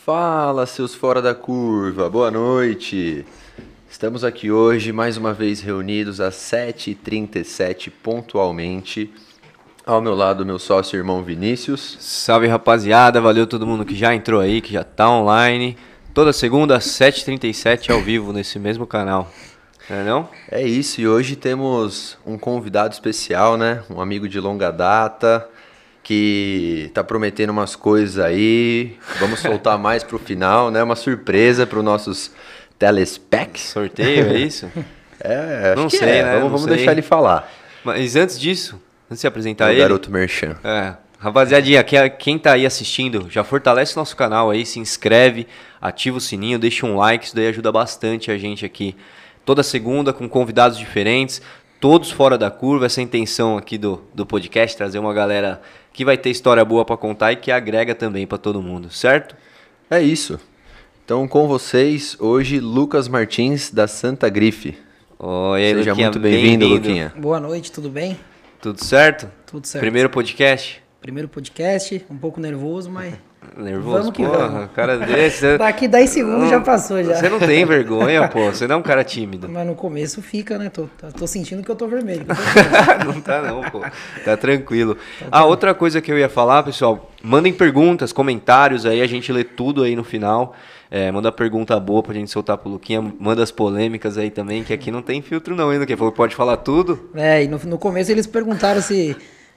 Fala, seus fora da curva, boa noite. Estamos aqui hoje, mais uma vez reunidos às 7h37 pontualmente. Ao meu lado, meu sócio e irmão Vinícius. Salve, rapaziada, valeu todo mundo que já entrou aí, que já tá online. Toda segunda às 7h37 ao vivo nesse mesmo canal. Não? É isso, e hoje temos um convidado especial, né? Um amigo de longa data, que tá prometendo umas coisas aí. Vamos soltar mais pro final, né? Uma surpresa para os nossos telespecs. Sorteio, é isso? Não sei, né? Vamos deixar ele falar. Mas antes disso, antes de se apresentar O ele... garoto merchan. Rapaziadinha, quem tá aí assistindo, já fortalece nosso canal aí, se inscreve, ativa o sininho, deixa um like, isso daí ajuda bastante a gente aqui. Toda segunda com convidados diferentes, todos fora da curva, essa é a intenção aqui do podcast, trazer uma galera que vai ter história boa para contar e que agrega também para todo mundo, certo? É isso. Então com vocês, hoje, Lucas Martins, da Santa Grife. Oi, Seja Luquinha, muito bem-vindo, Luquinha. Boa noite, tudo bem? Tudo certo? Tudo certo. Primeiro podcast? Primeiro podcast, um pouco nervoso, mas... Nervoso? Vamos que porra, vamos. Cara desse... Daqui 10 segundos já passou já. Você não tem vergonha, pô. Você não é um cara tímido. Mas no começo fica, né? Tô sentindo que eu tô vermelho. Não tá não, pô. Tá tranquilo. Outra coisa que eu ia falar, pessoal. Mandem perguntas, comentários aí. A gente lê tudo aí no final. Manda pergunta boa pra gente soltar pro Luquinha. Manda as polêmicas aí também, que aqui não tem filtro não, hein, Luquinha? Pode falar tudo? E no começo eles perguntaram se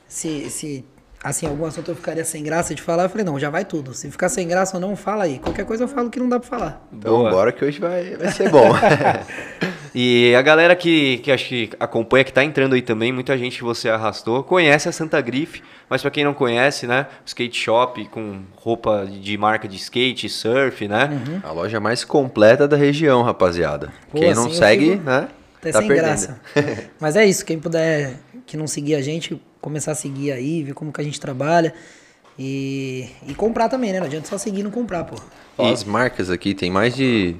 assim, algum assunto eu ficaria sem graça de falar. Eu falei, não, já vai tudo. Se ficar sem graça ou não, fala aí. Qualquer coisa eu falo que não dá pra falar. Então bora que hoje vai ser bom. E a galera que acho que acompanha, que tá entrando aí também, muita gente que você arrastou, conhece a Santa Grife, mas pra quem não conhece, né, skate shop com roupa de marca de skate, surf, né? Uhum. A loja mais completa da região, rapaziada. Pô, quem não assim segue, né, até tá sem perdendo. graça. Mas é isso, quem puder, que não seguir a gente, começar a seguir aí, ver como que a gente trabalha e comprar também, né? Não adianta só seguir e não comprar, pô. Ó, as marcas aqui, tem mais de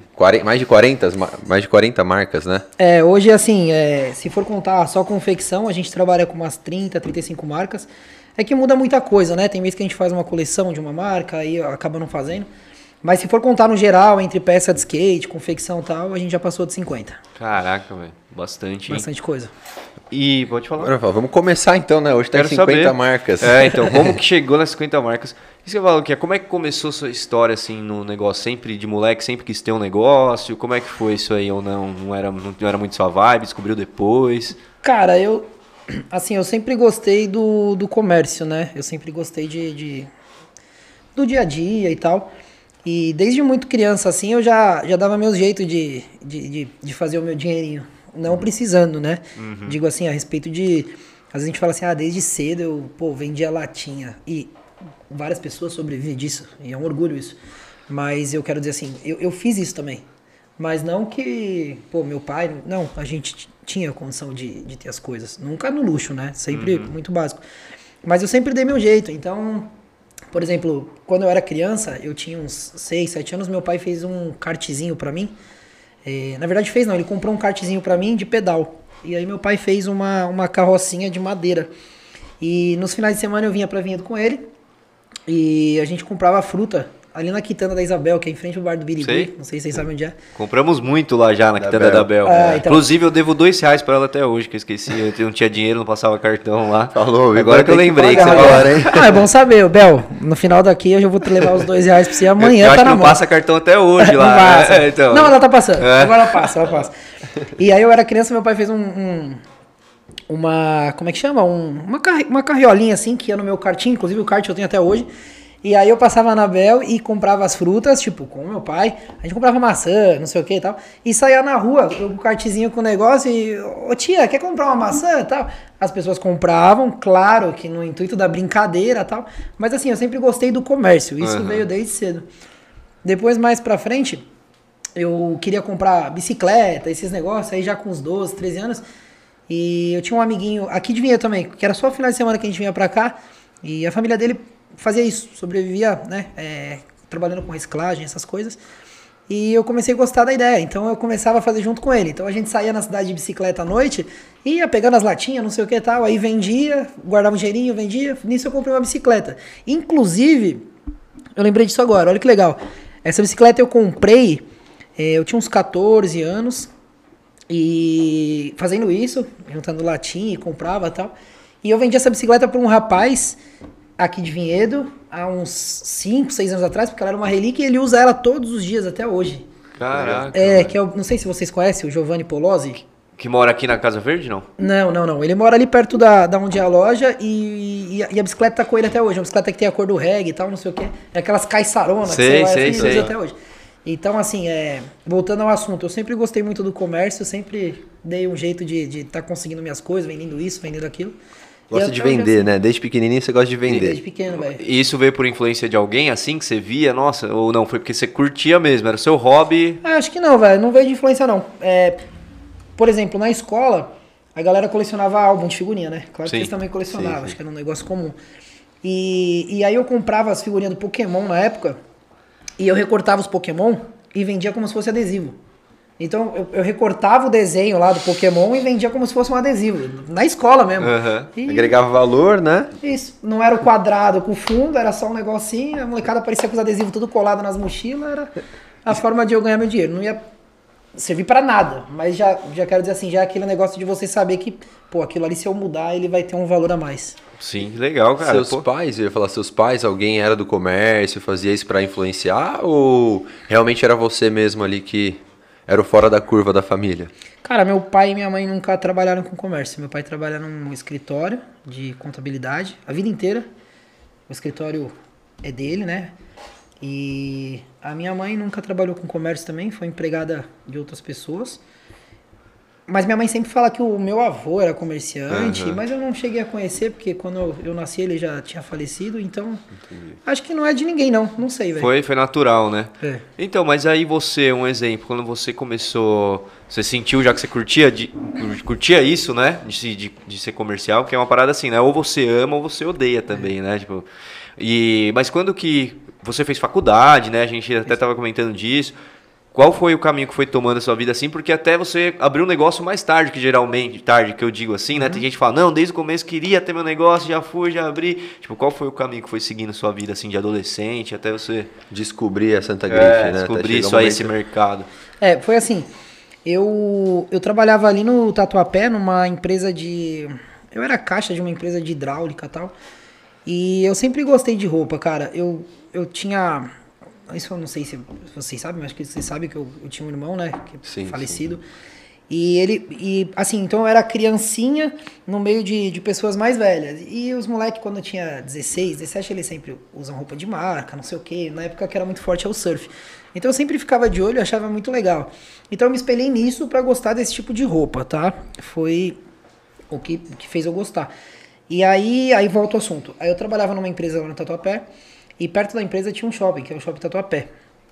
40 marcas, né? Hoje, assim, se for contar só confecção, a gente trabalha com umas 30, 35 marcas. É que muda muita coisa, né? Tem vezes que a gente faz uma coleção de uma marca, aí acaba não fazendo. Mas se for contar no geral, entre peça de skate, confecção e tal, a gente já passou de 50. Caraca, velho. Bastante, hein? Bastante coisa. E pode falar. Agora, vamos começar então, né? Hoje tá em 50 marcas. Então, como que chegou nas 50 marcas? Isso que eu falo, como é que começou a sua história, assim, no negócio? Sempre de moleque, sempre quis ter um negócio? Como é que foi isso aí? Ou não? Não era muito sua vibe? Descobriu depois? Cara, eu sempre gostei do comércio, né? Eu sempre gostei do dia a dia e tal. E desde muito criança, assim, eu já dava meu jeito de fazer o meu dinheirinho. Não precisando, né? Uhum. Digo assim, a respeito de... Às vezes a gente fala assim, desde cedo eu vendia latinha. E várias pessoas sobrevivem disso. E é um orgulho isso. Mas eu quero dizer assim, eu fiz isso também. Mas não que, meu pai... Não, a gente tinha condição de ter as coisas. Nunca no luxo, né? Sempre muito básico. Mas eu sempre dei meu jeito. Então, por exemplo, quando eu era criança, eu tinha uns 6, 7 anos, meu pai fez um kartzinho pra mim. Na verdade fez não, ele comprou um kartzinho pra mim de pedal. E aí meu pai fez uma carrocinha de madeira. E nos finais de semana eu vinha pra Vinhedo com ele. E a gente comprava fruta ali na quitanda da Isabel, que é em frente ao bar do Birigui. Não sei se vocês sabem onde é. Compramos muito lá já na quitanda da Bel. Então... Inclusive eu devo R$2 pra ela até hoje, que eu esqueci. Eu não tinha dinheiro, não passava cartão lá. Falou, agora que eu lembrei que você falou, hein? É bom saber, Bel. No final daqui eu já vou te levar os R$2 pra você amanhã. Eu acho que não passa cartão até hoje lá. Não passa. Então. Não, ela tá passando. Agora ela passa. E aí eu era criança, meu pai fez uma... Como é que chama? Uma carriolinha assim, que ia no meu kartinho. Inclusive o kart eu tenho até hoje. E aí eu passava na Bel e comprava as frutas, tipo, com o meu pai. A gente comprava maçã, não sei o que e tal. E saía na rua, eu com o kartzinho com o negócio e... Ô tia, quer comprar uma maçã e tal? As pessoas compravam, claro que no intuito da brincadeira e tal. Mas assim, eu sempre gostei do comércio. Isso veio desde cedo. Depois, mais pra frente, eu queria comprar bicicleta, esses negócios. Aí já com uns 12, 13 anos. E eu tinha um amiguinho aqui de Vinhedo também, que era só final de semana que a gente vinha pra cá. E a família dele... fazia isso, sobrevivia, né, trabalhando com reciclagem, essas coisas. E eu comecei a gostar da ideia, então eu começava a fazer junto com ele. Então a gente saía na cidade de bicicleta à noite, ia pegando as latinhas, não sei o que e tal, aí vendia, guardava um dinheirinho, vendia. Nisso eu comprei uma bicicleta. Inclusive, eu lembrei disso agora, olha que legal. Essa bicicleta eu comprei, eu tinha uns 14 anos, e fazendo isso, juntando latinha e comprava e tal. E eu vendi essa bicicleta para um rapaz aqui de Vinhedo, há uns 5, 6 anos atrás, porque ela era uma relíquia e ele usa ela todos os dias até hoje. Caraca. Que eu não sei se vocês conhecem, o Giovanni Polozzi. Que mora aqui na Casa Verde, não? Não. Ele mora ali perto da onde é a loja e a bicicleta tá com ele até hoje. É uma bicicleta que tem a cor do reggae e tal, não sei o quê. É aquelas caiçaronas que você usa até hoje. Então, assim, voltando ao assunto, eu sempre gostei muito do comércio, eu sempre dei um jeito de estar conseguindo minhas coisas, vendendo isso, vendendo aquilo. Gosta de vender, né? Desde pequenininho você gosta de vender. Desde pequeno, velho. E isso veio por influência de alguém, assim, que você via, nossa, ou não? Foi porque você curtia mesmo, era o seu hobby? Acho que não, velho, não veio de influência, não. Por exemplo, na escola, a galera colecionava álbum de figurinha, né? Claro que eles também colecionavam, sim. Acho que era um negócio comum. E aí eu comprava as figurinhas do Pokémon na época, e eu recortava os Pokémon e vendia como se fosse adesivo. Então eu recortava o desenho lá do Pokémon e vendia como se fosse um adesivo. Na escola mesmo. E agregava valor, né? Isso. Não era o quadrado com o fundo, era só um negocinho. A molecada aparecia com os adesivos tudo colado nas mochilas. Era a forma de eu ganhar meu dinheiro. Não ia servir pra nada. Mas já quero dizer assim, já é aquele negócio de você saber que, pô, aquilo ali se eu mudar, ele vai ter um valor a mais. Sim, legal, cara. Seus pais, eu ia falar, seus pais, alguém era do comércio, fazia isso pra influenciar? Ou realmente era você mesmo ali que era o fora da curva da família? Cara, meu pai e minha mãe nunca trabalharam com comércio. Meu pai trabalha num escritório de contabilidade a vida inteira. O escritório é dele, né? E a minha mãe nunca trabalhou com comércio também, foi empregada de outras pessoas. Mas minha mãe sempre fala que o meu avô era comerciante, mas eu não cheguei a conhecer, porque quando eu nasci ele já tinha falecido, então acho que não é de ninguém não sei, velho. Foi natural, né? Então, mas aí você, um exemplo, quando você começou, você sentiu já que você curtia isso, né? De ser comercial, porque é uma parada assim, né? Ou você ama ou você odeia também, né? Tipo, mas quando que você fez faculdade, né? A gente até tava comentando disso. Qual foi o caminho que foi tomando a sua vida assim? Porque até você abriu um negócio mais tarde, que geralmente, tarde que eu digo assim, né? Tem gente que fala, não, desde o começo queria ter meu negócio, já abri. Tipo, qual foi o caminho que foi seguindo a sua vida assim, de adolescente, até você descobrir a Santa Grife, né? Descobrir isso aí, esse mercado. Foi assim, eu trabalhava ali no Tatuapé, numa empresa eu era caixa de uma empresa de hidráulica e tal, e eu sempre gostei de roupa, cara. Eu tinha... Isso eu não sei se vocês sabem, mas acho que vocês sabem que eu tinha um irmão, né? Que é falecido. Sim. E assim, então eu era criancinha no meio de pessoas mais velhas. E os moleques, quando eu tinha 16, 17, eles sempre usam roupa de marca, não sei o quê. Na época que era muito forte é o surf. Então eu sempre ficava de olho e achava muito legal. Então eu me espelhei nisso pra gostar desse tipo de roupa, tá? Foi o que fez eu gostar. E aí volta ao assunto. Aí eu trabalhava numa empresa lá no Tatuapé. E perto da empresa tinha um shopping, que é o Shopping Tatuapé.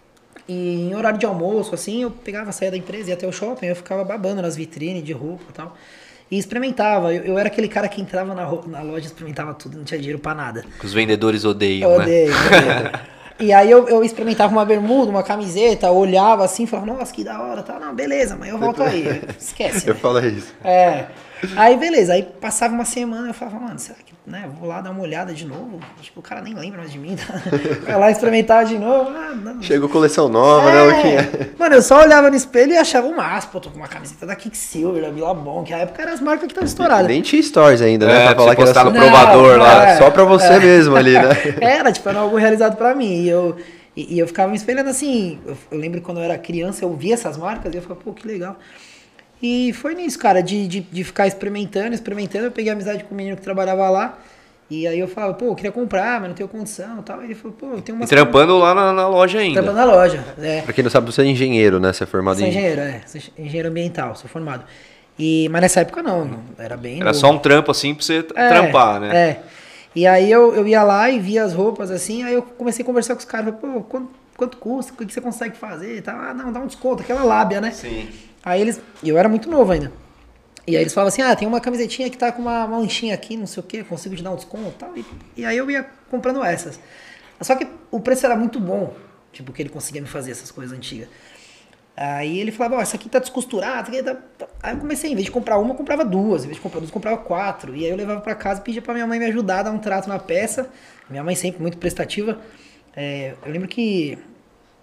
E em horário de almoço, assim, eu saía da empresa, ia até o shopping, eu ficava babando nas vitrines de roupa e tal. E experimentava. Eu era aquele cara que entrava na loja e experimentava tudo, não tinha dinheiro pra nada. Que os vendedores odeiam, né? Odeio. E aí eu experimentava uma bermuda, uma camiseta, olhava assim, falava, nossa, que da hora, tá? Não, beleza, mas eu volto aí. Esquece. Eu falo isso. Aí beleza, aí passava uma semana, eu falava, mano, será que, né, vou lá dar uma olhada de novo? Tipo, o cara nem lembra mais de mim, tá? Vai lá experimentar de novo. Chegou coleção nova, né? Mano, eu só olhava no espelho e achava o máximo. Pô, tô com uma camiseta da Kicksilver, da Billabong, que na época eram as marcas que estavam estouradas. Nem tinha stories ainda, né? Pra falar que era no provador lá. Só pra você mesmo ali, né? Era algo realizado pra mim. E eu ficava me espelhando assim. Eu lembro que quando eu era criança, eu via essas marcas e eu falava, pô, que legal. E foi nisso, cara, de ficar experimentando. Eu peguei amizade com o menino que trabalhava lá. E aí eu falava, pô, eu queria comprar, mas não tenho condição e tal. E ele falou, pô, eu tenho uma... E trampando lá na loja ainda. Trampando na loja, Pra quem não sabe, você é engenheiro, né? Você é formado em... Sou engenheiro ambiental, sou formado. Mas nessa época não, era bem... Era novo. Só um trampo assim pra você trampar, né? E aí eu ia lá e via as roupas assim, aí eu comecei a conversar com os caras, pô, quanto custa, o que você consegue fazer e tal? Ah, não, dá um desconto, aquela lábia, né? Sim. Aí eu era muito novo ainda. E aí eles falavam assim, tem uma camisetinha que tá com uma manchinha aqui, não sei o que, consigo te dar um desconto e tal. E aí eu ia comprando essas. Só que o preço era muito bom, tipo, que ele conseguia me fazer essas coisas antigas. Aí ele falava, essa aqui tá descosturada, essa aqui tá... Aí eu comecei, em vez de comprar uma, eu comprava duas. Em vez de comprar duas, eu comprava 4. E aí eu levava pra casa e pedia pra minha mãe me ajudar a dar um trato na peça. Minha mãe sempre muito prestativa. Eu lembro que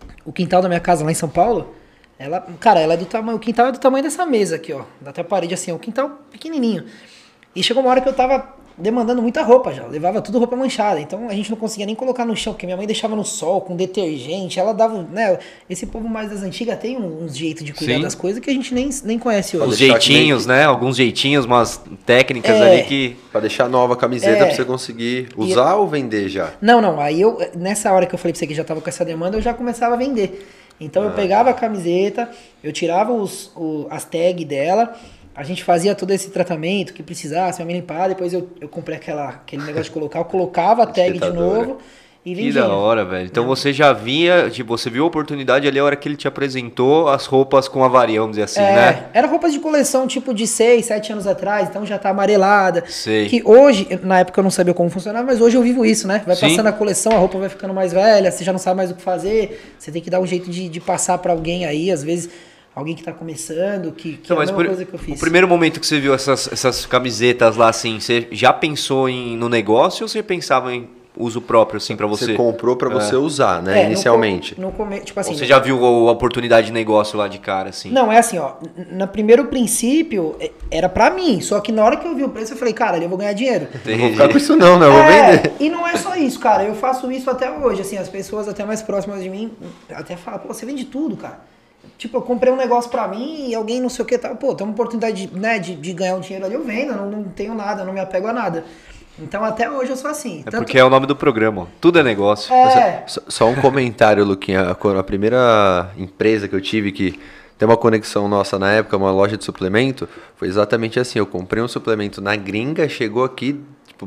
o quintal da minha casa lá em São Paulo, cara, ela é do tamanho, o quintal é do tamanho dessa mesa aqui, ó. Dá até a parede assim, o quintal pequenininho. E chegou uma hora que eu tava demandando muita roupa já, levava tudo roupa manchada, então a gente não conseguia nem colocar no chão, porque minha mãe deixava no sol com detergente, ela dava, né, esse povo mais das antigas tem uns jeitos de cuidar das coisas que a gente nem conhece hoje. Os jeitinhos, né, alguns jeitinhos, umas técnicas ali que... Pra deixar nova a camiseta pra você conseguir usar ou vender já? Não, aí nessa hora que eu falei pra você que já tava com essa demanda, eu já começava a vender. Então eu pegava a camiseta, eu tirava as tags dela, a gente fazia todo esse tratamento que precisasse, me limpar, depois eu comprei aquele negócio de colocar, eu colocava a tag de novo e vendia. Que da hora, velho. Então você já via, tipo, você viu a oportunidade ali a hora que ele te apresentou as roupas com avaria, vamos dizer assim, né? Era roupas de coleção tipo de 6, 7 anos atrás, então já tá amarelada. Sei. Que hoje, na época eu não sabia como funcionava, mas hoje eu vivo isso, né? Vai passando a coleção, a roupa vai ficando mais velha, você já não sabe mais o que fazer, você tem que dar um jeito de passar pra alguém aí, às vezes... Alguém que tá começando, que é a mesma coisa que eu fiz. O primeiro momento que você viu essas camisetas lá, assim, você já pensou no negócio ou você pensava em uso próprio, assim, pra você? Você comprou pra você usar, né, inicialmente. Tipo assim, ou você já viu a oportunidade de negócio lá de cara, assim? Não, é assim, ó, no primeiro princípio, era pra mim, só que na hora que eu vi o preço, eu falei, cara, eu vou ganhar dinheiro. Não vou ficar com isso não, né, eu vou vender. E não é só isso, cara, eu faço isso até hoje, assim, as pessoas até mais próximas de mim, até falam, pô, você vende tudo, cara. Tipo, eu comprei um negócio pra mim e alguém não sei o que tal. Pô, tem uma oportunidade, né, de ganhar um dinheiro ali, eu vendo, não tenho nada, não me apego a nada. Então até hoje eu sou assim. Porque é o nome do programa, ó. Tudo é negócio. Só um comentário, Luquinha. A primeira empresa que eu tive que tem uma conexão nossa na época, uma loja de suplemento, foi exatamente assim. Eu comprei um suplemento na gringa, chegou aqui, tipo,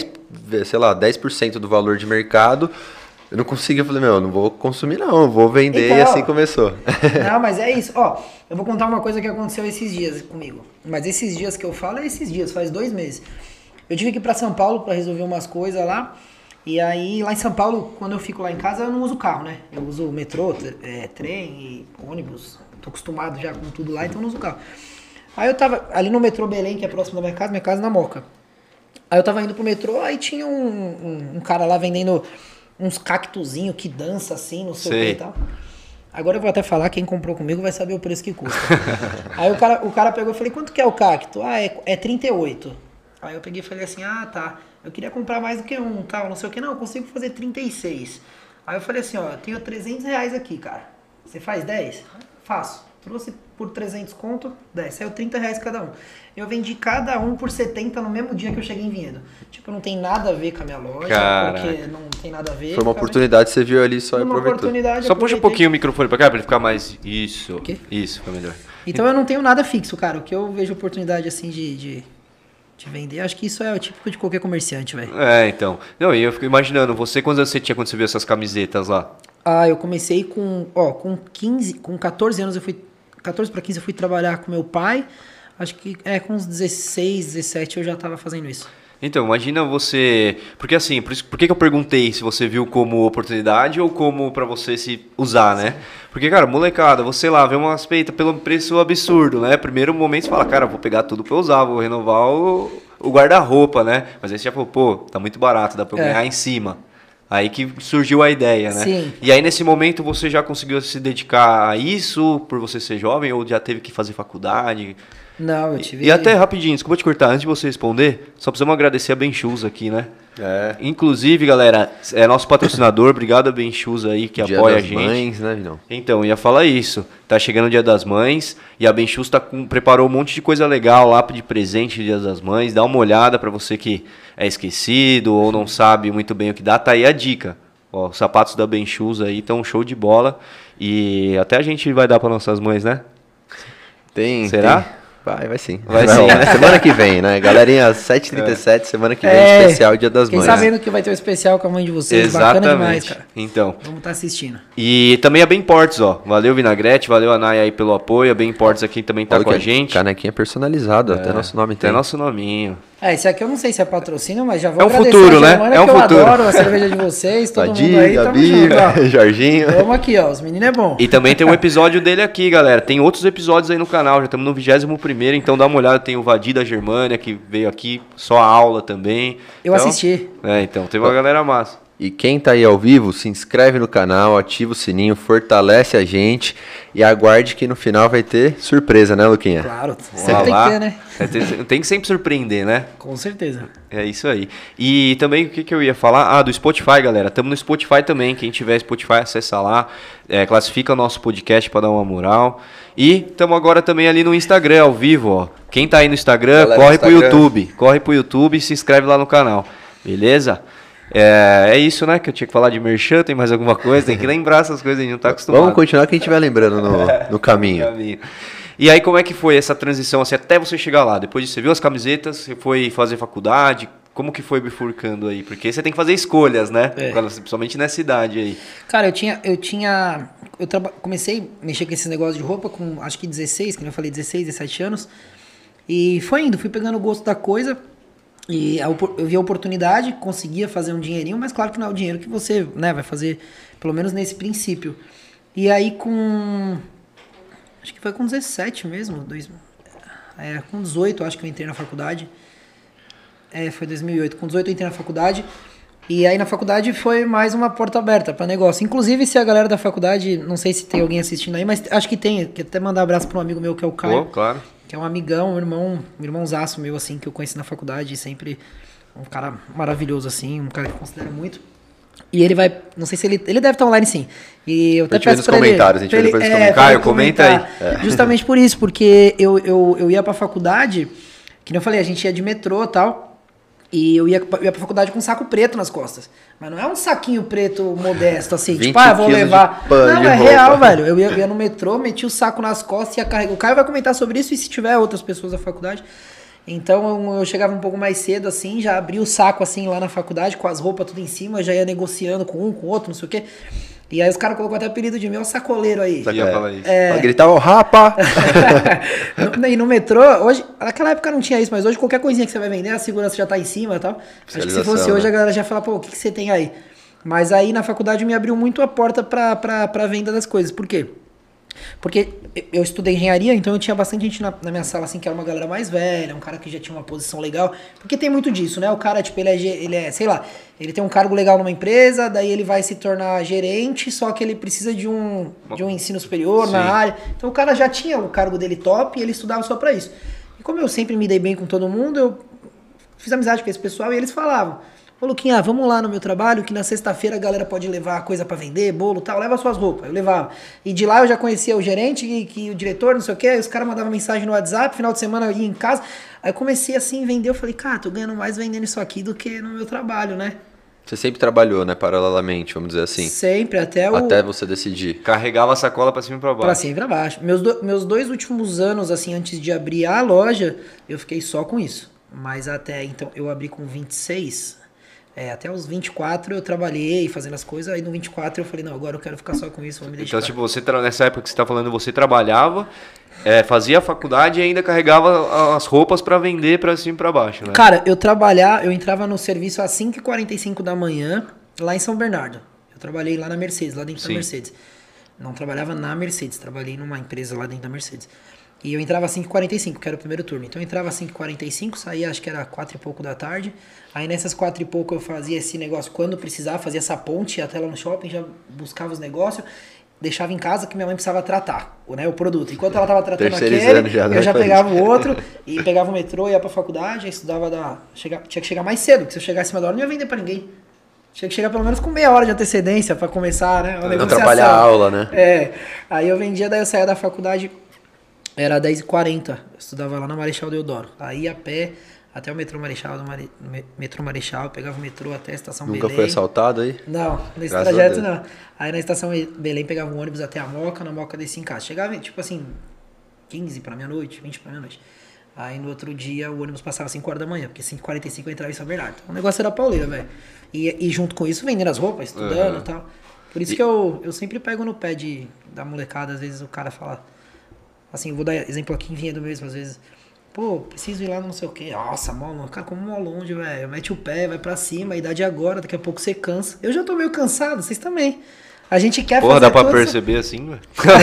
10% do valor de mercado. Eu não conseguia, eu falei, eu não vou consumir não, eu vou vender, então, e assim começou. Não, mas é isso, ó, eu vou contar uma coisa que aconteceu esses dias comigo, mas esses dias que eu falo é esses dias, faz 2 meses. Eu tive que ir pra São Paulo pra resolver umas coisas lá, e aí lá em São Paulo, quando eu fico lá em casa, eu não uso carro, né? Eu uso metrô, trem e ônibus, tô acostumado já com tudo lá, então eu não uso carro. Aí eu tava ali no metrô Belém, que é próximo da minha casa na Moca. Aí eu tava indo pro metrô, aí tinha um cara lá vendendo... uns cactuzinhos que dança assim, não sei o que e tal. Agora eu vou até falar, quem comprou comigo vai saber o preço que custa. Aí o cara pegou e falei, quanto que é o cacto? Ah, é 38. Aí eu peguei e falei assim, ah, tá. Eu queria comprar mais do que um, tal, não sei o que. Não, eu consigo fazer 36. Aí eu falei assim, ó, eu tenho 300 reais aqui, cara. Você faz 10? Faço. Trouxe por 300 conto, 10. Saiu 30 reais cada um. Eu vendi cada um por 70 no mesmo dia que eu cheguei em Vinhedo. Tipo, não tem nada a ver com a minha loja, porque não tem nada a ver. Foi uma oportunidade que você viu ali só e aproveitou. Só puxa um pouquinho o microfone pra cá, pra ele ficar mais... Isso. O quê? Isso, fica melhor. Então eu não tenho nada fixo, cara. O que eu vejo oportunidade, assim, de vender, acho que isso é o típico de qualquer comerciante, velho. Então. Não, e eu fico imaginando, quando você tinha quando você viu essas camisetas lá? Eu comecei com 14 anos eu fui... 14 para 15 eu fui trabalhar com meu pai. Acho que com uns 16, 17 eu já tava fazendo isso. Então, imagina você... Porque assim, por que eu perguntei se você viu como oportunidade ou como pra você se usar, né? Porque, cara, molecada, você lá vê umas peitas pelo preço absurdo, né? Primeiro momento você fala, cara, vou pegar tudo pra eu usar, vou renovar o guarda-roupa, né? Mas aí você já falou, pô, tá muito barato, dá pra eu ganhar em cima. Aí que surgiu a ideia, né? Sim. E aí nesse momento você já conseguiu se dedicar a isso por você ser jovem ou já teve que fazer faculdade? Não, eu tive... E até rapidinho, desculpa te cortar, antes de você responder, só precisamos agradecer a Ben Shoes aqui, né? Inclusive, galera, é nosso patrocinador, obrigado a Ben Shoes aí que apoia a gente. Dia das Mães, né, Vinão? Então, ia falar isso, tá chegando o Dia das Mães e a Ben Shoes preparou um monte de coisa legal lá de presente de Dia das Mães, dá uma olhada pra você que é esquecido ou não sabe muito bem o que dá, tá aí a dica. Ó, os sapatos da Ben Shoes aí estão show de bola e até a gente vai dar para nossas mães, né? Será? Tem. Vai sim. Vai sim. Semana que vem, né? Galerinha, 7h37, semana que vem, especial Dia das Mães. Fiquei sabendo que vai ter um especial com a mãe de vocês. Exatamente. Bacana demais, cara. Então. Vamos estar assistindo. E também a Ben Portes, ó. Valeu, Vinagrete, valeu a Naya aí pelo apoio. A Ben Portes aqui também tá com a gente. Canequinha personalizada, até nosso nome tem. Até nosso nominho. Esse aqui eu não sei se é patrocínio, mas já vou agradecer futuro, né? É um futuro. Eu adoro a cerveja de vocês, todo mundo aí, Gabi, junto, ó. Jorginho. Vamos aqui, ó, os meninos é bom. E também tem um episódio dele aqui, galera. Tem outros episódios aí no canal, já estamos no 21º, então dá uma olhada, tem o Vadir da Germânia, que veio aqui, só a aula também. Eu assisti. Então, teve uma galera massa. E quem tá aí ao vivo, se inscreve no canal, ativa o sininho, fortalece a gente e aguarde que no final vai ter surpresa, né, Luquinha? Claro, sempre tem que ter, né? Tem que sempre surpreender, né? Com certeza. É isso aí. E também o que eu ia falar? Do Spotify, galera. Estamos no Spotify também. Quem tiver Spotify, acessa lá. Classifica o nosso podcast para dar uma moral. E estamos agora também ali no Instagram, ao vivo, ó. Quem tá aí no Instagram, Galera, corre Instagram. pro YouTube. Corre pro YouTube e se inscreve lá no canal. Beleza? É isso, né? Que eu tinha que falar de merchan. Tem mais alguma coisa? Tem que lembrar essas coisas, a gente não tá acostumado. Vamos continuar quem estiver lembrando no caminho. E aí, como é que foi essa transição, assim, até você chegar lá? Depois de você viu as camisetas, você foi fazer faculdade, como que foi bifurcando aí? Porque você tem que fazer escolhas, né? Principalmente nessa idade aí. Cara, comecei a mexer com esses negócios de roupa com, acho que 16, que eu falei, 16, 17 anos. E fui pegando o gosto da coisa. E eu vi a oportunidade, conseguia fazer um dinheirinho, mas claro que não é o dinheiro que você, né, vai fazer, pelo menos nesse princípio. E aí acho que foi com 17 mesmo, com 18 acho que eu entrei na faculdade. Foi 2008, com 18 eu entrei na faculdade. E aí na faculdade foi mais uma porta aberta para negócio. Inclusive, se a galera da faculdade, não sei se tem alguém assistindo aí, mas acho que tem, que até mandar um abraço para um amigo meu que é o Caio. Claro. Que é um amigão, um irmãozaço meu, assim, que eu conheci na faculdade, sempre um cara maravilhoso, assim, um cara que eu considero muito. E ele vai, não sei se ele deve estar online sim. E eu até peço pra ele, a gente vê depois nos comentários. Caio, comenta aí. Justamente por isso, porque eu ia pra faculdade, que nem eu falei, a gente ia de metrô e tal, e eu ia pra faculdade com um saco preto nas costas. Mas não é um saquinho preto modesto, assim, tipo, vou levar. Não, é real, velho. Eu ia no metrô, meti o saco nas costas e ia carregar. O Caio vai comentar sobre isso e se tiver outras pessoas da faculdade. Então eu chegava um pouco mais cedo, assim, já abria o saco, assim, lá na faculdade, com as roupas tudo em cima, já ia negociando com um, com o outro, não sei o quê. E aí os caras colocou até apelido de meu sacoleiro aí. Gritava, rapa! E no metrô, hoje, naquela época não tinha isso, mas hoje qualquer coisinha que você vai vender, a segurança já tá em cima e tal. Acho que se fosse hoje, a galera já fala, pô, o que você tem aí? Mas aí na faculdade me abriu muito a porta pra venda das coisas. Por quê? Porque eu estudei engenharia, então eu tinha bastante gente na minha sala, assim, que era uma galera mais velha, um cara que já tinha uma posição legal. Porque tem muito disso, né? O cara, tipo, ele é, sei lá, ele tem um cargo legal numa empresa, daí ele vai se tornar gerente, só que ele precisa de um ensino superior na área. Então o cara já tinha o cargo dele top e ele estudava só pra isso. E como eu sempre me dei bem com todo mundo, eu fiz amizade com esse pessoal e eles falavam: ô Luquinha, vamos lá no meu trabalho, que na sexta-feira a galera pode levar coisa pra vender, bolo e tal, leva suas roupas. Eu levava. E de lá eu já conhecia o gerente, que o diretor, não sei o quê, os caras mandavam mensagem no WhatsApp, final de semana eu ia em casa. Aí eu comecei assim a vender, eu falei, cara, tô ganhando mais vendendo isso aqui do que no meu trabalho, né? Você sempre trabalhou, né, paralelamente, vamos dizer assim. Sempre, até você decidir. Carregava a sacola pra cima e pra baixo. Pra cima e pra baixo. Meus 2 últimos anos, assim, antes de abrir a loja, eu fiquei só com isso. Mas até, então, eu abri com 26... até os 24 eu trabalhei fazendo as coisas, aí no 24 eu falei, não, agora eu quero ficar só com isso, vou me dedicar. Então, tipo, você nessa época que você tá falando, você trabalhava, fazia a faculdade e ainda carregava as roupas pra vender pra cima e pra baixo, né? Cara, eu entrava no serviço às 5h45 da manhã, lá em São Bernardo. Eu trabalhei lá na Mercedes, lá dentro da Mercedes. Não trabalhava na Mercedes, trabalhei numa empresa lá dentro da Mercedes. E eu entrava às 5h45, que era o primeiro turno. Então eu entrava às 5h45, saía acho que era 4 e pouco da tarde. Aí nessas 4 e pouco eu fazia esse negócio quando precisava, fazia essa ponte até lá no shopping, já buscava os negócios, deixava em casa que minha mãe precisava tratar, né, o produto. Enquanto ela tava tratando aquele, eu já pegava o outro e pegava o metrô, ia pra faculdade, aí estudava tinha que chegar mais cedo, porque se eu chegar em cima da hora não ia vender pra ninguém. Tinha que chegar pelo menos com meia hora de antecedência pra começar, né? Não atrapalhar a aula, né? Aí eu vendia, daí eu saía da faculdade, era 10h40, eu estudava lá na Marechal Deodoro. Aí a pé até o metrô Marechal, eu pegava o metrô até a estação Belém. Nunca foi assaltado aí? Não, nesse trajeto não. Aí na estação Belém pegava um ônibus até a Moca, na Moca descia em casa. Chegava tipo assim, 15 pra meia-noite, 20 pra meia-noite. Aí no outro dia o ônibus passava às 5 horas da manhã, porque 5h45 eu entrava em São Bernardo. O negócio era pauleira, velho. E junto com isso vendendo as roupas, estudando e tal. Por isso que eu sempre pego no pé da molecada, às vezes o cara fala... Assim, vou dar exemplo aqui em Vinhedo mesmo, às vezes... Pô, preciso ir lá no não sei o quê. Nossa, mano, cara, como mó longe, velho. Mete o pé, vai pra cima, a idade é agora, daqui a pouco você cansa. Eu já tô meio cansado, vocês também. A gente quer Porra, fazer dá pra tudo perceber assim, velho?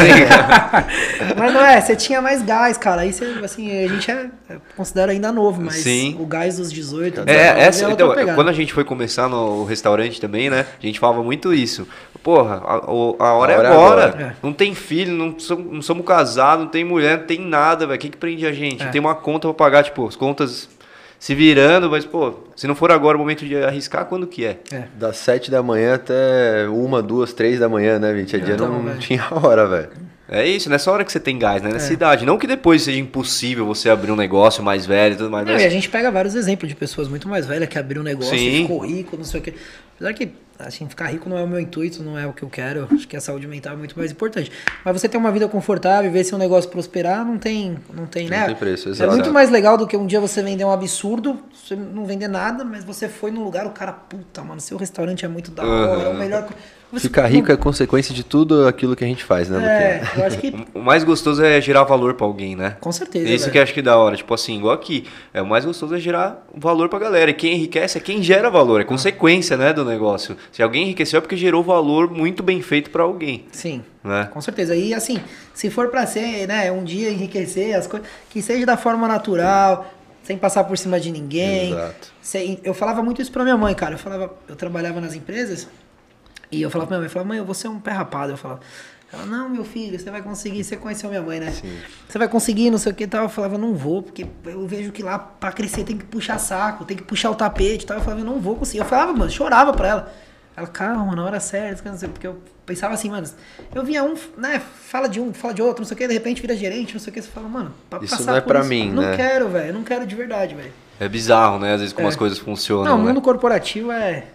Mas não é, você tinha mais gás, cara. Aí você, assim, a gente considera ainda novo, mas Sim. o gás dos 18, 19, Essa, outra então, pegada. quando a gente foi começar no restaurante também, né? A gente falava muito isso. Porra, a hora é agora. É. Não tem filho, não somos casados, não tem mulher, não tem nada, velho. O que prende a gente? Tem uma conta pra pagar, tipo, as contas se virando, mas, pô, se não for agora o momento de arriscar, quando que é? Das 7 da manhã até 1, 2, 3 da manhã, né? 20 dias Então, não velho. tinha hora, velho. É isso, nessa hora que você tem gás, né? Nessa idade. Não que depois seja impossível você abrir um negócio mais velho e tudo mais. Não, mas- e a gente pega vários exemplos de pessoas muito mais velhas que abriram um negócio Sim. e ficou rico, não sei o quê. Apesar que, assim, ficar rico não é o meu intuito, não é o que eu quero. Acho que a saúde mental é muito mais importante. Mas você ter uma vida confortável, ver seu negócio prosperar, não tem, né? Não tem preço, É exato. muito mais legal do que um dia você vender um absurdo, você não vender nada, mas você foi num lugar, o cara, puta, mano, seu restaurante é muito da hora, é o melhor... Você Ficar rico é consequência de tudo aquilo que a gente faz, né, Luquinha? eu acho que... O mais gostoso é gerar valor pra alguém, né? Com certeza, Isso velho. que eu acho que é da hora. Tipo assim, igual aqui. O mais gostoso é gerar valor pra galera. E quem enriquece é quem gera valor. É consequência, né, do negócio. Se alguém enriqueceu é porque gerou valor muito bem feito pra alguém. Sim, Né? com certeza. E assim, se for pra ser, né, um dia enriquecer as coisas, que seja da forma natural, sem passar por cima de ninguém. Exato. Eu falava muito isso pra minha mãe, cara. Eu trabalhava nas empresas e eu falava pra minha mãe, eu vou ser um pé rapado. Eu falava, ela, não, meu filho, você vai conseguir. Você conheceu minha mãe, né? Sim. Você vai conseguir, não sei o que e tal. Eu falava, não vou, porque eu vejo que lá pra crescer tem que puxar saco, tem que puxar o tapete e tal. Eu falava, eu não vou conseguir. Eu falava, mano, chorava pra ela. Ela, calma, na hora certa, não sei, porque eu pensava assim, mano, eu vinha né, fala de outro, não sei o que, de repente vira gerente, não sei o que, você fala, mano, pra Isso passar não é por pra isso, mim, não né? quero, velho, não quero de verdade, velho. É bizarro, né? Às vezes como as coisas funcionam, Não, o né? mundo corporativo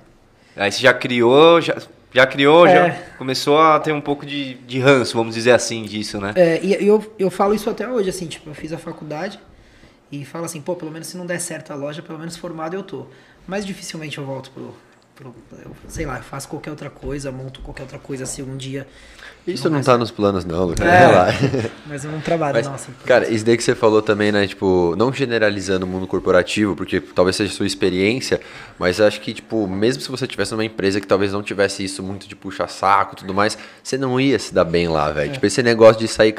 Aí você já criou, já É. começou a ter um pouco de ranço, vamos dizer assim, disso, né? e eu falo isso até hoje, assim, tipo, eu fiz a faculdade e falo assim, pô, pelo menos se não der certo a loja, pelo menos formado eu tô. Mas dificilmente eu volto sei lá, eu faço qualquer outra coisa, monto qualquer outra coisa assim um dia. Isso não tá nos planos, não, Lucas. É. Relaxa. Mas eu não trabalho, Mas, nossa. cara, isso daí que você falou também, né? Tipo, não generalizando o mundo corporativo, porque talvez seja sua experiência, mas acho que, tipo, mesmo se você tivesse numa empresa que talvez não tivesse isso muito de puxa-saco e tudo mais, você não ia se dar bem lá, velho. Tipo, esse negócio de sair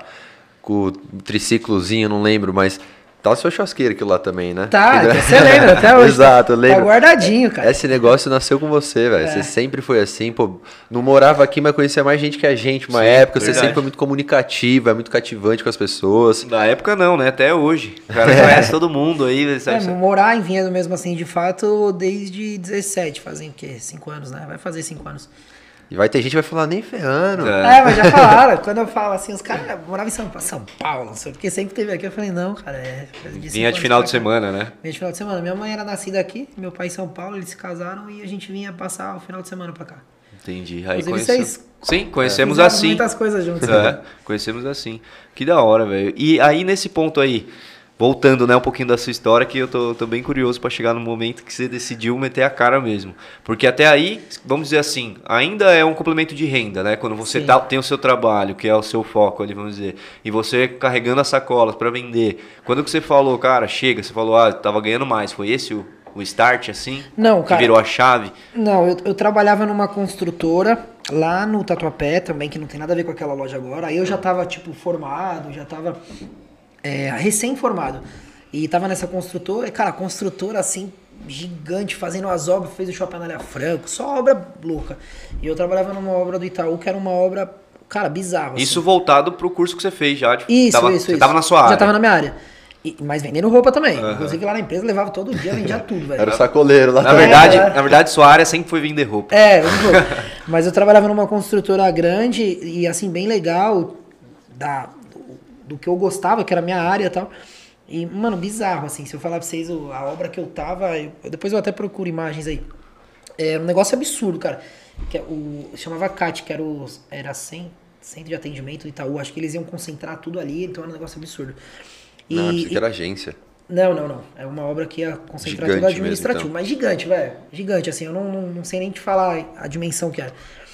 com o triciclozinho, não lembro, mas tá na sua churrasqueira aquilo lá também, né? Tá, você lembra até hoje. Exato, eu lembro. Tá guardadinho, cara. Esse negócio nasceu com você, velho. Você sempre foi assim, pô. Não morava aqui, mas conhecia mais gente que a gente. Uma época, você verdade. sempre foi muito comunicativa, muito cativante com as pessoas. Na época não, né? Até hoje. O cara conhece todo mundo aí. Sabe? Morar em Vinhedo mesmo assim, de fato, desde 17, fazem o quê? 5 anos, né? Vai fazer 5 anos. E vai ter gente que vai falar, nem ferrando. Mas já falaram. Quando eu falo assim, os caras moravam em São Paulo, não sei, porque sempre teve aqui. Eu falei, não, cara, Vinha de final de semana, né? Vinha de final de semana. Minha mãe era nascida aqui, meu pai em São Paulo, eles se casaram e a gente vinha passar o final de semana pra cá. Entendi. Aí Inclusive, conhecemos. Sim, conhecemos Fizeram assim. muitas coisas juntos. Conhecemos assim. Que da hora, velho. E aí, nesse ponto aí, voltando, né, um pouquinho da sua história, que eu tô bem curioso pra chegar no momento que você decidiu meter a cara mesmo. Porque até aí, vamos dizer assim, ainda é um complemento de renda, né? Quando você tem o seu trabalho, que é o seu foco ali, vamos dizer, e você carregando as sacolas pra vender. Quando que você falou, cara, chega, você falou, tava ganhando mais, foi esse o start, assim? Não, cara. Que virou a chave? Não, eu trabalhava numa construtora lá no Tatuapé também, que não tem nada a ver com aquela loja agora. Aí eu já tava, tipo, formado, já tava recém-formado. E tava nessa construtora, e, cara, construtora assim, gigante, fazendo as obras, fez o Shopping Anália Franco, só obra louca. E eu trabalhava numa obra do Itaú, que era uma obra, cara, bizarra. Assim. Isso voltado pro curso que você fez já. Tipo, Isso. Você tava na sua área. Já tava na minha área. Mas vendendo roupa também. Inclusive lá na empresa levava todo dia, vendia tudo, velho. Era o sacoleiro lá. Na verdade, sua área sempre foi vender roupa. Mas eu trabalhava numa construtora grande e assim, bem legal, do que eu gostava, que era a minha área e tal. E, mano, bizarro, assim, se eu falar pra vocês a obra que eu tava, depois eu até procuro imagens aí. É um negócio absurdo, cara. Que chamava CAT, que era Centro de Atendimento do Itaú. Acho que eles iam concentrar tudo ali, então era um negócio absurdo. Não, pensei que era agência. Não. É uma obra que ia concentrar Gigante tudo administrativo. mesmo, então. Mas gigante, velho. Gigante, assim, eu não sei nem te falar a dimensão que era.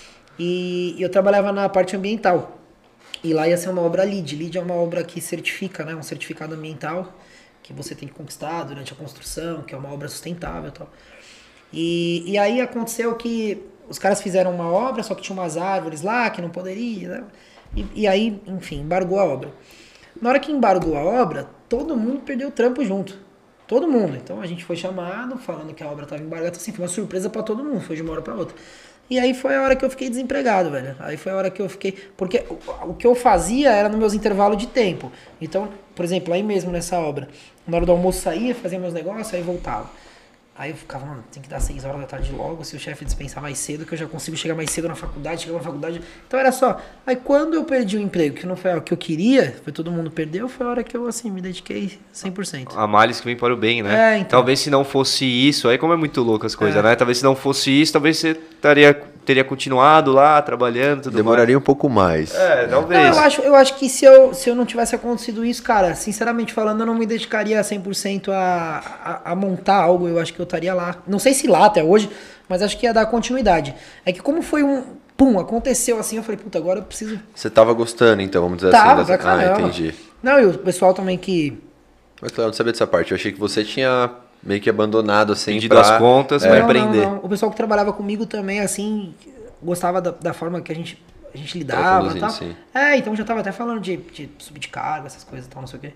E eu trabalhava na parte ambiental. E lá ia ser uma obra LEED. LEED é uma obra que certifica, né? Um certificado ambiental que você tem que conquistar durante a construção, que é uma obra sustentável e tal. E aí aconteceu que os caras fizeram uma obra, só que tinha umas árvores lá que não poderia, né? E aí, enfim, embargou a obra. Na hora que embargou a obra, todo mundo perdeu o trampo junto. Todo mundo. Então a gente foi chamado, falando que a obra estava embargada, assim, foi uma surpresa pra todo mundo, foi de uma hora pra outra. E aí foi a hora que eu fiquei desempregado, velho. Aí foi a hora que eu fiquei... Porque o que eu fazia era nos meus intervalos de tempo. Então, por exemplo, aí mesmo nessa obra, na hora do almoço saía, fazia meus negócios, aí voltava. Aí eu ficava, mano, tem que dar 6 horas da tarde logo, se o chefe dispensar mais cedo, que eu já consigo chegar mais cedo na faculdade, chegar na faculdade. Então era só. Aí quando eu perdi o emprego, que não foi o que eu queria, foi todo mundo perdeu, foi a hora que eu, assim, me dediquei 100%. A males que vem para o bem, né? Então. Talvez se não fosse isso, aí como é muito louco as coisas, né? Talvez se não fosse isso, talvez você teria continuado lá, trabalhando, tudo Demoraria um pouco mais. Talvez. Não, eu acho que se eu não tivesse acontecido isso, cara, sinceramente falando, eu não me dedicaria 100% a montar algo, eu acho que eu estaria lá. Não sei se lá até hoje, mas acho que ia dar continuidade. É que como foi aconteceu assim, eu falei, puta, agora eu preciso... Você tava gostando, então, vamos dizer Tava, assim. pra caramba. Entendi. Não, e o pessoal também que... Mas claro, não sabia dessa parte. Eu achei que você tinha meio que abandonado, assim, Pedido as contas, vai empreender. Não. O pessoal que trabalhava comigo também, assim, gostava da forma que a gente lidava e tal. Sim. Então já tava até falando de subir de carga, essas coisas e tal, não sei o quê.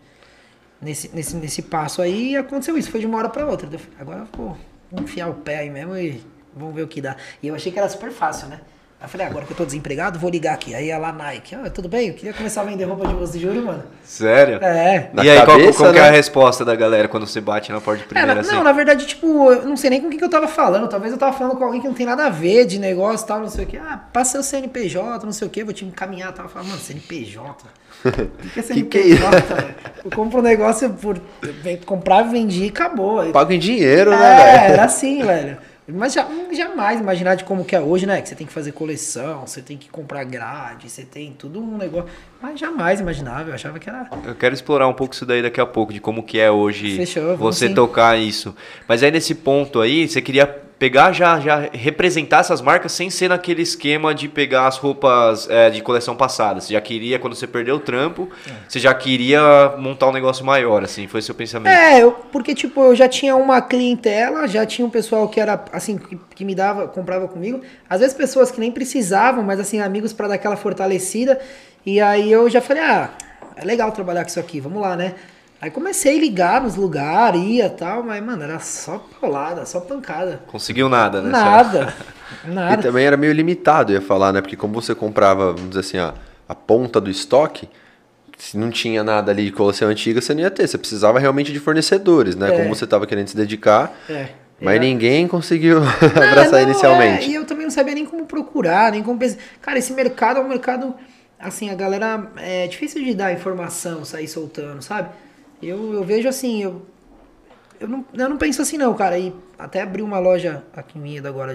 Nesse passo aí aconteceu isso, foi de uma hora pra outra. Eu falei, agora vou enfiar o pé aí mesmo e vamos ver o que dá. E eu achei que era super fácil, né? Aí eu falei, agora que eu tô desempregado, vou ligar aqui. Aí ia lá Nike. Tudo bem? Eu queria começar a vender roupa de moço de juro, mano. Sério? Na e aí, cabeça, qual que é né? a resposta da galera quando você bate na porta de primeira assim? Não, na verdade, tipo, eu não sei nem com quem que eu tava falando. Talvez eu tava falando com alguém que não tem nada a ver de negócio e tal, não sei o quê. Passa o CNPJ, não sei o quê, vou te encaminhar. Tava falando, mano, CNPJ? O que é CNPJ, velho? Eu compro um negócio por comprar, vendi e acabou. Paga em dinheiro, né, velho? Era assim, velho. Mas jamais imaginar de como que é hoje, né? Que você tem que fazer coleção, você tem que comprar grade, você tem tudo um negócio. Mas jamais imaginava, eu achava que era... Eu quero explorar um pouco isso daí daqui a pouco, de como que é hoje. Fechou, você sim. tocar isso. Mas aí nesse ponto aí, você queria pegar, já representar essas marcas sem ser naquele esquema de pegar as roupas de coleção passada. Você já queria, quando você perdeu o trampo, você já queria montar um negócio maior, assim, foi seu pensamento. Porque tipo, eu já tinha uma clientela, já tinha um pessoal que era, assim, que me dava, comprava comigo. Às vezes pessoas que nem precisavam, mas assim, amigos pra dar aquela fortalecida. E aí eu já falei, é legal trabalhar com isso aqui, vamos lá, né? Aí comecei a ligar nos lugares, ia e tal, mas, mano, era só paulada, só pancada. Conseguiu nada, né? Nada. E também era meio limitado, eu ia falar, né? Porque como você comprava, vamos dizer assim, a ponta do estoque, se não tinha nada ali de coleção antiga, você não ia ter. Você precisava realmente de fornecedores, né? Como você estava querendo se dedicar, mas ninguém conseguiu abraçar inicialmente. E eu também não sabia nem como procurar, nem como pensar. Cara, esse mercado é um mercado, assim, a galera é difícil de dar informação, sair soltando, sabe? Eu vejo assim, eu não penso assim não, cara. E até abri uma loja aqui em Vinhedo agora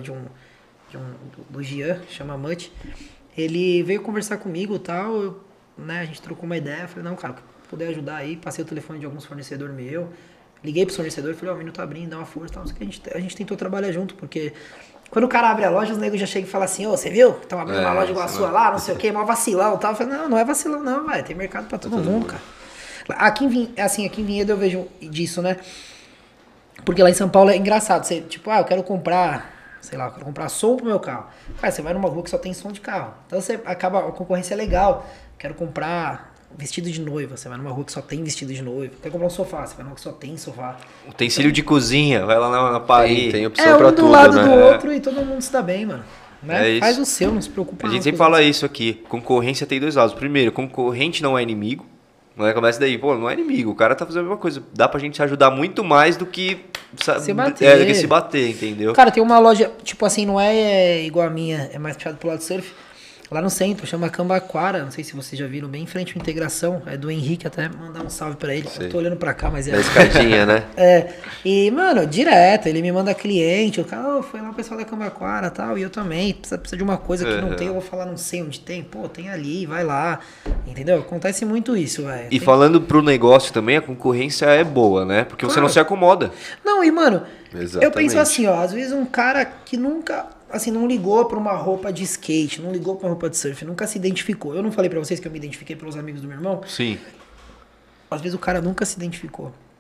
do Gian, chama Mutt. Ele veio conversar comigo e tal, né? A gente trocou uma ideia. Falei, não, cara, puder ajudar aí. Passei o telefone de alguns fornecedores meus. Liguei pro fornecedor e falei, o menino tá abrindo, dá uma força e tal. A gente tentou trabalhar junto, porque quando o cara abre a loja, os negros já chegam e falam assim, você viu? Estão abrindo uma loja igual a sua lá, não sei o que, mó vacilão e tal. Eu falei, não é vacilão não, velho. Tem mercado pra todo mundo, cara. Aqui em Vinhedo eu vejo disso, né? Porque lá em São Paulo é engraçado. Você, tipo, eu quero comprar, sei lá, eu quero comprar som pro meu carro. Cara, você vai numa rua que só tem som de carro. Então você acaba, a concorrência é legal. Quero comprar vestido de noiva. Você vai numa rua que só tem vestido de noiva. Quer comprar um sofá, você vai numa rua que só tem sofá. Utensílio de cozinha, vai lá na Paris. Tem opção pra um tudo, do lado né? do outro e todo mundo se dá bem, mano. Né? É Faz isso. o seu, não se preocupa A não gente sempre com os fala outros. isso aqui. Concorrência tem dois lados. Primeiro, concorrente não é inimigo. Não é? Começa daí, não é inimigo. O cara tá fazendo a mesma coisa. Dá pra gente se ajudar muito mais do que Se bater. do que se bater, entendeu? Cara, tem uma loja, tipo assim, não é igual a minha, é mais puxado pro lado do surf. Lá no centro, chama Cambaquara, não sei se vocês já viram, bem em frente à Integração, é do Henrique, até mandar um salve pra ele. Eu tô olhando pra cá, mas Da escadinha, né? E, mano, direto, ele me manda cliente, o cara, foi lá o pessoal da Cambaquara e tal, e eu também, precisa de uma coisa que não tem, eu vou falar, não sei onde tem, tem ali, vai lá, entendeu? Acontece muito isso, velho. E falando pro negócio também, a concorrência é boa, né? Porque você não se acomoda. Não, e mano, Exatamente. eu penso assim, ó, às vezes um cara que nunca, assim, não ligou pra uma roupa de skate, não ligou pra uma roupa de surf, nunca se identificou. Eu não falei pra vocês que eu me identifiquei pelos amigos do meu irmão? Sim. Às vezes o cara nunca se identificou.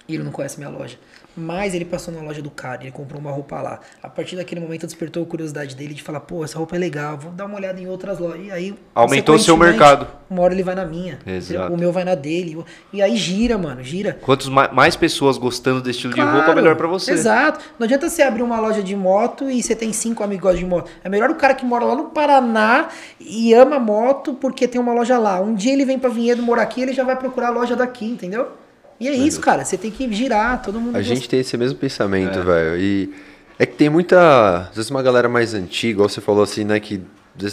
E ele não conhece minha loja. Mas ele passou na loja do cara, ele comprou uma roupa lá. A partir daquele momento despertou a curiosidade dele de falar, pô, essa roupa é legal, vou dar uma olhada em outras lojas. E aí, aumentou o seu mercado. Uma hora ele vai na minha, Exato. o meu vai na dele. E aí gira, mano, gira. Quantos mais pessoas gostando desse estilo de roupa, melhor pra você. Exato. Não adianta você abrir uma loja de moto e você tem 5 amigos de moto. É melhor o cara que mora lá no Paraná e ama moto porque tem uma loja lá. Um dia ele vem pra Vinhedo morar aqui, ele já vai procurar a loja daqui, entendeu? E é isso, cara. Você tem que girar, todo mundo. A gente tem esse mesmo pensamento, velho. E é que tem muita. Às vezes uma galera mais antiga, igual você falou assim, né? Que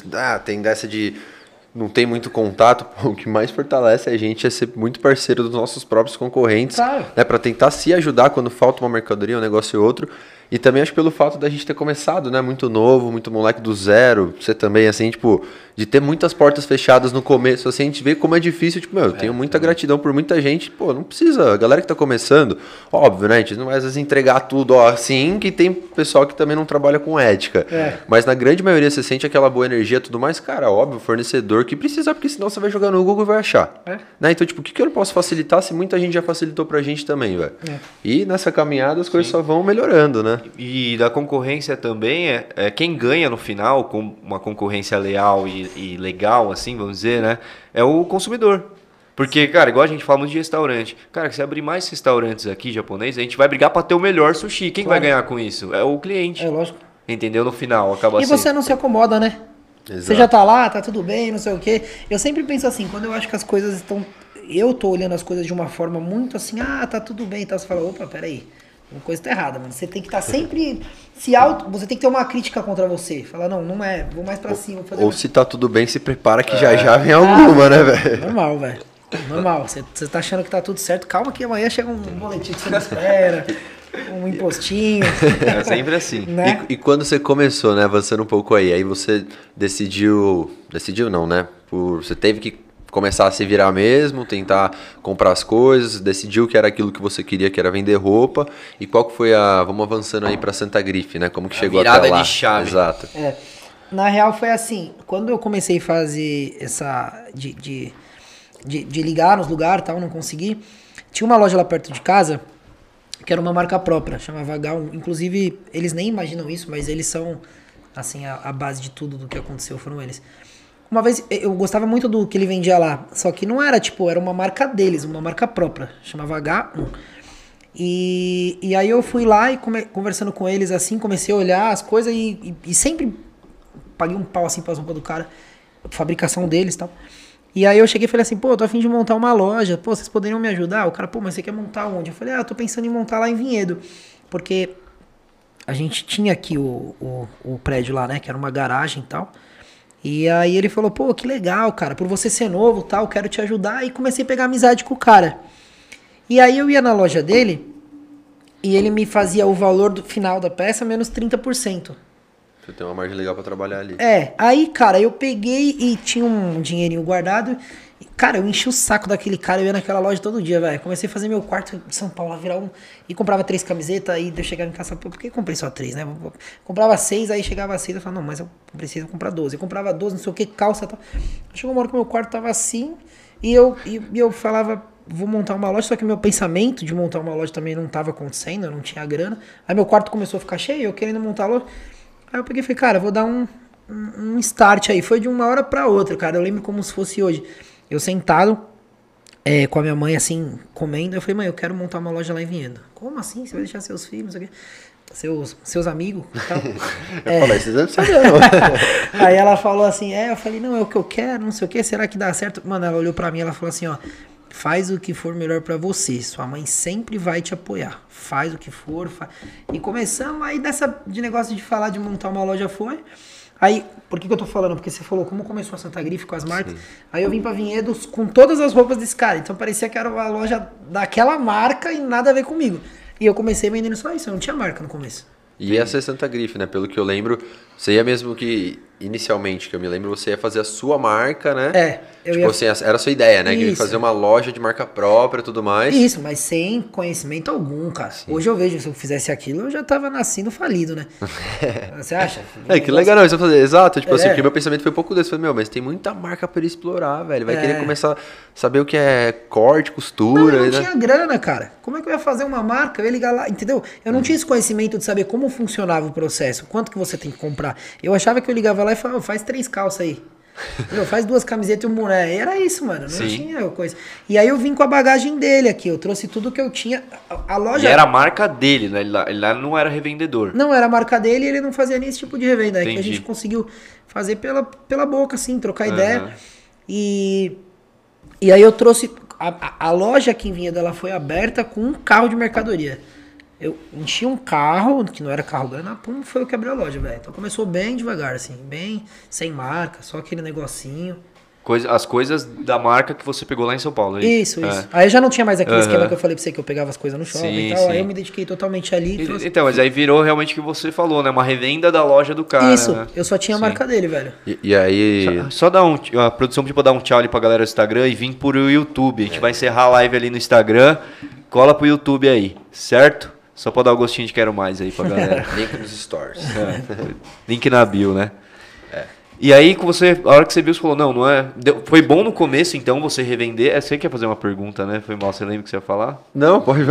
tem dessa de. Não tem muito contato. Pô, o que mais fortalece a gente é ser muito parceiro dos nossos próprios concorrentes. Claro. Né, pra tentar se ajudar quando falta uma mercadoria, um negócio e outro. E também acho pelo fato da gente ter começado, né? Muito novo, muito moleque do zero. Você também, assim, tipo, de ter muitas portas fechadas no começo, assim, a gente vê como é difícil. Tipo, eu tenho muita gratidão por muita gente. Pô, não precisa. A galera que tá começando, óbvio, né? A gente não vai às vezes entregar tudo, ó, assim, que tem pessoal que também não trabalha com ética. Mas na grande maioria você sente aquela boa energia e tudo mais, cara, óbvio, fornecedor que precisa, porque senão você vai jogar no Google e vai achar. Né? Então, tipo, o que eu não posso facilitar se muita gente já facilitou pra gente também, velho? E nessa caminhada as coisas só vão melhorando, né? E da concorrência também, quem ganha no final, com uma concorrência leal e legal, assim, vamos dizer, né? É o consumidor. Porque, cara, igual a gente fala muito de restaurante. Cara, se abrir mais restaurantes aqui, japonês, a gente vai brigar pra ter o melhor sushi. Quem vai ganhar com isso? É o cliente. É lógico. Entendeu? No final, acaba E assim. você não se acomoda, né? Exato. Você já tá lá, tá tudo bem, não sei o quê. Eu sempre penso assim, quando eu acho que as coisas estão... Eu tô olhando as coisas de uma forma muito assim, tá tudo bem e tal. Você fala, opa, peraí. Uma coisa tá errada, mano. Você tem que estar sempre você tem que ter uma crítica contra você. Falar, não é, vou mais pra cima. Vou fazer Ou se tá tudo bem, se prepara que já vem alguma, né, velho? Normal, velho. Normal. Você tá achando que tá tudo certo. Calma que amanhã chega um boletim que você não espera. Um impostinho. É sempre assim. Né? E quando você começou, né, avançando um pouco aí você decidiu não, né? Você teve que começar a se virar mesmo, tentar comprar as coisas, decidiu que era aquilo que você queria, que era vender roupa. E qual que foi vamos avançando aí pra Santa Grife, né? Como que chegou até lá? Virada de chave. Exato. Na real foi assim, quando eu comecei a fazer essa de ligar nos lugares e tal, não consegui. Tinha uma loja lá perto de casa que era uma marca própria, chamava H1. Inclusive, eles nem imaginam isso, mas eles são assim a base de tudo do que aconteceu, foram eles. Uma vez, eu gostava muito do que ele vendia lá, só que não era tipo, era uma marca deles, uma marca própria, chamava H1. E aí eu fui lá e conversando com eles assim, comecei a olhar as coisas e sempre paguei um pau assim pra roupa do cara, fabricação deles e tal. E aí eu cheguei e falei assim, pô, eu tô a fim de montar uma loja, pô, vocês poderiam me ajudar? O cara, pô, mas você quer montar onde? Eu falei, eu tô pensando em montar lá em Vinhedo, porque a gente tinha aqui o prédio lá, né, que era uma garagem e tal. E aí ele falou, pô, que legal, cara, por você ser novo e tal, quero te ajudar. E comecei a pegar amizade com o cara. E aí eu ia na loja dele e ele me fazia o valor do final da peça menos 30%. Você tem uma margem legal pra trabalhar ali. Aí, cara, eu peguei e tinha um dinheirinho guardado. Cara, eu enchi o saco daquele cara, eu ia naquela loja todo dia, velho. Comecei a fazer meu quarto em São Paulo, virar e comprava 3 camisetas, aí eu chegava em casa, pô, por que eu comprei só 3, né? Comprava 6, aí chegava a 6, eu falava, não, mas eu preciso comprar 12. Eu comprava 12, não sei o que, calça e tal. Chegou uma hora que meu quarto tava assim, e eu falava, vou montar uma loja, só que meu pensamento de montar uma loja também não tava acontecendo, eu não tinha grana. Aí meu quarto começou a ficar cheio, eu querendo montar a loja. Aí eu peguei e falei, cara, vou dar um start aí. Foi de uma hora pra outra, cara. Eu lembro como se fosse hoje. Eu sentado com a minha mãe, assim, comendo. Eu falei, mãe, eu quero montar uma loja lá em Vinhedo. Como assim? Você vai deixar seus filhos, não sei o quê? Seus amigos e tal. Eu falei, vocês não sabem não. Aí ela falou assim, eu falei, não, é o que eu quero, não sei o quê. Será que dá certo? Mano, ela olhou pra mim e ela falou assim, ó. Faz o que for melhor pra você. Sua mãe sempre vai te apoiar. Faz o que for. E começamos aí de negócio de falar de montar uma loja foi. Aí, por que eu tô falando? Porque você falou como começou a Santa Grife com as marcas. Sim. Aí eu vim pra Vinhedos com todas as roupas desse cara. Então parecia que era uma loja daquela marca e nada a ver comigo. E eu comecei vendendo só isso. Eu não tinha marca no começo. E ia ser Santa Grife, né? Pelo que eu lembro, você ia mesmo que inicialmente, que eu me lembro, você ia fazer a sua marca, né? Eu tipo assim, era a sua ideia, né? Que ia Isso. fazer uma loja de marca própria e tudo mais. Isso, mas sem conhecimento algum, cara. Sim. Hoje eu vejo, se eu fizesse aquilo, eu já tava nascendo falido, né? Você acha? Que legal, não, isso eu fazer. Exato, tipo assim, porque meu pensamento foi um pouco desse. Eu falei, mas tem muita marca pra ele explorar, velho. Vai querer começar a saber o que é corte, costura. Não, eu não né? tinha grana, cara. Como é que eu ia fazer uma marca? Eu ia ligar lá, entendeu? Eu não tinha esse conhecimento de saber como funcionava o processo, quanto que você tem que comprar. Eu achava que eu ligava lá e falava, faz 3 calças aí. Entendeu? Faz 2 camisetas e um boné. Era isso, mano. Não tinha coisa. E aí eu vim com a bagagem dele aqui. Eu trouxe tudo que eu tinha. A loja. E era a marca dele, né? Ele lá não era revendedor. Não, era a marca dele e ele não fazia nem esse tipo de revenda. É que a Entendi. gente conseguiu fazer pela boca, assim, trocar ideia. E aí eu trouxe. A loja aqui em Vinhedo, ela foi aberta com um carro de mercadoria. Eu enchi um carro, que não era carro grande, pum, foi o que abriu a loja, velho. Então começou bem devagar, assim, bem sem marca, só aquele negocinho. As coisas da marca que você pegou lá em São Paulo, é Isso. Aí já não tinha mais aquele esquema que eu falei pra você, que eu pegava as coisas no shopping Sim, e tal. sim. Aí eu me dediquei totalmente ali. Então, mas aí virou realmente o que você falou, né? Uma revenda da loja do cara. Isso, né? eu só tinha a marca dele, velho. E aí. Só dar a produção pediu pra dar um tchau ali pra galera do Instagram e vir pro YouTube. A gente vai encerrar a live ali no Instagram. Cola pro YouTube aí, certo? Só pra dar o gostinho de quero mais aí pra galera. Link nos stories. Link na bio, né? E aí, a hora que você viu, você falou, não é... Foi bom no começo, então, você revender? Você quer fazer uma pergunta, né? Foi mal, você lembra o que você ia falar? Não, pode...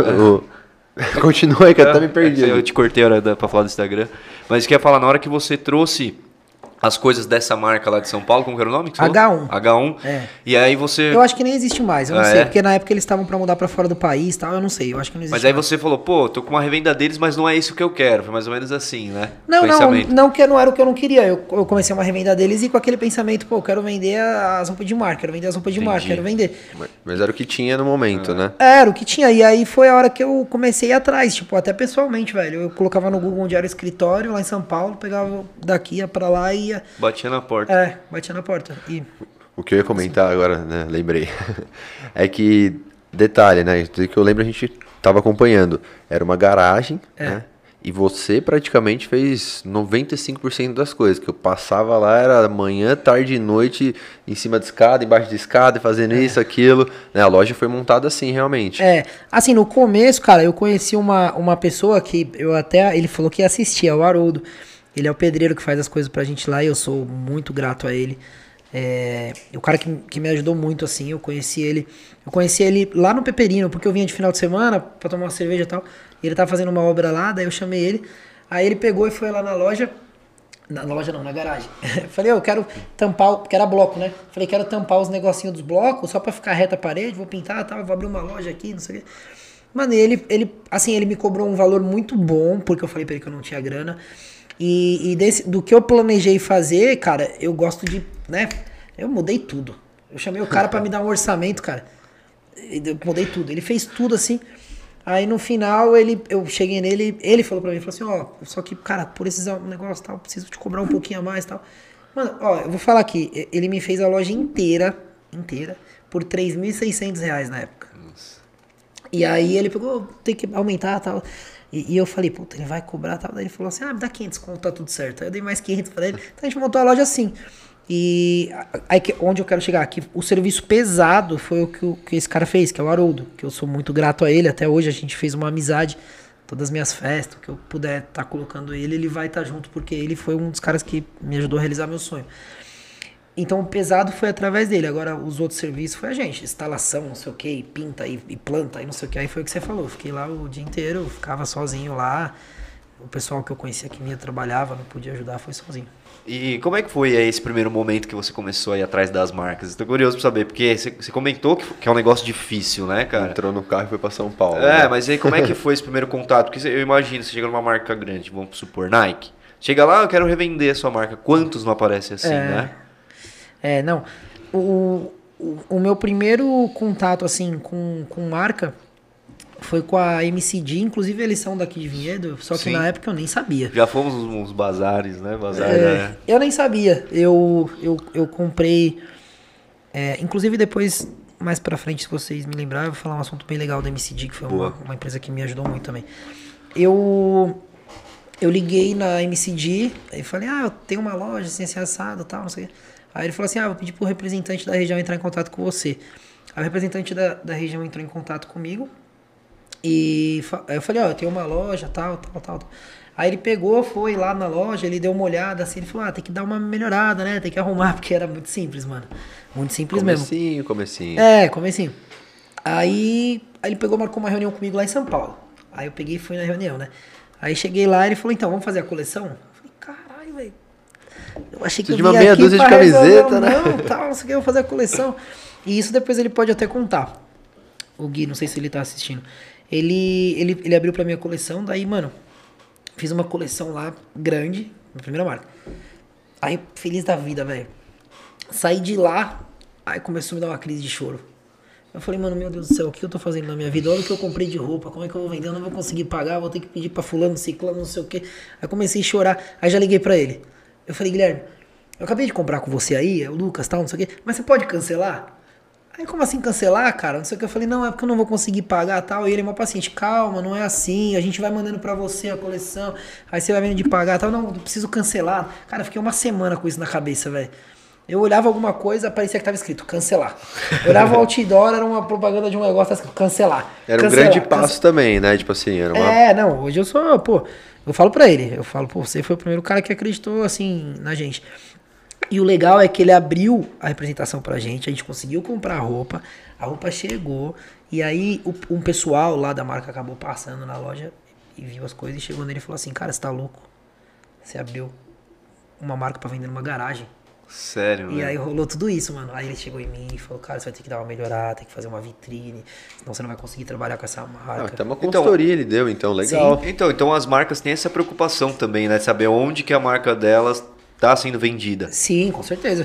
Continua aí, que eu até me perdi. Eu te cortei a hora pra falar do Instagram. Mas quer falar, na hora que você trouxe as coisas dessa marca lá de São Paulo, como que era o nome? Que você H1. falou? H1. E aí você... Eu acho que nem existe mais, eu não sei. É? Porque na época eles estavam pra mudar pra fora do país e tal, eu não sei. Eu acho que não existe Mas aí mais. você falou, pô, tô com uma revenda deles, mas não é isso que eu quero. Foi mais ou menos assim, né? Não que não era o que eu não queria. Eu comecei uma revenda deles e com aquele pensamento, pô, eu quero vender as roupas de marca, quero vender as roupas de marca, quero vender. Mas era o que tinha no momento, né? Era o que tinha. E aí foi a hora que eu comecei a ir atrás, tipo, até pessoalmente, velho. Eu colocava no Google onde era o escritório, lá em São Paulo, pegava daqui, ia pra lá e ia... Batia na porta. Batia na porta. E... O que eu ia comentar agora, né? Lembrei. É que, detalhe, né? Tudo que eu lembro a gente tava acompanhando. Era uma garagem, né? E você praticamente fez 95% das coisas. Que eu passava lá, era manhã, tarde e noite, em cima de escada, embaixo de escada, fazendo isso, aquilo. Né? A loja foi montada assim, realmente. Assim, no começo, cara, eu conheci uma pessoa que ele falou que ia assistir, é o Haroldo. Ele é o pedreiro que faz as coisas pra gente lá e eu sou muito grato a ele. O cara que me ajudou muito, assim, eu conheci ele lá no Peperino, porque eu vinha de final de semana pra tomar uma cerveja e tal, e ele tava fazendo uma obra lá, daí eu chamei ele, aí ele pegou e foi lá na loja, na garagem. Falei, eu quero tampar, porque era bloco, né? Falei, quero tampar os negocinhos dos blocos, só pra ficar reta a parede, vou pintar, tal, vou abrir uma loja aqui, não sei o quê. Mano, ele me cobrou um valor muito bom, porque eu falei pra ele que eu não tinha grana. Do que eu planejei fazer, cara, eu gosto de, né? Eu mudei tudo. Eu chamei o cara pra me dar um orçamento, cara. Eu mudei tudo. Ele fez tudo assim. Aí no final eu cheguei nele, ele falou pra mim, falou assim, só que, cara, por esse negócio tal, preciso te cobrar um pouquinho a mais tal. Mano, eu vou falar aqui, ele me fez a loja inteira, por R$3.600 na época. Nossa. E aí ele pegou, tem que aumentar tal. E eu falei, puta, ele vai cobrar tal. Daí ele falou assim, me dá 500 conto, tá tudo certo. Aí eu dei mais 500 pra ele. Então a gente montou a loja assim. E aí onde eu quero chegar? Que o serviço pesado foi o que esse cara fez, que é o Haroldo. Que eu sou muito grato a ele. Até hoje a gente fez uma amizade. Todas as minhas festas, que eu puder estar colocando ele vai estar junto. Porque ele foi um dos caras que me ajudou a realizar meu sonho. Então o pesado foi através dele. Agora os outros serviços foi a gente. Instalação, não sei o que, pinta e planta e não sei o que. Aí foi o que você falou. Fiquei lá o dia inteiro, ficava sozinho lá. O pessoal que eu conhecia que vinha trabalhava, não podia ajudar, foi sozinho. E como é que foi esse primeiro momento que você começou a ir atrás das marcas? Estou curioso pra saber, porque você comentou que é um negócio difícil, né, cara? Entrou no carro e foi pra São Paulo. Né? Mas aí como é que foi esse primeiro contato? Porque eu imagino, você chega numa marca grande, vamos supor, Nike. Chega lá, eu quero revender a sua marca. Quantos não aparecem assim, né? Não. O meu primeiro contato, assim, com marca foi com a MCD, inclusive eles são daqui de Vinhedo, só que na época eu nem sabia. Já fomos uns bazares, né? Eu nem sabia. Eu comprei... inclusive depois, mais pra frente, se vocês me lembrarem, eu vou falar um assunto bem legal da MCD, que foi uma empresa que me ajudou muito também. Eu eu liguei na MCD, aí falei, eu tenho uma loja assim, assado e tal, não sei o quê. Aí ele falou assim, vou pedir pro representante da região entrar em contato com você. Aí o representante da região entrou em contato comigo. E aí eu falei, eu tenho uma loja, tal. Aí ele pegou, foi lá na loja, ele deu uma olhada assim, ele falou, tem que dar uma melhorada, né? Tem que arrumar, porque era muito simples, mano. Muito simples mesmo. Comecinho. Comecinho. Aí ele pegou, marcou uma reunião comigo lá em São Paulo. Aí eu peguei e fui na reunião, né? Aí cheguei lá, ele falou, então, vamos fazer a coleção? Eu falei, caralho, velho. Eu achei que eu de uma vim meia aqui dúzia de pra camiseta, resolver, né? Não sei o que, eu vou fazer a coleção. E isso depois ele pode até contar. O Gui, não sei se ele tá assistindo. Ele abriu pra minha coleção, daí, mano, fiz uma coleção lá, grande, na primeira marca. Aí, feliz da vida, velho. Saí de lá, aí começou a me dar uma crise de choro. Eu falei, mano, meu Deus do céu, o que eu tô fazendo na minha vida? Olha o que eu comprei de roupa, como é que eu vou vender? Eu não vou conseguir pagar, vou ter que pedir pra fulano, ciclano, não sei o quê. Aí comecei a chorar, aí já liguei pra ele. Eu falei, Guilherme, eu acabei de comprar com você aí, o Lucas, tal, não sei o quê, mas você pode cancelar? Aí, como assim cancelar, cara? Não sei o que. Eu falei, não, é porque eu não vou conseguir pagar, tal. E ele é mó paciente. Calma, não é assim. A gente vai mandando pra você a coleção. Aí você vai vendo de pagar, tal. Não, preciso cancelar. Cara, eu fiquei uma semana com isso na cabeça, velho. Eu olhava alguma coisa, parecia que tava escrito cancelar. Eu olhava o outdoor, era uma propaganda de um negócio, tava escrito cancelar. Era um grande passo também, né? Tipo assim, era uma... não, hoje eu sou, eu falo pra ele. Eu falo, você foi o primeiro cara que acreditou, assim, na gente. E o legal é que ele abriu a representação pra gente, a gente conseguiu comprar a roupa chegou, e aí um pessoal lá da marca acabou passando na loja e viu as coisas e chegou nele e falou assim, cara, você tá louco? Você abriu uma marca pra vender numa garagem. Sério, E aí rolou tudo isso, mano. Aí ele chegou em mim e falou, cara, você vai ter que dar uma melhorada, tem que fazer uma vitrine, senão você não vai conseguir trabalhar com essa marca. Até uma consultoria ele deu, então, legal. Sim. Então as marcas têm essa preocupação também, né? Saber onde que a marca delas tá sendo vendida. Sim, com certeza.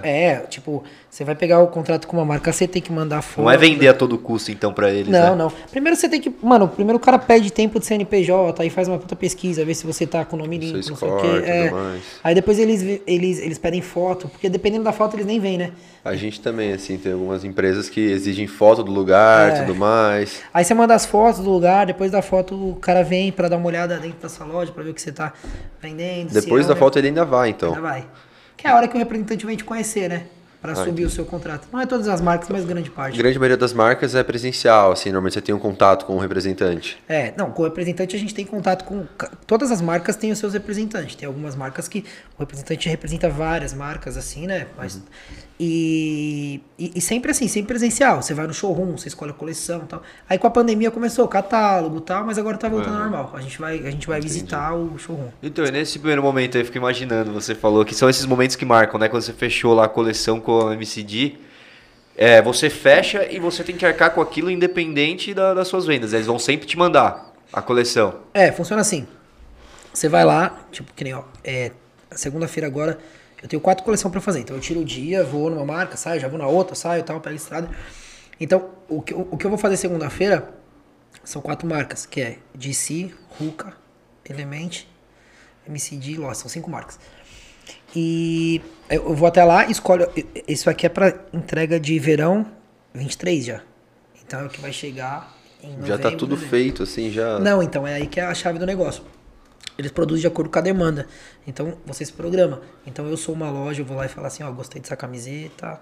Tipo, você vai pegar o contrato com uma marca, você tem que mandar foto. Não é vender a todo custo, então, pra eles, Não, né? não. Primeiro você tem que... Mano, primeiro o cara pede tempo de CNPJ, aí faz uma puta pesquisa, vê se você tá com o nome limpo, não sei o quê. Aí depois eles pedem foto, porque dependendo da foto eles nem vêm, né? A gente também, assim, tem algumas empresas que exigem foto do lugar, tudo mais. Aí você manda as fotos do lugar, depois da foto o cara vem pra dar uma olhada dentro da sua loja, pra ver o que você tá vendendo. Depois da foto ele ainda vai, então. Ainda vai. Que é a hora que o representante vem te conhecer, né? Pra subir o seu contrato. Não é todas as marcas, mas grande parte. A grande maioria das marcas é presencial, assim, normalmente você tem um contato com o representante. Não, com o representante a gente tem contato com... Todas as marcas têm os seus representantes. Tem algumas marcas que o representante representa várias marcas, assim, né? Mas, e sempre assim, sempre presencial. Você vai no showroom, você escolhe a coleção e tal. Aí com a pandemia começou o catálogo e tal, mas agora tá voltando ao normal. A gente vai visitar o showroom. Então, nesse primeiro momento aí, eu fico imaginando, você falou que são esses momentos que marcam, né? Quando você fechou lá a coleção com a MCD, você fecha e você tem que arcar com aquilo independente das suas vendas. Eles vão sempre te mandar a coleção. Funciona assim. Você vai lá, tipo, que nem, segunda-feira agora, eu tenho 4 coleções pra fazer. Então eu tiro o dia, vou numa marca, saio, já vou na outra, saio, tal, pego a estrada. Então, o que eu vou fazer segunda-feira são 4 marcas, que é DC, Ruka, Element, MCD, Lost, são 5 marcas. E eu vou até lá e escolho. Isso aqui é pra entrega de verão 23 já. Então é o que vai chegar em novembro. Já tá tudo feito, assim, já... Não, então é aí que é a chave do negócio. Eles produzem de acordo com a demanda. Então você se programa. Então eu sou uma loja, eu vou lá e falo assim, gostei dessa camiseta,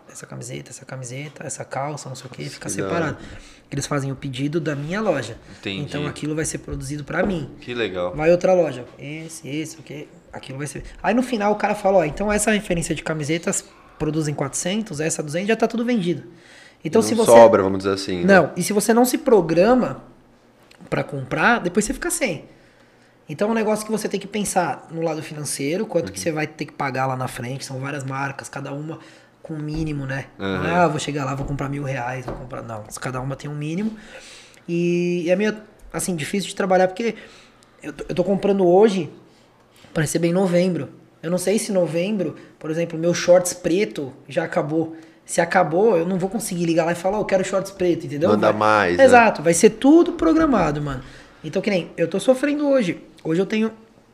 essa calça, não sei o que, fica separado. Eles fazem o pedido da minha loja. Entendi. Então aquilo vai ser produzido pra mim. Que legal. Vai outra loja. Esse, o que? Aquilo vai ser... Aí no final o cara fala, então essa referência de camisetas produzem 400, essa 200, já tá tudo vendido. Então se você... sobra, vamos dizer assim. Não, né? E se você não se programa pra comprar, depois você fica sem. Então é um negócio que você tem que pensar no lado financeiro, quanto que você vai ter que pagar lá na frente, são várias marcas, cada uma com um mínimo, né? Não é, vou chegar lá, vou comprar R$1.000, vou comprar... Não, cada uma tem um mínimo. E é meio, assim, difícil de trabalhar, porque eu tô comprando hoje para receber em novembro. Eu não sei se em novembro, por exemplo, meu shorts preto já acabou. Se acabou, eu não vou conseguir ligar lá e falar, eu quero shorts preto, entendeu? Manda mais, Exato, vai ser tudo programado, mano. Então, que nem, eu tô sofrendo hoje. Hoje eu tenho,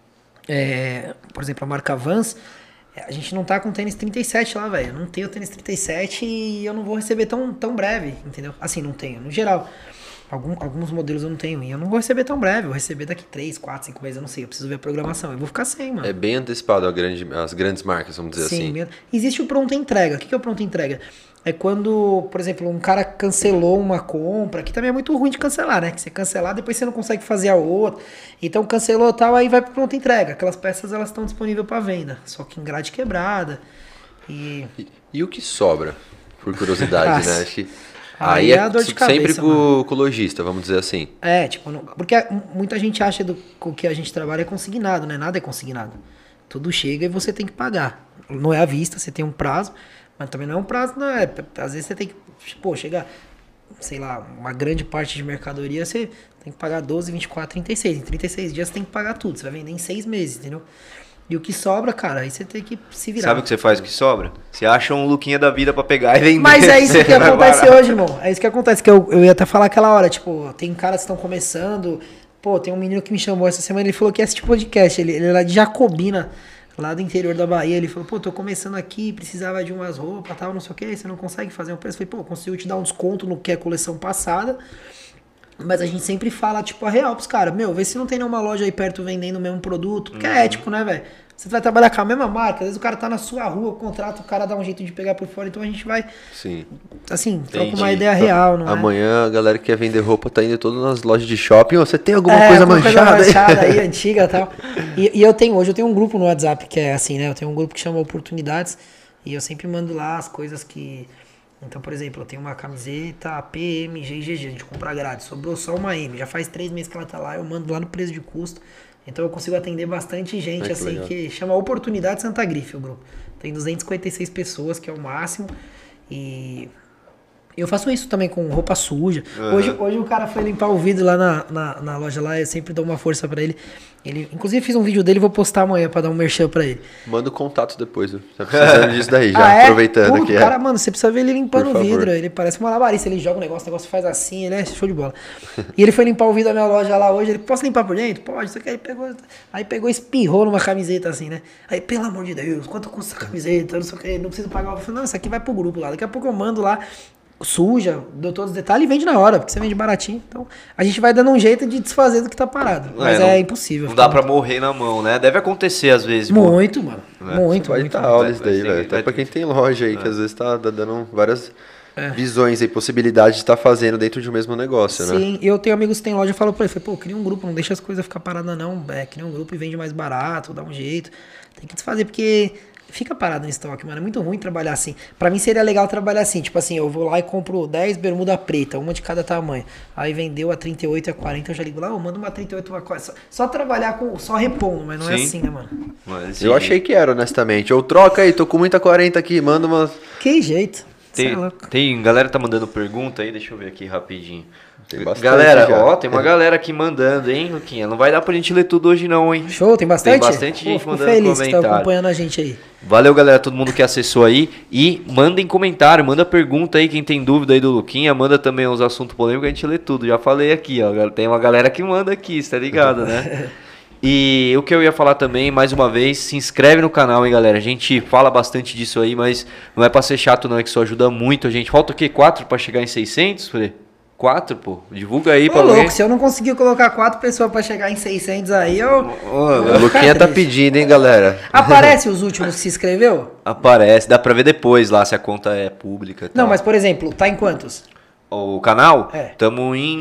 por exemplo, a marca Vans, a gente não tá com tênis 37 lá, velho. Eu não tenho tênis 37 e eu não vou receber tão breve, entendeu? Assim, não tenho, no geral. Alguns modelos eu não tenho. E eu não vou receber tão breve. Eu vou receber daqui 3, 4, 5 meses. Eu não sei. Eu preciso ver a programação. Eu vou ficar sem, mano. É bem antecipado as grandes marcas, vamos dizer assim. Sim. Existe o pronto entrega. O que é o pronto entrega? É quando, por exemplo, um cara cancelou uma compra, que também é muito ruim de cancelar, né? Que você cancelar, depois você não consegue fazer a outra. Então cancelou tal, aí vai pro pronto entrega. Aquelas peças, elas estão disponíveis para venda. Só que em grade quebrada. E o que sobra? Por curiosidade, né? Acho que aí é a dor de cabeça, sempre com o lojista, vamos dizer assim. Tipo, porque muita gente acha que o que a gente trabalha é consignado, né? Nada é consignado. Tudo chega e você tem que pagar. Não é à vista, você tem um prazo, mas também não é um prazo, não é. Às vezes você tem que, chegar, sei lá, uma grande parte de mercadoria, você tem que pagar 12, 24, 36. Em 36 dias você tem que pagar tudo. Você vai vender em 6 meses, entendeu? E o que sobra, cara, aí você tem que se virar. Sabe o que você faz com o que sobra? Você acha um Luquinha da vida pra pegar e vender. Mas é isso que acontece hoje, irmão. É isso que acontece, que eu ia até falar aquela hora, tipo, tem caras que estão começando. Pô, tem um menino que me chamou essa semana, ele falou que assiste podcast, ele é lá de Jacobina, lá do interior da Bahia. Ele falou, pô, tô começando aqui, precisava de umas roupas, tal, não sei o que, você não consegue fazer um preço? Eu falei, pô, consigo te dar um desconto no que é coleção passada. Mas a gente sempre fala, tipo, a real pros caras. Vê se não tem nenhuma loja aí perto vendendo o mesmo produto. Porque é ético, né, velho? Você vai trabalhar com a mesma marca. Às vezes o cara tá na sua rua, contrata, o cara dá um jeito de pegar por fora. Então a gente vai, sim, assim, troca uma ideia real, não é? Amanhã a galera que quer vender roupa tá indo todas nas lojas de shopping. Você tem alguma coisa manchada? Coisa manchada aí, antiga e tal. E hoje eu tenho um grupo no WhatsApp que é assim, né? Eu tenho um grupo que chama Oportunidades. E eu sempre mando lá as coisas que... Então, por exemplo, eu tenho uma camiseta PM, GGG, a gente compra grátis, sobrou só uma M, já faz 3 meses que ela tá lá, eu mando lá no preço de custo. Então eu consigo atender bastante gente, assim, legal. Que chama Oportunidade Santa Grife, o grupo. Tem 256 pessoas, que é o máximo, e eu faço isso também com roupa suja. Uhum. Hoje o cara foi limpar o vidro lá na loja lá, eu sempre dou uma força pra ele. Inclusive fiz um vídeo dele, vou postar amanhã pra dar um merchan pra ele. Manda o contato depois, tá precisando disso daí, já aproveitando aqui. Cara, mano, você precisa ver ele limpando o vidro, ele parece um malabarista, ele joga o negócio faz assim, ele é show de bola. E ele foi limpar o vidro da minha loja lá hoje, ele, posso limpar por dentro? Pode, isso aqui aí pegou e espirrou numa camiseta assim, né? Aí, pelo amor de Deus, quanto custa essa camiseta? Não sei o que, não preciso pagar. Eu falei, não, isso aqui vai pro grupo lá, daqui a pouco eu mando lá, suja, dou todos os detalhes e vende na hora, porque você vende baratinho. Então, a gente vai dando um jeito de desfazer do que tá parado. Mas é impossível. Não dá pra morrer na mão, né? Deve acontecer às vezes. Muito, mano. Muito. Vai estar aula isso daí, velho. Até pra quem tem loja aí, que às vezes tá dando várias visões e possibilidades de estar fazendo dentro de um mesmo negócio, né? Sim, eu tenho amigos que tem loja, eu falo pra ele, pô, cria um grupo, não deixa as coisas ficar paradas não, cria um grupo e vende mais barato, dá um jeito. Tem que desfazer, porque... Fica parado no estoque, mano. É muito ruim trabalhar assim. Pra mim seria legal trabalhar assim. Tipo assim, eu vou lá e compro 10 bermuda preta, uma de cada tamanho. Aí vendeu a 38 e a 40, eu já ligo lá, manda uma 38 uma 40. Só trabalhar com. Só repondo, mas não é assim, né, mano? Mas, eu achei que era, honestamente. Ou troca aí, tô com muita 40 aqui, manda umas. Que jeito. Tem galera tá mandando pergunta aí, deixa eu ver aqui rapidinho. Tem bastante, galera, tem uma galera aqui mandando, hein, Luquinha? Não vai dar pra gente ler tudo hoje não, hein? Show, tem bastante? Tem bastante gente mandando feliz comentário. Que tá acompanhando a gente aí. Valeu, galera, todo mundo que acessou aí. E mandem comentário, manda pergunta aí, quem tem dúvida aí do Luquinha, manda também os assuntos polêmicos, a gente lê tudo. Já falei aqui, ó, tem uma galera que manda aqui, tá ligado, né? E o que eu ia falar também, mais uma vez, se inscreve no canal, hein, galera. A gente fala bastante disso aí, mas não é pra ser chato não, é que isso ajuda muito a gente. Falta o quê? 4 pra chegar em 600, Frei? 4, pô. Divulga aí pra alguém. Se eu não conseguir colocar 4 pessoas pra chegar em 600 aí, o Luquinha tá pedindo, hein, galera? Aparece os últimos que se inscreveu? Aparece, dá pra ver depois lá se a conta é pública. Não, mas por exemplo, tá em quantos? O canal? É. Tamo em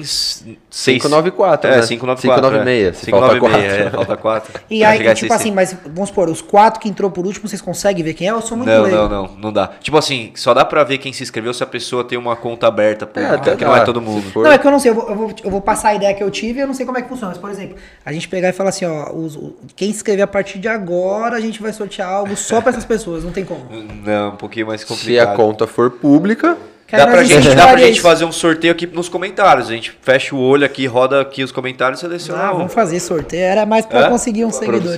594, né? 594. 596. Falta 4. Falta 4. E aí, tipo assim, mas vamos supor, os 4 que entrou por último, vocês conseguem ver quem é? Eu sou muito leigo. Não dá. Tipo assim, só dá pra ver quem se inscreveu se a pessoa tem uma conta aberta, porque não é todo mundo. Não, é que eu não sei, eu vou passar a ideia que eu tive e eu não sei como é que funciona. Mas, por exemplo, a gente pegar e falar assim, ó, quem se inscrever a partir de agora, a gente vai sortear algo só pra essas pessoas, não tem como. Não, um pouquinho mais complicado. Se a conta for pública... Dá pra gente fazer um sorteio aqui nos comentários. A gente fecha o olho aqui, roda aqui os comentários e seleciona. Vamos fazer sorteio. Era mais pra conseguir uns seguidores.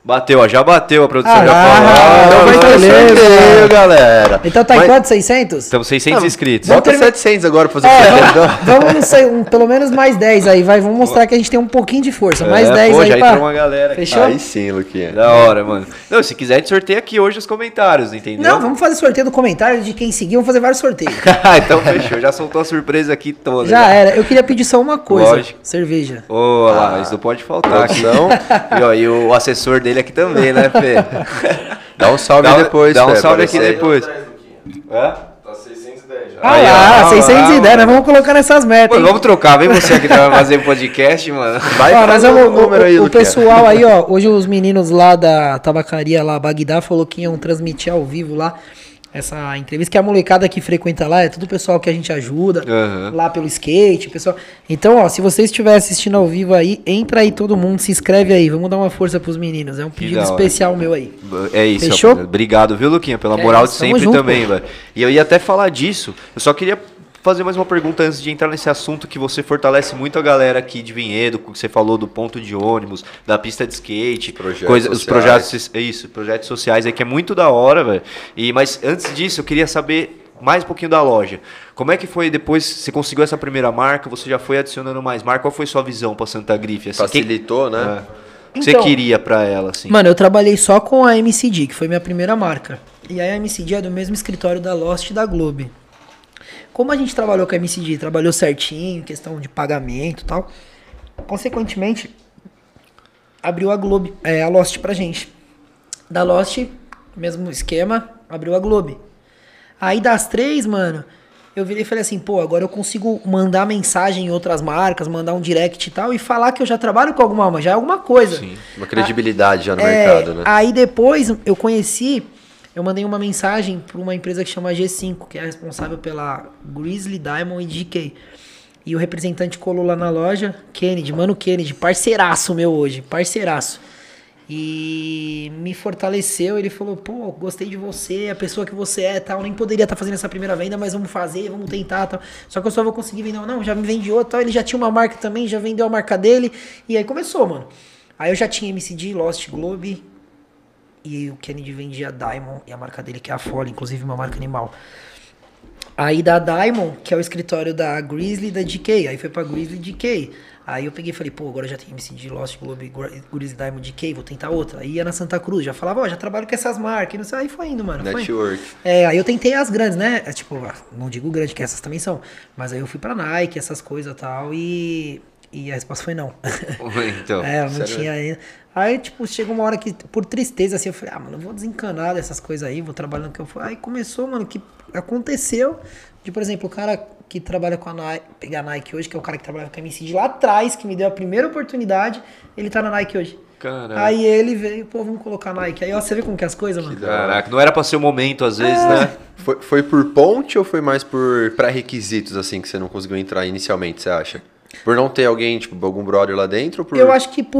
Bateu, ó, já bateu, a produção Ah já lá, falou. então vai ter sorteio, galera. Então tá em Mas- quanto? 600? Estamos 600 inscritos. Vamos Bota terminar- 700 agora pra fazer sorteio. Vamos, não sei, pelo menos mais 10 aí, vai. Vamos mostrar que a gente tem um pouquinho de força. Mais 10 pô, aí, já pá. entrou uma galera aqui. Fechou? Aí sim, Luquinha. Da hora, mano. Não, se quiser, a gente sorteia aqui hoje os comentários, entendeu? Não, vamos fazer sorteio do comentário de quem seguir, vamos fazer vários sorteios. Então fechou, já soltou a surpresa aqui toda. Já era. Eu queria pedir só uma coisa. Lógico. Cerveja. Ô, lá, isso não pode faltar aqui. Produção. E, ó, e o assessor dele aqui também, né, Fê? Dá um salve aí depois, Dá um Fê, salve aparece aqui aí. depois. Hã? Tá 610 já. Ah Aí, lá, ó, 610, nós vamos colocar nessas metas. Mano, hein? vamos trocar, vem você aqui pra fazer podcast, mano. Vai, Ó, nós faz vamos, o número aí, o Luquinha. pessoal aí, ó, hoje os meninos lá da tabacaria lá, Bagdá, falou que iam transmitir ao vivo lá essa entrevista, que a molecada que frequenta lá é tudo o pessoal que a gente ajuda, Aham. lá pelo skate, pessoal. Então, ó, se você estiver assistindo ao vivo aí, entra aí todo mundo, se inscreve aí, vamos dar uma força pros meninos, é um pedido da hora. especial meu aí. É isso, Fechou? rapaz. Obrigado, viu, Luquinha, pela É moral isso, de tamo sempre junto, também, pô. velho. E eu ia até falar disso, eu só queria fazer mais uma pergunta antes de entrar nesse assunto que você fortalece muito a galera aqui de Vinhedo, que você falou do ponto de ônibus, da pista de skate, Projetos os sociais. projetos, isso, projetos sociais aí que é muito da hora, velho. Mas antes disso, eu queria saber mais um pouquinho da loja. Como é que foi depois, você conseguiu essa primeira marca, você já foi adicionando mais marca, qual foi sua visão pra Santa Grife? Assim, Facilitou, né? O que você Então, queria pra ela, assim? Mano, eu trabalhei só com a MCD, que foi minha primeira marca. E aí a MCD é do mesmo escritório da Lost e da Globe. Como a gente trabalhou com a MCD, trabalhou certinho, questão de pagamento e tal, consequentemente, abriu a Globe, a Lost pra gente. Da Lost, mesmo esquema, abriu a Globe. Aí das três, mano, eu virei e falei assim, pô, agora eu consigo mandar mensagem em outras marcas, mandar um direct e tal, e falar que eu já trabalho com alguma, mas já é alguma coisa. Sim. Uma credibilidade já no É, mercado, né? Aí depois eu mandei uma mensagem para uma empresa que chama G5, que é responsável pela Grizzly, Diamond e GK. E o representante colou lá na loja, Kennedy, mano Kennedy, parceiraço meu hoje, parceiraço. E me fortaleceu, ele falou, pô, gostei de você, a pessoa que você é tal, nem poderia estar fazendo essa primeira venda, mas vamos fazer, vamos tentar tal. Só que eu só vou conseguir vender, não, já me vende outra tal, ele já tinha uma marca também, já vendeu a marca dele, e aí começou, mano. Aí eu já tinha MCD, Lost, Globe, e o Kennedy vendia Diamond, e a marca dele que é a Folly, inclusive uma marca animal. Aí da Diamond, que é o escritório da Grizzly e da GK, aí foi pra Grizzly e GK. Aí eu peguei e falei, pô, agora já tem MCD, Lost, Globe, Grizzly, Diamond, GK, vou tentar outra. Aí ia na Santa Cruz, já falava, ó, já trabalho com essas marcas, e não sei, aí foi indo, mano. Foi. Network. Aí eu tentei as grandes, né? Tipo, não digo grande, que essas também são, mas aí eu fui pra Nike, essas coisas e tal, e a resposta foi não. Então, É, eu não sério? tinha ainda. Aí, tipo, chegou uma hora que, por tristeza, assim, eu falei, mano, eu vou desencanar dessas coisas aí, vou trabalhando no que eu for. Aí começou, mano, que aconteceu de, por exemplo, o cara que trabalha com a Nike, pegar a Nike hoje, que é o cara que trabalhava com a MCD lá atrás, que me deu a primeira oportunidade, ele tá na Nike hoje. Caraca. Aí ele veio, pô, vamos colocar a Nike. Aí, ó, você vê como que é as coisas, mano? Caraca, não era pra ser o momento, às vezes, né? Foi por ponte ou foi mais por pré-requisitos, assim, que você não conseguiu entrar inicialmente, você acha? Por não ter alguém, tipo, algum brother lá dentro? Ou por... Eu acho que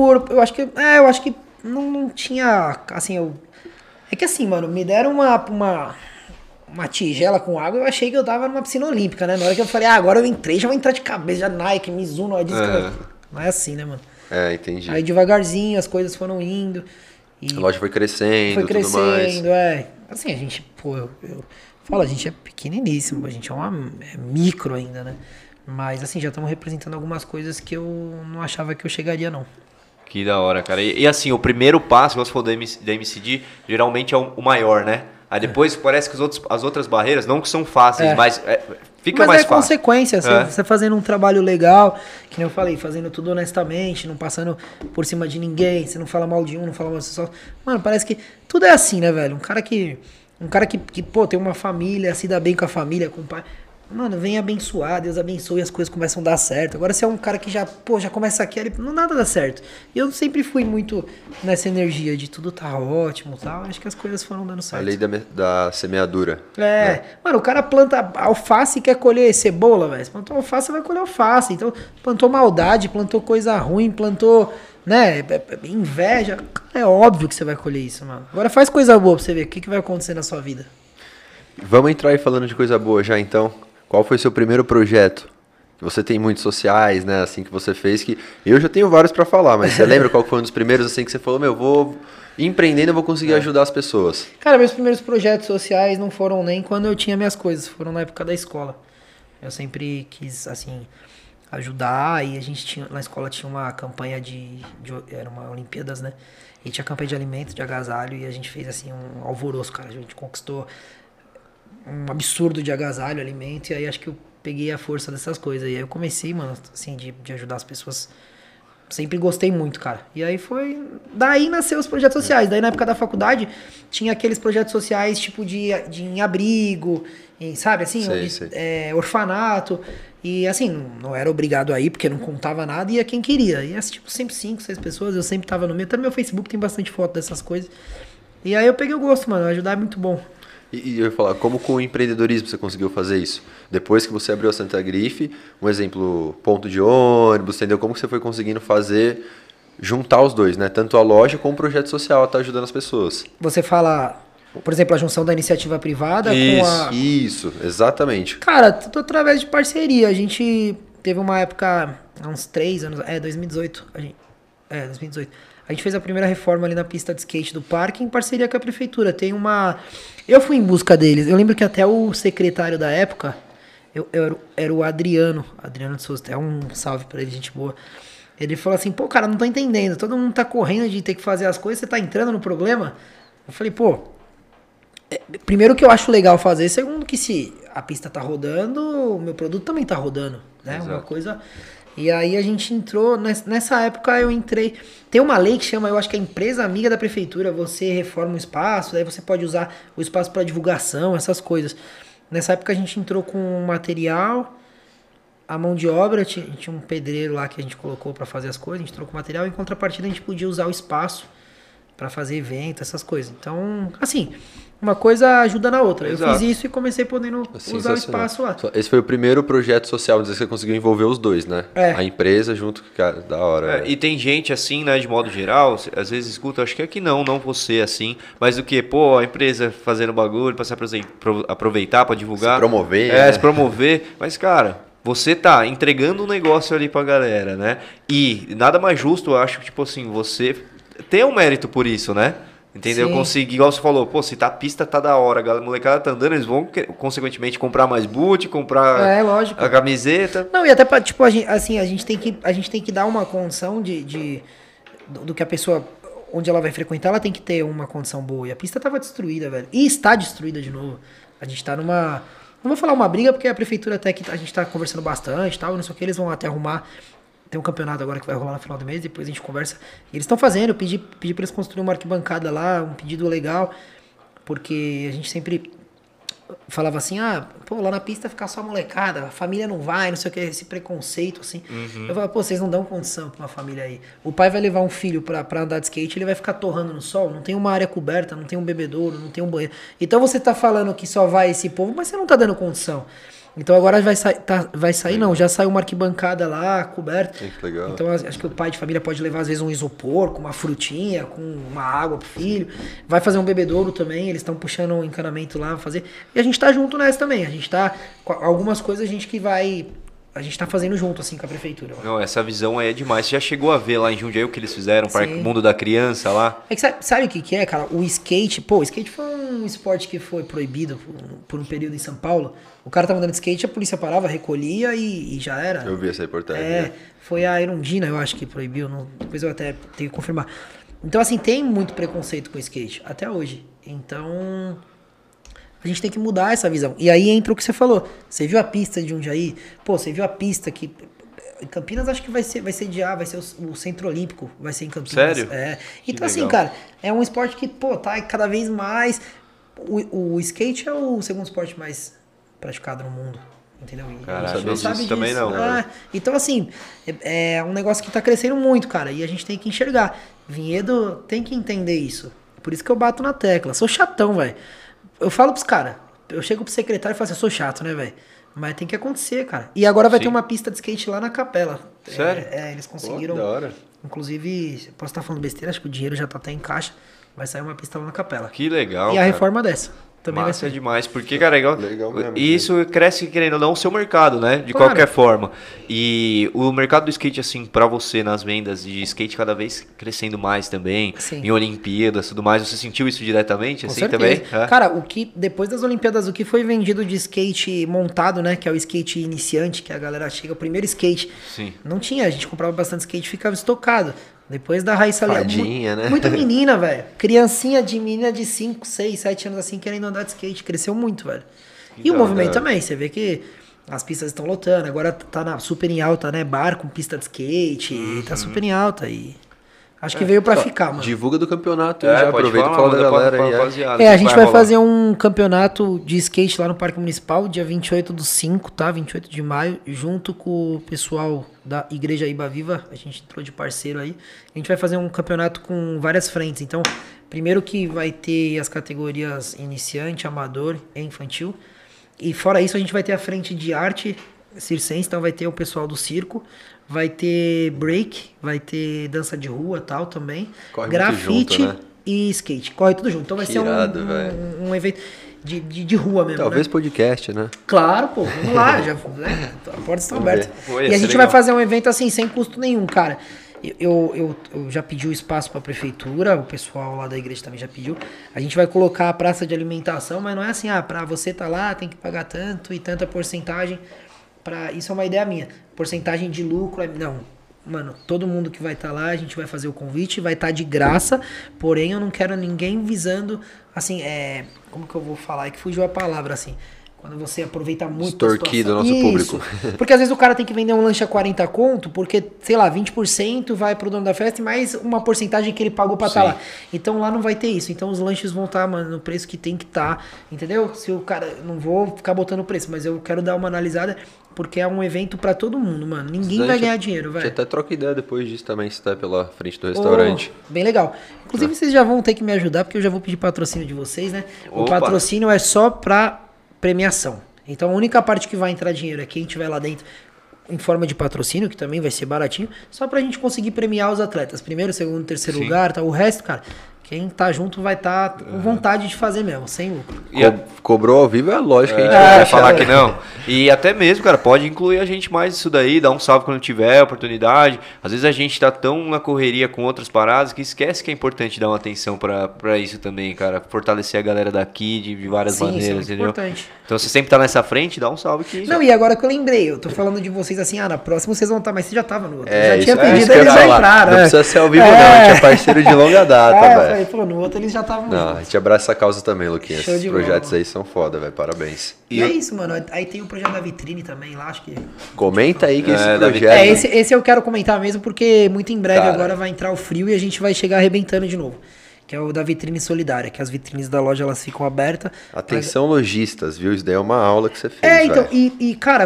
não tinha, assim, é que assim, mano, me deram uma tigela com água, eu achei que eu tava numa piscina olímpica, né? Na hora que eu falei, agora eu entrei, já vou entrar de cabeça, já Nike, Mizuno, aí disse não é assim, né, mano? É, entendi. Aí devagarzinho as coisas foram indo. E A loja foi crescendo, foi tudo mais. crescendo, Assim, a gente, pô, eu falo, a gente é pequeniníssimo, a gente é micro ainda, né? Mas assim, já estamos representando algumas coisas que eu não achava que eu chegaria, não. Que da hora, cara. E assim, o primeiro passo, que você falou da MCD, geralmente é o maior, né? Aí depois parece que as outras barreiras, não que são fáceis, mas fica mais é fácil. consequência, você fazendo um trabalho legal, que nem eu falei, fazendo tudo honestamente, não passando por cima de ninguém, você não fala mal de um, não fala mal de você só. Mano, parece que tudo é assim, né, velho? Um cara que pô, tem uma família, se dá bem com a família, com o pai. Mano, vem abençoar, Deus abençoe e as coisas começam a dar certo. Agora você é um cara que já começa aqui, não nada dá certo. E eu sempre fui muito nessa energia de tudo tá ótimo e tal. Acho que as coisas foram dando A certo. lei da semeadura. Mano, o cara planta alface e quer colher cebola, velho. Plantou alface, vai colher alface. Então, plantou maldade, plantou coisa ruim, plantou, né, inveja. É óbvio que você vai colher isso, mano. Agora faz coisa boa pra você ver o que vai acontecer na sua vida. Vamos entrar aí falando de coisa boa já, então. Qual foi seu primeiro projeto que você tem muitos sociais, né, assim, que você fez, que eu já tenho vários para falar, mas você lembra qual foi um dos primeiros, assim, que você falou, meu, vou empreendendo, eu vou conseguir ajudar as pessoas? Cara, meus primeiros projetos sociais não foram nem quando eu tinha minhas coisas, foram na época da escola. Eu sempre quis, assim, ajudar, e a gente tinha, na escola tinha uma campanha era uma Olimpíadas, né? E tinha campanha de alimento, de agasalho, e a gente fez, assim, um alvoroço, cara. A gente conquistou um absurdo de agasalho, alimento, e aí acho que eu peguei a força dessas coisas. E aí eu comecei, mano, assim, de ajudar as pessoas. Sempre gostei muito, cara. E aí foi... Daí nasceu os projetos sociais. Daí na época da faculdade tinha aqueles projetos sociais tipo de em abrigo, sabe, assim? Sei. Orfanato. E assim, não era obrigado a ir, porque não contava nada, ia quem queria. E tipo, sempre 5, 6 pessoas, eu sempre tava no meio. Até no meu Facebook tem bastante foto dessas coisas. E aí eu peguei o gosto, mano. Ajudar é muito bom. E eu ia falar, como com o empreendedorismo você conseguiu fazer isso? Depois que você abriu a Santa Grife, um exemplo, ponto de ônibus, entendeu? Como que você foi conseguindo fazer, juntar os dois, né? Tanto a loja como o projeto social a estar ajudando as pessoas. Você fala, por exemplo, a junção da iniciativa privada com a... Isso, exatamente. Cara, tudo através de parceria. A gente teve uma época, há uns 3 anos, 2018. 2018. A gente fez a primeira reforma ali na pista de skate do parque em parceria com a prefeitura. Tem uma... Eu fui em busca deles. Eu lembro que até o secretário da época, era o Adriano de Souza. Até um salve pra ele, gente boa. Ele falou assim, pô, cara, não tô entendendo. Todo mundo tá correndo de ter que fazer as coisas, você tá entrando no problema? Eu falei, pô... Primeiro que eu acho legal fazer, segundo que se a pista tá rodando, o meu produto também tá rodando, né? Exato. Uma coisa... E aí a gente entrou, nessa época eu entrei, tem uma lei que chama, eu acho que é empresa amiga da prefeitura, você reforma o espaço, daí você pode usar o espaço para divulgação, essas coisas. Nessa época a gente entrou com material, a mão de obra, tinha um pedreiro lá que a gente colocou para fazer as coisas, a gente trocou material, em contrapartida a gente podia usar o espaço para fazer evento, essas coisas. Então, assim, uma coisa ajuda na outra. Exato. Eu fiz isso e comecei podendo usar o espaço lá. Esse foi o primeiro projeto social, onde você conseguiu envolver os dois, né? É. A empresa junto, cara, da hora. E tem gente assim, né, de modo geral, às vezes escuta, acho que aqui não você assim, mas do que, pô, a empresa fazendo bagulho pra se aproveitar, pra divulgar. Se promover. Se promover, mas cara, você tá entregando um negócio ali pra galera, né? E nada mais justo, eu acho, tipo assim, você tem um mérito por isso, né? Entendeu? Sim. Conseguir, igual você falou, pô, se tá a pista tá da hora, a molecada tá andando, eles vão, consequentemente, comprar mais boot, comprar Lógico. a camiseta. Não, e até pra, tipo, a gente tem que dar uma condição do que a pessoa, onde ela vai frequentar, ela tem que ter uma condição boa. E a pista tava destruída, velho. E está destruída de novo. A gente tá numa... Não vou falar uma briga, porque a prefeitura até que a gente tá conversando bastante e tal, não sei o que, eles vão até arrumar. Tem um campeonato agora que vai rolar no final do mês, depois a gente conversa. E eles estão fazendo, eu pedi pra eles construírem uma arquibancada lá, um pedido legal, porque a gente sempre falava assim, pô, lá na pista ficar só molecada, a família não vai, não sei o que, esse preconceito, assim. Uhum. Eu falava, pô, vocês não dão condição pra uma família aí. O pai vai levar um filho pra andar de skate, ele vai ficar torrando no sol, não tem uma área coberta, não tem um bebedouro, não tem um banheiro. Então você tá falando que só vai esse povo, mas você não tá dando condição. Então agora vai sair não, já saiu uma arquibancada lá, coberta. Que legal. Então acho que o pai de família pode levar às vezes um isopor, com uma frutinha, com uma água pro filho. Vai fazer um bebedouro também, eles estão puxando um encanamento lá, fazer. E a gente tá junto nessa também, a gente tá, algumas coisas a gente tá fazendo junto, assim, com a prefeitura. Não, essa visão aí é demais. Você já chegou a ver lá em Jundiaí o que eles fizeram, o Parque Mundo da Criança lá? É que sabe o que é, cara? O skate, o skate foi um esporte que foi proibido por um período em São Paulo. O cara tava andando de skate, a polícia parava, recolhia e já era. Eu vi essa reportagem. Foi a Erundina, eu acho que proibiu, depois eu até tenho que confirmar. Então, assim, tem muito preconceito com o skate, até hoje. Então... A gente tem que mudar essa visão. E aí entra o que você falou. Você viu a pista de Jundiaí? Pô, você viu a pista que... Em Campinas acho que vai ser o Centro Olímpico, vai ser em Campinas. Sério? Então assim, cara, é um esporte que, pô, tá cada vez mais... O skate é o segundo esporte mais praticado no mundo, entendeu? Caralho, a gente sabe disso. Também não. Então assim, é um negócio que tá crescendo muito, cara, e a gente tem que enxergar. Vinhedo tem que entender isso. Por isso que eu bato na tecla. Sou chatão, velho. Eu falo pros caras, eu chego pro secretário e falo assim, eu sou chato, né, velho? Mas tem que acontecer, cara. E agora vai ter uma pista de skate lá na Capela. Sério? Eles conseguiram. Pô, da hora. Inclusive, posso estar falando besteira, acho que o dinheiro já tá até em caixa. Vai sair uma pista lá na Capela. Que legal, E a reforma dessa. também vai Massa ser. demais, porque, cara, igual, Legal mesmo, e isso cresce, querendo ou não, o seu mercado, né? De Claro. qualquer forma. E o mercado do skate, assim, pra você nas vendas de skate cada vez crescendo mais também, Sim. em Olimpíadas e tudo mais, você sentiu isso diretamente, Com assim, certeza. também? É? Cara, depois das Olimpíadas, o que foi vendido de skate montado, né? Que é o skate iniciante, que a galera chega, o primeiro skate. Sim. Não tinha, a gente comprava bastante skate e ficava estocado. Depois da Raíssa ali. Fadinha, né? Muita menina, velho. Menina de 5, 6, 7 anos assim, querendo andar de skate. Cresceu muito, velho. E o da movimento hora. também, você vê que as pistas estão lotando. Agora tá super em alta, né? Bar com pista de skate. Tá super em alta e acho que veio pra ficar, mano. Divulga do campeonato, já pode aproveita e falar, fala da manda galera pra aí. rapaziada, A que gente vai rolar. fazer um campeonato de skate lá no Parque Municipal, dia 28/5, tá? 28 de maio, junto com o pessoal da Igreja Iba Viva. A gente entrou de parceiro aí. A gente vai fazer um campeonato com várias frentes. Então, primeiro que vai ter as categorias iniciante, amador e infantil. E fora isso, a gente vai ter a frente de arte circense, então vai ter o pessoal do circo. Vai ter break, vai ter dança de rua e tal também. Corre muito grafite junto, né? e skate. Corre tudo junto. Então vai Que ser irado, velho. um evento de rua mesmo, Talvez né? podcast, né? Claro, pô, vamos lá, já, né? As portas estão Vamos abertas. ver. Pô, ia E a ser gente legal. vai fazer um evento assim, sem custo nenhum, cara. Eu já pedi o espaço para a prefeitura, o pessoal lá da igreja também já pediu. A gente vai colocar a praça de alimentação, mas não é assim, para você tá lá, tem que pagar tanto e tanta porcentagem. Isso é uma ideia minha. Porcentagem de lucro, não. Mano, todo mundo que vai estar lá, a gente vai fazer o convite, vai estar de graça, porém eu não quero ninguém visando, assim, como que eu vou falar? É que fugiu a palavra, assim, quando você aproveita muito Extorquido a o situação. nosso Isso. público. Porque às vezes o cara tem que vender um lanche a 40 conto, porque, sei lá, 20% vai pro dono da festa e mais uma porcentagem que ele pagou pra estar Sim. lá. Então lá não vai ter isso. Então os lanches vão estar, mano, no preço que tem que estar, entendeu? Se o cara, não vou ficar botando preço, mas eu quero dar uma analisada, porque é um evento pra todo mundo, mano. Ninguém vai ganhar dinheiro, A gente velho. até troca ideia depois disso também, se tá pela frente do restaurante. Oh, bem legal. Inclusive, vocês já vão ter que me ajudar, porque eu já vou pedir patrocínio de vocês, né? O Opa. patrocínio é só pra premiação. Então, a única parte que vai entrar dinheiro é quem tiver lá dentro em forma de patrocínio, que também vai ser baratinho, só pra gente conseguir premiar os atletas. Primeiro, segundo, terceiro Sim. lugar, tá? O resto, cara, quem tá junto vai estar com vontade de fazer mesmo, sem lucro. E a- Cobrou ao vivo é lógico que a gente vai vai falar deixar. que não. E até mesmo, cara, pode incluir a gente mais nisso daí, dar um salve quando tiver oportunidade. Às vezes a gente tá tão na correria com outras paradas que esquece que é importante dar uma atenção pra isso também, cara. Fortalecer a galera daqui de várias Sim, isso é maneiras, muito entendeu? importante. Então você sempre tá nessa frente, dá um salve que... Não, e agora que eu lembrei, eu tô falando de vocês assim, na próxima vocês vão estar, mas você já tava no outro. É, Eu já tinha isso pedido, que eu ia eles já falar. entraram. Não é. precisa ser ao vivo, não. A gente é parceiro de longa data, Eu velho. falei, pô, no outro eles já estavam Não, juntos. a gente abraça essa causa também, Luquinhas. Show Esses de projetos bola. aí são foda, velho. Parabéns. E é isso, mano. Aí tem o projeto da vitrine também lá, acho que. Comenta aí que esse da projeto... vitrine. Esse eu quero comentar mesmo, porque muito em breve Cara. agora vai entrar o frio e a gente vai chegar arrebentando de novo. Que é o da vitrine solidária, que as vitrines da loja elas ficam abertas. Atenção, lojistas, viu? Isso daí é uma aula que você fez, Então, velho. e cara,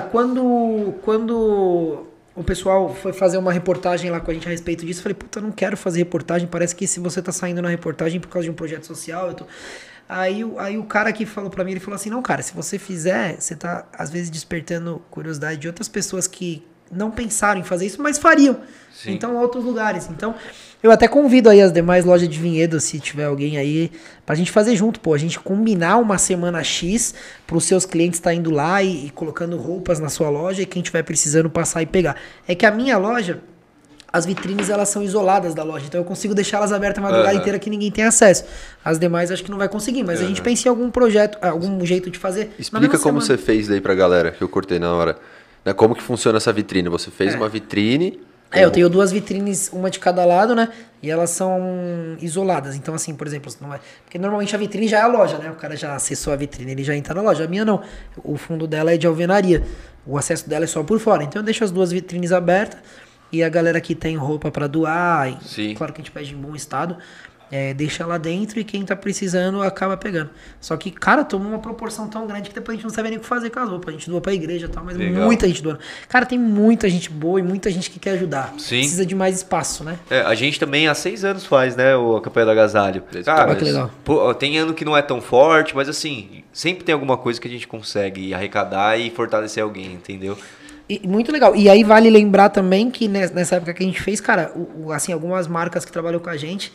quando o pessoal foi fazer uma reportagem lá com a gente a respeito disso, eu falei, puta, eu não quero fazer reportagem, parece que se você tá saindo na reportagem por causa de um projeto social, Aí o cara que falou pra mim, ele falou assim, não, cara, se você fizer, você tá, às vezes, despertando curiosidade de outras pessoas que não pensaram em fazer isso, mas fariam. Sim. Então, outros lugares. Então, eu até convido aí as demais lojas de vinhedo, se tiver alguém aí, pra gente fazer junto, pô. A gente combinar uma semana X pros seus clientes estar indo lá e colocando roupas na sua loja e quem tiver precisando passar e pegar. É que a minha loja, as vitrines elas são isoladas da loja, então eu consigo deixar elas abertas a madrugada inteira que ninguém tem acesso. As demais acho que não vai conseguir, mas a gente pensa em algum projeto, algum jeito de fazer. na Explica mesma como semana. você fez daí pra galera, que eu cortei na hora. Né, como que funciona essa vitrine? Você fez uma vitrine... Eu tenho duas vitrines, uma de cada lado, né? E elas são isoladas. Então, assim, por exemplo, não é... porque normalmente a vitrine já é a loja, né? O cara já acessou a vitrine, ele já entra na loja. A minha não. O fundo dela é de alvenaria. O acesso dela é só por fora. Então eu deixo as duas vitrines abertas e a galera que tem roupa pra doar, e, Sim. claro que a gente pede em bom estado, deixa lá dentro e quem tá precisando acaba pegando. Só que, cara, tomou uma proporção tão grande que depois a gente não sabe nem o que fazer com as roupas. A gente doa pra igreja e tal, mas Legal. muita gente doando. Cara, tem muita gente boa e muita gente que quer ajudar. Sim. Precisa de mais espaço, né? A gente também há 6 anos faz, né, a campanha do agasalho. Desde Cara, Ah, que legal. pô, tem ano que não é tão forte, mas assim, sempre tem alguma coisa que a gente consegue arrecadar e fortalecer alguém, entendeu? E muito legal. E aí vale lembrar também que nessa época que a gente fez, cara, assim, algumas marcas que trabalham com a gente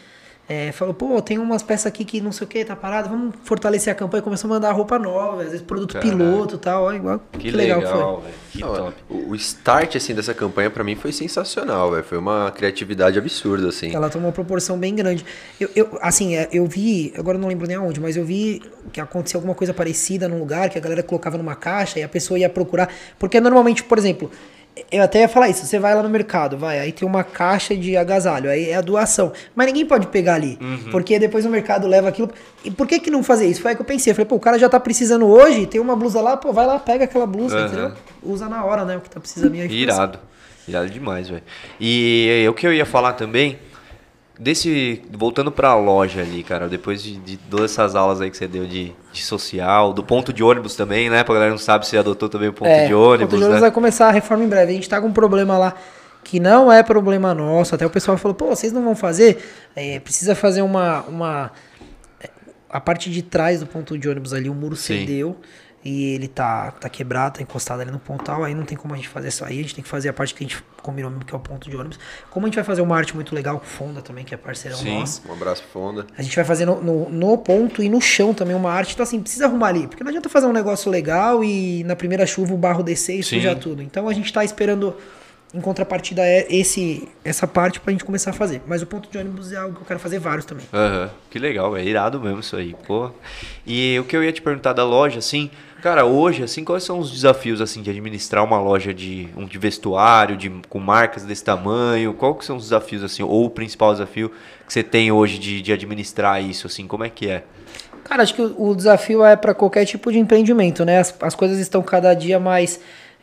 falou, pô, tem umas peças aqui que não sei o que, tá parado, vamos fortalecer a campanha. Começou a mandar roupa nova, às vezes produto piloto e tal. Ó, igual, que legal que foi. velho. Que top. O start, assim, dessa campanha pra mim foi sensacional, velho. Foi uma criatividade absurda, assim. Ela tomou uma proporção bem grande. Eu vi, agora eu não lembro nem aonde, mas eu vi que aconteceu alguma coisa parecida num lugar, que a galera colocava numa caixa e a pessoa ia procurar. Porque normalmente, por exemplo, eu até ia falar isso, você vai lá no mercado, aí tem uma caixa de agasalho, aí é a doação. Mas ninguém pode pegar ali, porque depois o mercado leva aquilo. E por que não fazer isso? Foi aí que eu pensei, falei, pô, o cara já tá precisando hoje, tem uma blusa lá, pô, vai lá, pega aquela blusa, entendeu? Usa na hora, né, o que tá precisando. Irado demais, velho. E o que eu ia falar também, voltando pra loja ali, cara, depois de todas essas aulas aí que você deu de social, do ponto de ônibus também, né? Pra galera não sabe, você adotou também o ponto de ônibus, o ponto de ônibus vai começar a reforma em breve. A gente tá com um problema lá que não é problema nosso. Até o pessoal falou, pô, vocês não vão fazer? Precisa fazer a parte de trás do ponto de ônibus ali, o muro cedeu. E ele tá quebrado, tá encostado ali no pontal, aí não tem como a gente fazer isso aí, a gente tem que fazer a parte que a gente combinou mesmo, que é o ponto de ônibus. Como a gente vai fazer uma arte muito legal com Fonda também, que é parceirão nosso. Um abraço Fonda. A gente vai fazer no ponto e no chão também uma arte, então assim, precisa arrumar ali, porque não adianta fazer um negócio legal e na primeira chuva o barro descer e sujar tudo. Então a gente tá esperando, em contrapartida, essa parte pra gente começar a fazer. Mas o ponto de ônibus é algo que eu quero fazer vários também. Que legal, é irado mesmo isso aí, pô. E o que eu ia te perguntar da loja, assim, cara, hoje, assim, quais são os desafios, assim, de administrar uma loja de vestuário, com marcas desse tamanho? Qual que são os desafios, assim, ou o principal desafio que você tem hoje de administrar isso, assim, como é que é? Cara, acho que o desafio é para qualquer tipo de empreendimento, né? As coisas estão cada dia mais...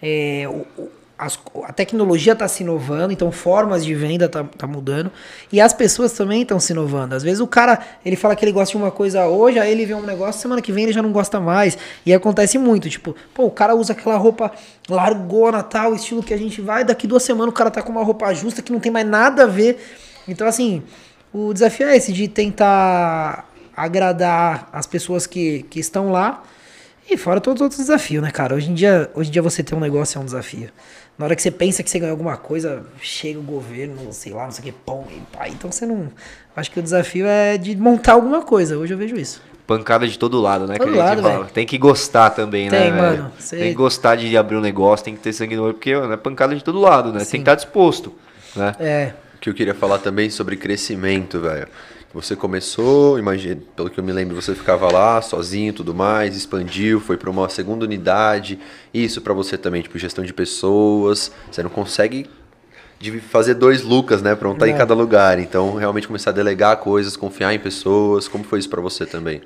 a tecnologia está se inovando, então formas de venda tá mudando e as pessoas também estão se inovando. Às vezes o cara, ele fala que ele gosta de uma coisa hoje, aí ele vê um negócio, semana que vem ele já não gosta mais. E acontece muito, tipo, pô, o cara usa aquela roupa largona, tal, estilo que a gente vai, daqui 2 semanas o cara tá com uma roupa justa que não tem mais nada a ver. Então assim, o desafio é esse, de tentar agradar as pessoas que estão lá. E fora todos os outros desafios, né, cara? Hoje em dia você ter um negócio é um desafio. Na hora que você pensa que você ganhou alguma coisa, chega o governo, sei lá, não sei o que, pão, e pá. Então você não... Acho que o desafio é de montar alguma coisa. Hoje eu vejo isso. Pancada de todo lado, né? Todo que a gente lado, fala. Tem que gostar também, né? Tem, mano. Tem que gostar de abrir um negócio, tem que ter sangue no olho, porque é pancada de todo lado, né? Sim. Tem que estar disposto, né? O que eu queria falar também sobre crescimento, velho. Você começou, imagina, pelo que eu me lembro, você ficava lá sozinho e tudo mais, expandiu, foi para uma segunda unidade. Isso para você também, tipo, gestão de pessoas. Você não consegue fazer 2 Lucas, né, para um estar em cada lugar. Então, realmente começar a delegar coisas, confiar em pessoas. Como foi isso para você também?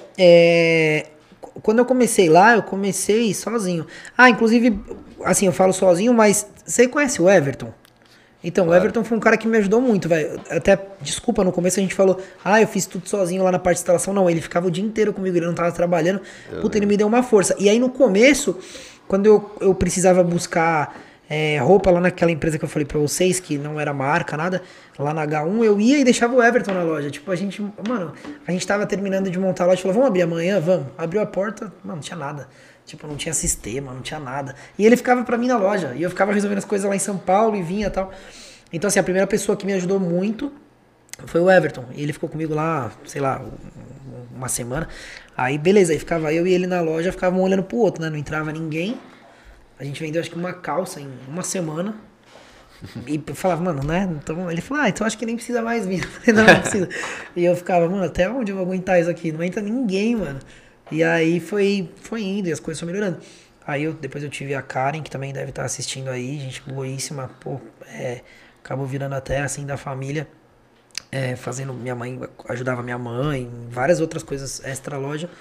Quando eu comecei lá, eu comecei sozinho. Inclusive, assim, eu falo sozinho, mas você conhece o Everton? Então, claro. O Everton foi um cara que me ajudou muito, velho. Até, desculpa, no começo a gente falou, eu fiz tudo sozinho lá na parte de instalação. Não, ele ficava o dia inteiro comigo, ele não tava trabalhando. Ele me deu uma força. E aí, no começo, quando eu precisava buscar roupa lá naquela empresa que eu falei pra vocês, que não era marca, nada, lá na H1, eu ia e deixava o Everton na loja. Tipo, a gente tava terminando de montar a loja, falou, vamos abrir amanhã? Vamos. Abriu a porta, mano, não tinha nada. Tipo, não tinha sistema, não tinha nada. E ele ficava pra mim na loja. E eu ficava resolvendo as coisas lá em São Paulo e vinha e tal. Então, assim, a primeira pessoa que me ajudou muito foi o Everton. E ele ficou comigo lá, sei lá, uma semana. Aí, beleza. Aí ficava eu e ele na loja, ficavam um olhando pro outro, né? Não entrava ninguém. A gente vendeu, acho que uma calça em uma semana. E eu falava, mano, né? Então, ele falou, então acho que nem precisa mais vir. Eu falei, não precisa. E eu ficava, mano, até onde eu vou aguentar isso aqui? Não entra ninguém, mano. E aí foi indo e as coisas foram melhorando. Aí depois eu tive a Karen, que também deve estar assistindo aí, gente boíssima, acabou virando até assim da família, fazendo minha mãe, ajudava minha mãe, várias outras coisas extra loja.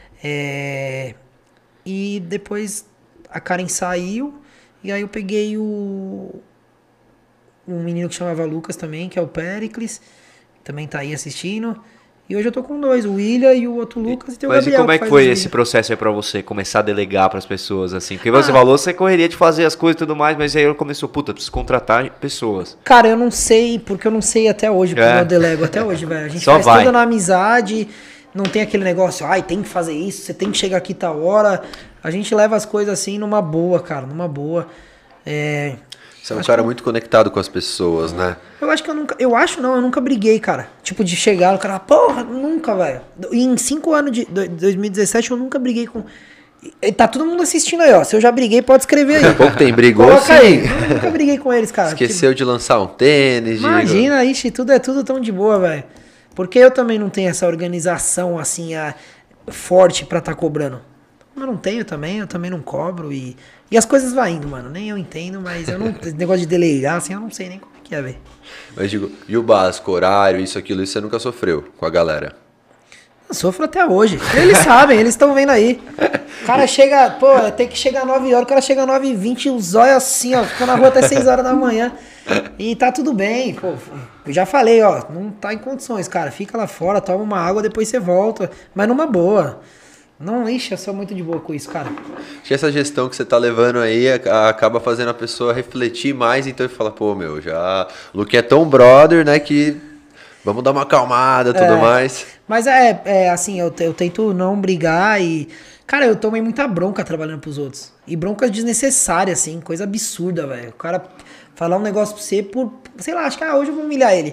E depois a Karen saiu, e aí eu peguei um menino que chamava Lucas também, que é o Péricles, também tá aí assistindo. E hoje eu tô com 2, o William e o outro Lucas, e tem o Gabriel. Mas e como é que foi esse processo aí pra você, começar a delegar pras pessoas, assim? Porque você falou, você correria de fazer as coisas e tudo mais, mas aí eu começou, preciso contratar pessoas. Cara, eu não sei, porque eu não sei até hoje como eu delego, até hoje, velho. A gente só faz tudo na amizade, não tem aquele negócio, tem que fazer isso, você tem que chegar aqui tal hora. A gente leva as coisas assim numa boa, cara, numa boa. Você é um cara muito conectado com as pessoas, né? Eu acho que eu nunca briguei, cara. Tipo, de chegar, o cara, porra, nunca, velho. Em 5 anos de 2017, eu nunca briguei com... E tá todo mundo assistindo aí, ó. Se eu já briguei, pode escrever aí. Daqui a pouco tem brigou, Coloca sim. aí. Eu nunca briguei com eles, cara. Esqueceu de lançar um tênis. Imagina, ixi, tudo é tudo tão de boa, velho. Porque eu também não tenho essa organização, assim, forte pra tá cobrando. Eu não tenho também, eu também não cobro e as coisas vai indo, mano. Nem eu entendo, mas eu não... Esse negócio de delegar, assim, eu não sei nem como é que é, velho. Mas digo, e o básico, horário, isso, aquilo, isso você nunca sofreu com a galera? Eu sofro até hoje. Eles sabem, eles estão vendo aí. O cara chega, pô, tem que chegar 9 horas, o cara chega 9h20, os olhos assim, ó, fica na rua até 6 horas da manhã. E tá tudo bem, pô. Eu já falei, ó, não tá em condições, cara. Fica lá fora, toma uma água, depois você volta. Mas numa boa. Não, ixi, eu sou muito de boa com isso, cara. Acho que essa gestão que você tá levando aí acaba fazendo a pessoa refletir mais, então ele fala, pô, meu, já... O Luquinha é tão brother, né, que vamos dar uma acalmada e tudo mais. Mas assim, eu tento não brigar e... Cara, eu tomei muita bronca trabalhando pros outros. E bronca desnecessária, assim, coisa absurda, velho. O cara falar um negócio pra você por... Sei lá, acho que hoje eu vou humilhar ele.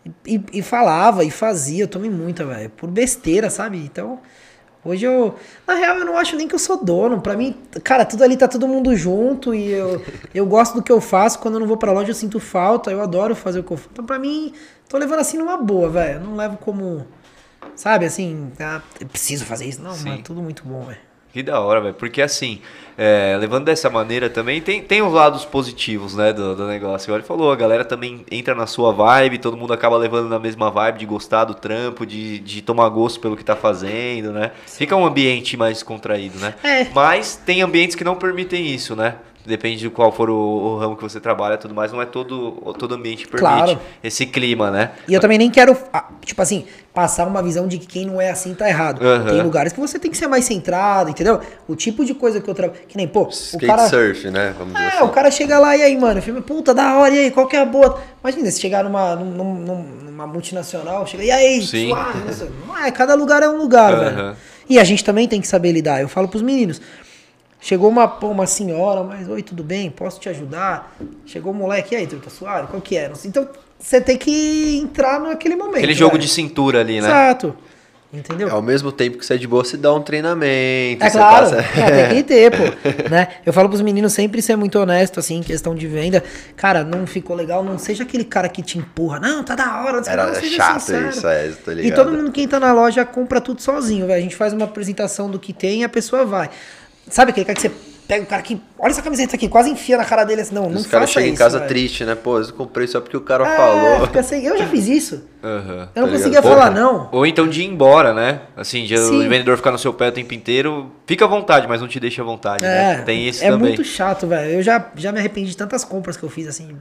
E falava, e fazia, eu tomei muita, velho. Por besteira, sabe? Então... Hoje na real, eu não acho nem que eu sou dono. Pra mim, cara, tudo ali tá todo mundo junto e eu gosto do que eu faço. Quando eu não vou pra loja, eu sinto falta. Eu adoro fazer o que eu faço. Então, pra mim, tô levando assim numa boa, velho. Eu não levo como, sabe, assim, eu preciso fazer isso. Não, mas é tudo muito bom, velho. Que da hora, velho. Porque assim, levando dessa maneira também, tem os lados positivos, né, do negócio. Igual ele falou, a galera também entra na sua vibe, todo mundo acaba levando na mesma vibe de gostar do trampo, de tomar gosto pelo que tá fazendo, né? Fica um ambiente mais contraído, né? Mas tem ambientes que não permitem isso, né? Depende de qual for o ramo que você trabalha e tudo mais, não é todo ambiente permite esse clima, né? E eu também nem quero, tipo assim, passar uma visão de que quem não é assim tá errado. Tem lugares que você tem que ser mais centrado, entendeu? O tipo de coisa que eu trabalho, que nem, pô, skate o cara... surf, né? Vamos dizer assim. O cara chega lá e aí, mano, filme, puta, da hora, e aí, qual que é a boa? Imagina, se chegar numa multinacional, chega, e aí, suave, não é, cada lugar é um lugar, velho. E a gente também tem que saber lidar. Eu falo pros meninos, chegou uma senhora, mas, oi, tudo bem? Posso te ajudar? Chegou um moleque, e aí, tu tá suave? Qual que é? Então, você tem que entrar naquele momento. Aquele jogo de cintura ali, né? Exato. Entendeu? Ao mesmo tempo que você é de boa, você dá um treinamento. É claro, tem que ter, pô. Né? Eu falo pros meninos sempre ser muito honesto, assim, em questão de venda. Cara, não ficou legal, não seja aquele cara que te empurra. Não, tá da hora. Era chato sincero. Isso, tô ligado. E todo mundo que entra na loja compra tudo sozinho, velho. A gente faz uma apresentação do que tem e a pessoa vai. Sabe aquele cara que você pega o cara que... Olha essa camiseta aqui, quase enfia na cara dele assim. Não, não faça isso. Os caras chegam em casa velho. Triste, né? Pô, eu comprei só porque o cara falou. Fica assim, eu já fiz isso. Eu não tá conseguia falar não. Ou então de ir embora, né? Assim, o vendedor ficar no seu pé o tempo inteiro. Fica à vontade, mas não te deixa à vontade, né? Tem isso também. É muito chato, velho. Eu já me arrependi de tantas compras que eu fiz, assim...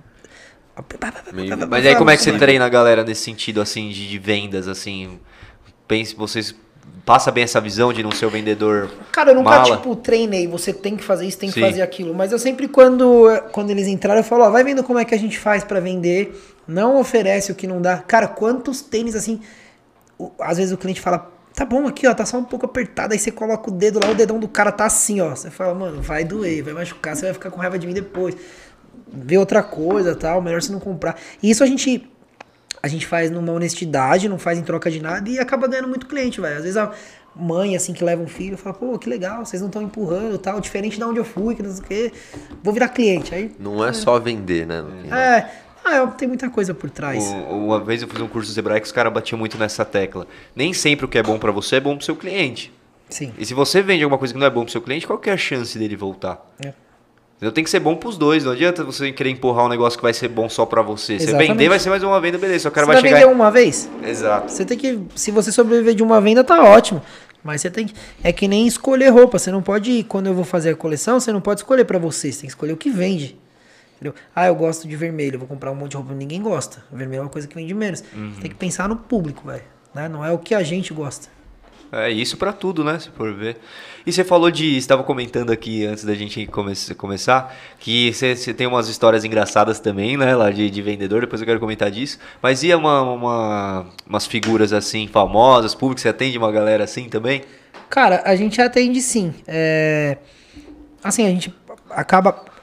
Mas aí como é que você treina a galera nesse sentido, assim, de vendas, assim? Pense, vocês... Passa bem essa visão de não ser o vendedor. Cara, eu nunca, mala. tipo, treinei. Você tem que fazer isso, tem que fazer aquilo. Mas eu sempre, quando eles entraram, eu falo, ó, vai vendo como é que a gente faz pra vender. Não oferece o que não dá. Cara, quantos tênis, assim... Às vezes o cliente fala, tá bom aqui, ó, tá só um pouco apertado. Aí você coloca o dedo lá, o dedão do cara tá assim, ó. Você fala, mano, vai doer, vai machucar, você vai ficar com raiva de mim depois. Vê outra coisa, tal, melhor você não comprar. E isso a gente faz numa honestidade, não faz em troca de nada e acaba ganhando muito cliente, velho. Às vezes a mãe, assim, que leva um filho, fala, pô, que legal, vocês não estão empurrando, tal, diferente de onde eu fui, que não sei o quê, vou virar cliente. Aí, não é só vender, né? Tem muita coisa por trás. Uma vez eu fiz um curso do Sebrae que os caras batiam muito nessa tecla. Nem sempre o que é bom pra você é bom pro seu cliente. Sim. E se você vende alguma coisa que não é bom pro seu cliente, qual que é a chance dele voltar? Então tem que ser bom pros dois, não adianta você querer empurrar um negócio que vai ser bom só pra você. Exatamente. Você vender vai ser mais uma venda, beleza. O cara você vai chegar... vender uma vez? Exato. Você tem que... Se você sobreviver de uma venda, tá ótimo. Mas você tem que... É que nem escolher roupa. Você não pode... Quando eu vou fazer a coleção, você não pode escolher pra você. Você tem que escolher o que vende. Entendeu? Eu gosto de vermelho. Eu vou comprar um monte de roupa. Ninguém gosta. Vermelho é uma coisa que vende menos. Você tem que pensar no público, velho. Né? Não é o que a gente gosta. É isso pra tudo, né? Se for ver. E você falou você estava comentando aqui antes da gente começar, que você tem umas histórias engraçadas também, né? Lá de vendedor, depois eu quero comentar disso. Mas e umas figuras assim, famosas, públicas, você atende uma galera assim também? Cara, a gente atende sim. Assim, a gente acaba...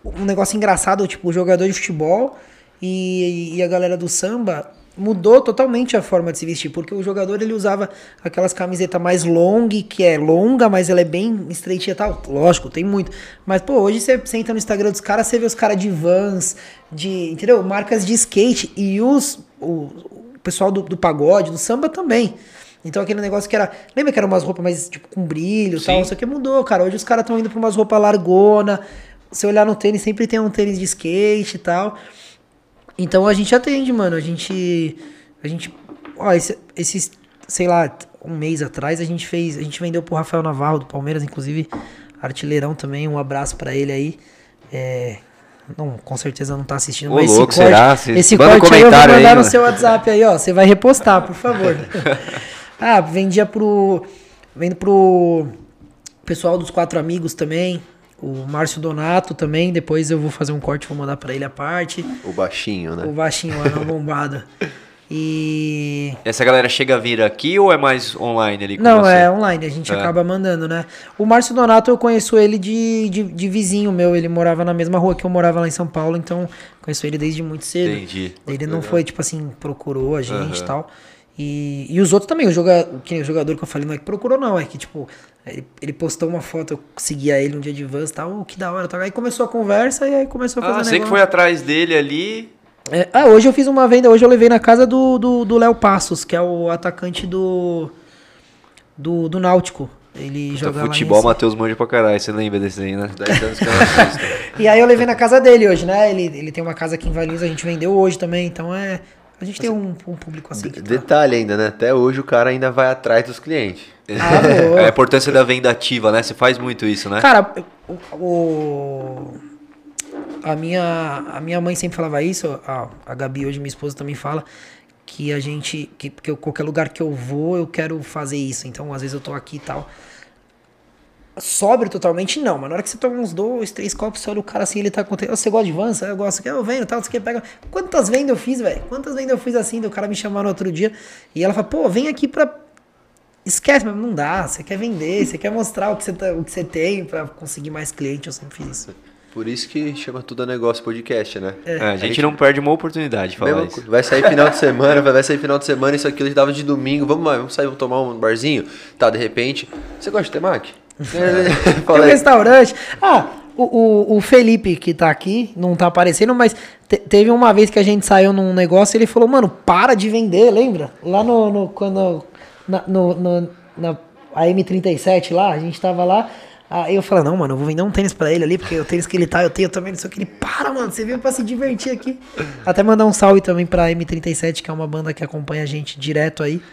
um negócio engraçado, tipo, o jogador de futebol e a galera do samba mudou totalmente a forma de se vestir, porque o jogador ele usava aquelas camisetas mais long, que é longa, mas ela é bem estreitinha e tal. Lógico, tem muito. Mas, pô, hoje você entra no Instagram dos caras, você vê os caras de Vans, entendeu? Marcas de skate e o pessoal do pagode, do samba também. Então aquele negócio que era... Lembra que era umas roupas mais, tipo, com brilho e tal? Isso aqui mudou, cara. Hoje os caras estão indo pra umas roupas largona. Se olhar no tênis, sempre tem um tênis de skate e tal. Então a gente atende, mano. A gente ó, esses, sei lá, um mês atrás a gente vendeu pro Rafael Navarro do Palmeiras, inclusive artilheirão também, um abraço pra ele aí. Não, com certeza não tá assistindo, mas louco, esse corte aí eu vou mandar no seu WhatsApp aí, ó. Você vai repostar, por favor. Vendo pro pessoal dos 4 Amigos também. O Márcio Donato também, depois eu vou fazer um corte, vou mandar pra ele a parte. O baixinho, né? O baixinho lá, na bombada. E... Essa galera chega a vir aqui ou é mais online ali com Não, você? é online, a gente acaba mandando, né? O Márcio Donato eu conheço ele de vizinho meu, ele morava na mesma rua que eu morava lá em São Paulo, então conheço ele desde muito cedo. Entendi. Ele não foi, tipo assim, procurou a gente e tal. E os outros também, o jogador que eu falei, não é que procurou não, é que tipo... Ele postou uma foto, eu seguia ele um dia de Vans e tal, que da hora. Tá? Aí começou a conversa e aí começou a fazer você que foi atrás dele ali. Hoje eu fiz uma venda, hoje eu levei na casa do Léo Passos, que é o atacante do Náutico. Ele joga futebol, Matheus manja pra caralho, você lembra desse aí, né? 10 anos que eu assisto. E aí eu levei na casa dele hoje, né? Ele tem uma casa aqui em Valinhos, a gente vendeu hoje também, então a gente tem um público assim. Detalhe ainda, né? Até hoje o cara ainda vai atrás dos clientes. A importância da venda ativa, né? Você faz muito isso, né? Cara, a minha mãe sempre falava isso, a Gabi hoje, minha esposa, também fala que que qualquer lugar que eu vou, eu quero fazer isso. Então, às vezes eu tô aqui e tal. Sóbrio totalmente, não. Mas na hora que você toma uns 2, 3 copos, você olha o cara assim, ele tá contente. Você gosta de Vans? Eu gosto. Eu vendo, tal, você pega. Quantas vendas eu fiz, velho? Quantas vendas eu fiz assim? O cara me chamou no outro dia. E ela fala, pô, vem aqui pra... Esquece, mas não dá. Você quer vender, você quer mostrar o que você tem pra conseguir mais cliente. Eu sempre fiz isso. Por isso que chama Tudo é Negócio Podcast, né? A gente não perde uma oportunidade de falar isso. Vai sair final de semana, isso aqui a gente dava de domingo, vamos sair, vamos tomar um barzinho? Tá, de repente, você gosta de temaki? Tem um restaurante. O Felipe, que tá aqui, não tá aparecendo, mas teve uma vez que a gente saiu num negócio e ele falou, mano, para de vender, lembra? Lá na M37 lá, a gente tava lá. Aí eu falei, não, mano, eu vou vender um tênis pra ele ali, porque o tênis que ele tá, eu tenho também, não sei o que. Ele, para, mano, você veio pra se divertir aqui. Até mandar um salve também pra M37, que é uma banda que acompanha a gente direto aí.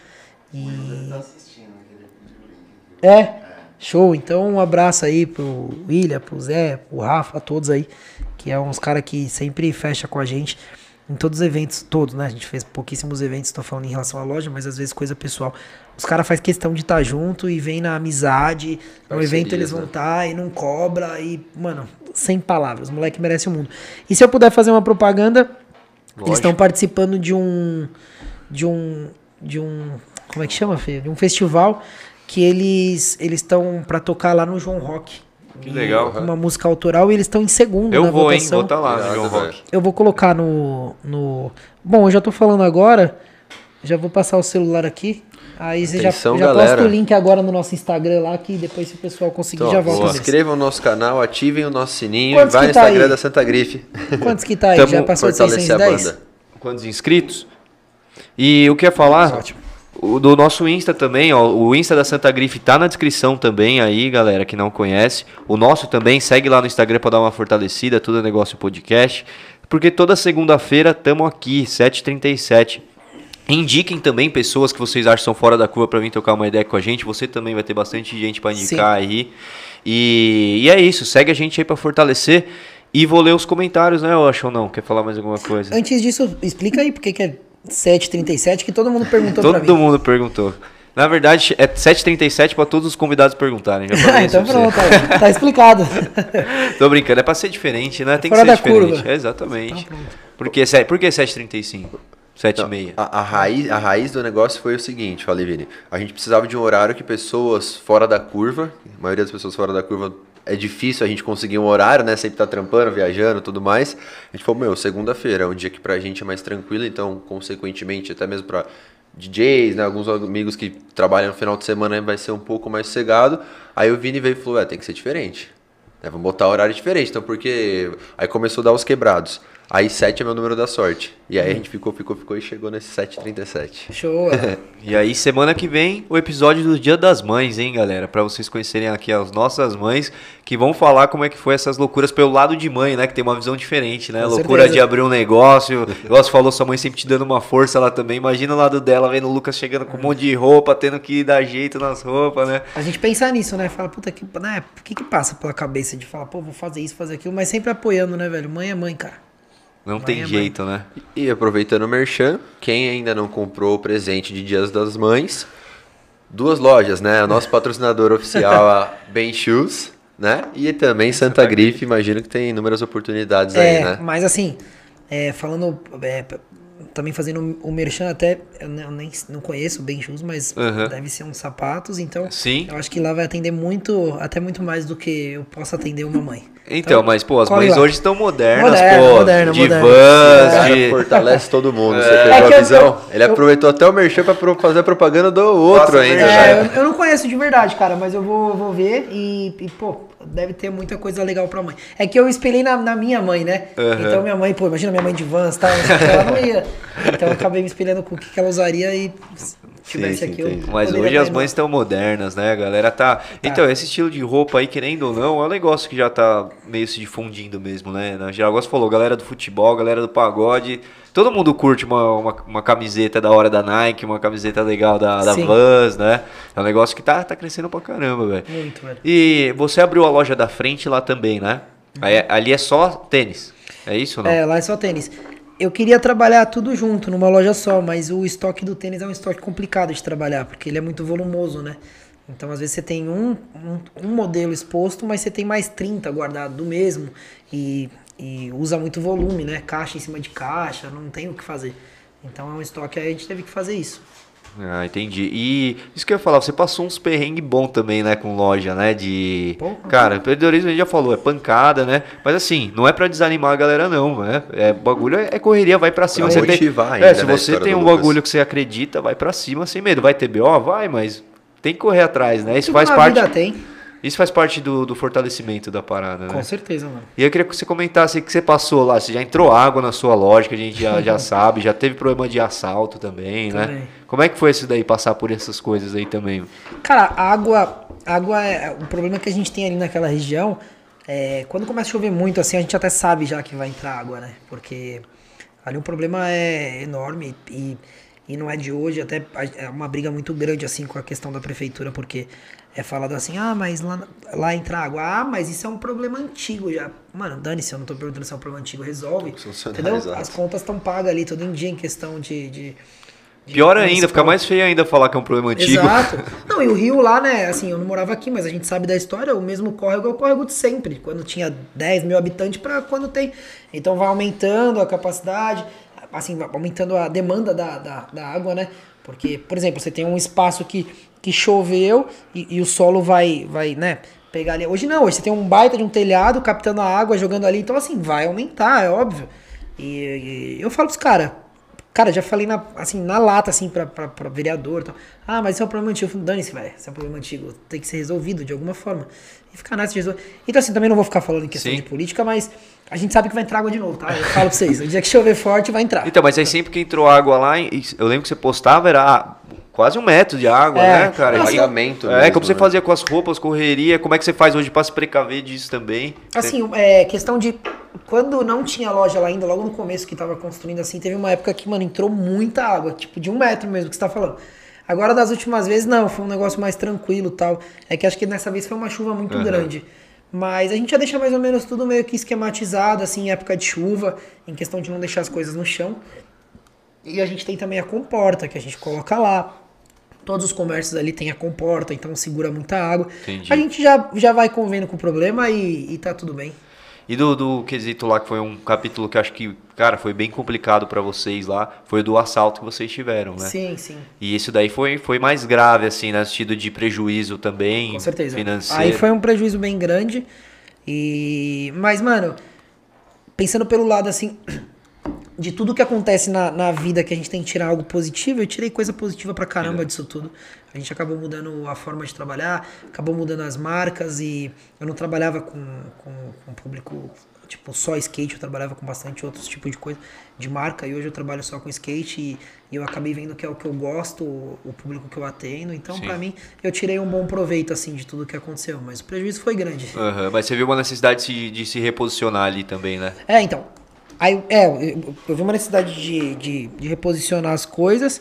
Show. Então um abraço aí pro William, pro Zé, pro Rafa, a todos aí, que é uns caras que sempre fecha com a gente. Em todos os eventos, todos, né? A gente fez pouquíssimos eventos, tô falando em relação à loja, mas às vezes coisa pessoal. Os caras fazem questão de estar junto e vem na amizade. No evento eles vão estar e não cobra. E, mano, sem palavras. O moleque merece o mundo. E se eu puder fazer uma propaganda, eles estão participando de um. Como é que chama, Fê? De um festival que eles estão pra tocar lá no João Rock. Que legal. Uma música autoral e eles estão em segundo na votação. Eu vou estar lá no João Rock. Eu vou colocar no... Bom, eu já tô falando agora. Já vou passar o celular aqui. Aí você já posta o link agora no nosso Instagram lá, que depois se o pessoal conseguir já volta. Se inscrevam no nosso canal, ativem o nosso sininho e vai no Instagram da Santa Grife. Quantos que tá aí? Já passou de 610? Quantos inscritos? E o que eu ia falar... Ótimo. O do nosso Insta também, ó, o Insta da Santa Grife tá na descrição também aí, galera que não conhece. O nosso também, segue lá no Instagram pra dar uma fortalecida, Tudo é Negócio Podcast. Porque toda segunda-feira tamo aqui, 7h37. Indiquem também pessoas que vocês acham fora da curva pra vir trocar uma ideia com a gente. Você também vai ter bastante gente pra indicar aí. E é isso, segue a gente aí pra fortalecer. E vou ler os comentários, né, eu acho ou não? Quer falar mais alguma coisa? Antes disso, explica aí porque que é 7h37, que todo mundo perguntou pra mim. Todo mundo perguntou. Na verdade, é 7h37 pra todos os convidados perguntarem. Já então pronto, tá explicado. Tô brincando, é pra ser diferente, né? Tem fora que ser diferente. Curva. Exatamente. Então, por que 7h35? 7h30? A raiz do negócio foi o seguinte, falei, Vini. A gente precisava de um horário que pessoas fora da curva, a maioria das pessoas fora da curva é difícil a gente conseguir um horário, né? Sempre tá trampando, viajando, tudo mais. A gente falou, segunda-feira é um dia que pra gente é mais tranquilo, então, consequentemente, até mesmo pra DJs, né? Alguns amigos que trabalham no final de semana vai ser um pouco mais sossegado. Aí o Vini veio e falou, tem que ser diferente. Vamos botar horário diferente, então porque... Aí começou a dar os quebrados. Aí 7 é meu número da sorte. E aí a gente ficou e chegou nesse 7,37. Show! E aí semana que vem o episódio do Dia das Mães, hein, galera? Pra vocês conhecerem aqui as nossas mães, que vão falar como é que foi essas loucuras pelo lado de mãe, né? Que tem uma visão diferente, né? Com Loucura certeza. de abrir um negócio. Igual você falou, sua mãe sempre te dando uma força lá também. Imagina o lado dela, vendo o Lucas chegando com um monte de roupa, tendo que dar jeito nas roupas, né? A gente pensa nisso, né? Fala, puta, né? O que passa pela cabeça de falar, pô, vou fazer isso, fazer aquilo, mas sempre apoiando, né, velho? Mãe é mãe, cara. Não Mãe tem é jeito, né? E aproveitando o merchan, quem ainda não comprou o presente de Dias das Mães, 2 lojas, né? O nosso patrocinador oficial, a Ben Shoes, né? E também Santa Grife, imagino que tem inúmeras oportunidades aí, né? Mas assim, falando, também fazendo o merchan, até, eu nem não conheço o Ben Shoes, mas deve ser uns sapatos, então Sim. eu acho que lá vai atender muito, até muito mais do que eu posso atender uma mãe. Então, mas, pô, as corre mães lá. hoje estão modernas, Moderno, de moderno. O vans, cara de... fortalece todo mundo, você É pegou que a eu- visão? Ele eu- aproveitou até o merchan pra fazer a propaganda do outro Nossa, ainda, merchan. né? Eu não conheço de verdade, cara, mas eu vou ver e, pô, deve ter muita coisa legal pra mãe. É que eu espelhei na minha mãe, né? Então minha mãe, pô, imagina minha mãe de Vans, tá? Ela não ia. Então eu acabei me espelhando com o que ela usaria e se tivesse sim, aqui eu entendi. Mas poderia hoje dar as mães estão modernas, né? A galera tá... Então, esse estilo de roupa aí, querendo ou não, é um negócio que já tá meio se difundindo mesmo, né? Na geral, igual você falou, galera do futebol, galera do pagode, todo mundo curte uma camiseta da hora da Nike, uma camiseta legal da Sim. Vans, né? É um negócio que tá crescendo pra caramba, velho. Muito, velho. E você abriu a loja da frente lá também, né? Aí, ali é só tênis, é isso ou não? Lá é só tênis. Eu queria trabalhar tudo junto, numa loja só, mas o estoque do tênis é um estoque complicado de trabalhar, porque ele é muito volumoso, né? Então, às vezes, você tem um modelo exposto, mas você tem mais 30 guardado do mesmo e usa muito volume, né? Caixa em cima de caixa, não tem o que fazer. Então, é um estoque, aí a gente teve que fazer isso. Ah, entendi. E isso que eu ia falar, você passou uns perrengues bons também, né, com loja, né, de... Pô. Cara, empreendedorismo a gente já falou, é pancada, né, mas assim, não é pra desanimar a galera não, né, bagulho é correria, vai pra cima. Pra Você motivar tem, ainda, se né, a você história tem do um Lucas. bagulho que você acredita, vai pra cima sem medo. Vai ter BO? Vai, mas tem que correr atrás, né, isso Tudo faz na parte... vida tem, Isso faz parte do fortalecimento da parada, né? com certeza, mano. E eu queria que você comentasse que você passou lá, você já entrou água na sua loja, que a gente já sabe, já teve problema de assalto também, né? Também. Como é que foi isso daí, passar por essas coisas aí também? Cara, a água é o problema que a gente tem ali naquela região. Quando começa a chover muito, assim, a gente até sabe já que vai entrar água, né? Porque ali o problema é enorme e não é de hoje, até é uma briga muito grande, assim, com a questão da prefeitura, porque é falado assim, mas lá entra água. Mas isso é um problema antigo já. Mano, dane-se, eu não tô perguntando se é um problema antigo, resolve. Entendeu? Exato. As contas estão pagas ali todo em dia em questão de Pior ainda, fica municipal. mais feio ainda falar que é um problema antigo. Exato. Não, e o rio lá, né, assim, eu não morava aqui, mas a gente sabe da história, o mesmo córrego é o córrego de sempre, quando tinha 10 mil habitantes para quando tem. Então vai aumentando a capacidade, assim, vai aumentando a demanda da água, né? Porque, por exemplo, você tem um espaço que choveu e o solo vai, né, pegar ali. Hoje não, hoje você tem um baita de um telhado captando a água, jogando ali, então assim, vai aumentar, é óbvio. E eu falo pros caras, já falei na lata, assim, pra vereador e tal. Mas isso é um problema antigo. Eu falo, dane-se, velho. Isso é um problema antigo. Tem que ser resolvido de alguma forma. E ficar nessa de resolver. Então, assim, também não vou ficar falando em questão Sim. de política, mas a gente sabe que vai entrar água de novo, tá? Eu falo pra vocês. O dia que chover forte, vai entrar. Então, mas aí sempre que entrou água lá, eu lembro que você postava, era quase 1 metro de água, né, cara? Não, assim, Pagamento como mesmo, você né? fazia com as roupas, correria, como é que você faz hoje pra se precaver disso também? Assim, questão de... Quando não tinha loja lá ainda, logo no começo que tava construindo assim, teve uma época que, mano, entrou muita água, tipo de 1 metro mesmo que você tá falando. Agora, das últimas vezes, não, foi um negócio mais tranquilo e tal. É que acho que dessa vez foi uma chuva muito grande. Mas a gente já deixa mais ou menos tudo meio que esquematizado, assim, em época de chuva, em questão de não deixar as coisas no chão. E a gente tem também a comporta, que a gente coloca lá. Todos os comércios ali tem a comporta, então segura muita água. Entendi. A gente já vai convivendo com o problema e tá tudo bem. E do quesito lá, que foi um capítulo que acho que, cara, foi bem complicado pra vocês lá, foi do assalto que vocês tiveram, né? Sim, sim. E isso daí foi mais grave, assim, no sentido de prejuízo também, Com certeza. financeiro. Aí foi um prejuízo bem grande. Mas, mano, pensando pelo lado, assim, de tudo que acontece na vida que a gente tem que tirar algo positivo, eu tirei coisa positiva pra caramba disso tudo. A gente acabou mudando a forma de trabalhar, acabou mudando as marcas e eu não trabalhava com público, tipo, só skate, eu trabalhava com bastante outros tipos de coisa, de marca, e hoje eu trabalho só com skate e eu acabei vendo que é o que eu gosto, o público que eu atendo, então pra mim eu tirei um bom proveito, assim, de tudo que aconteceu, mas o prejuízo foi grande. Mas você viu uma necessidade de se reposicionar ali também, né? Então, aí, eu vi uma necessidade de reposicionar as coisas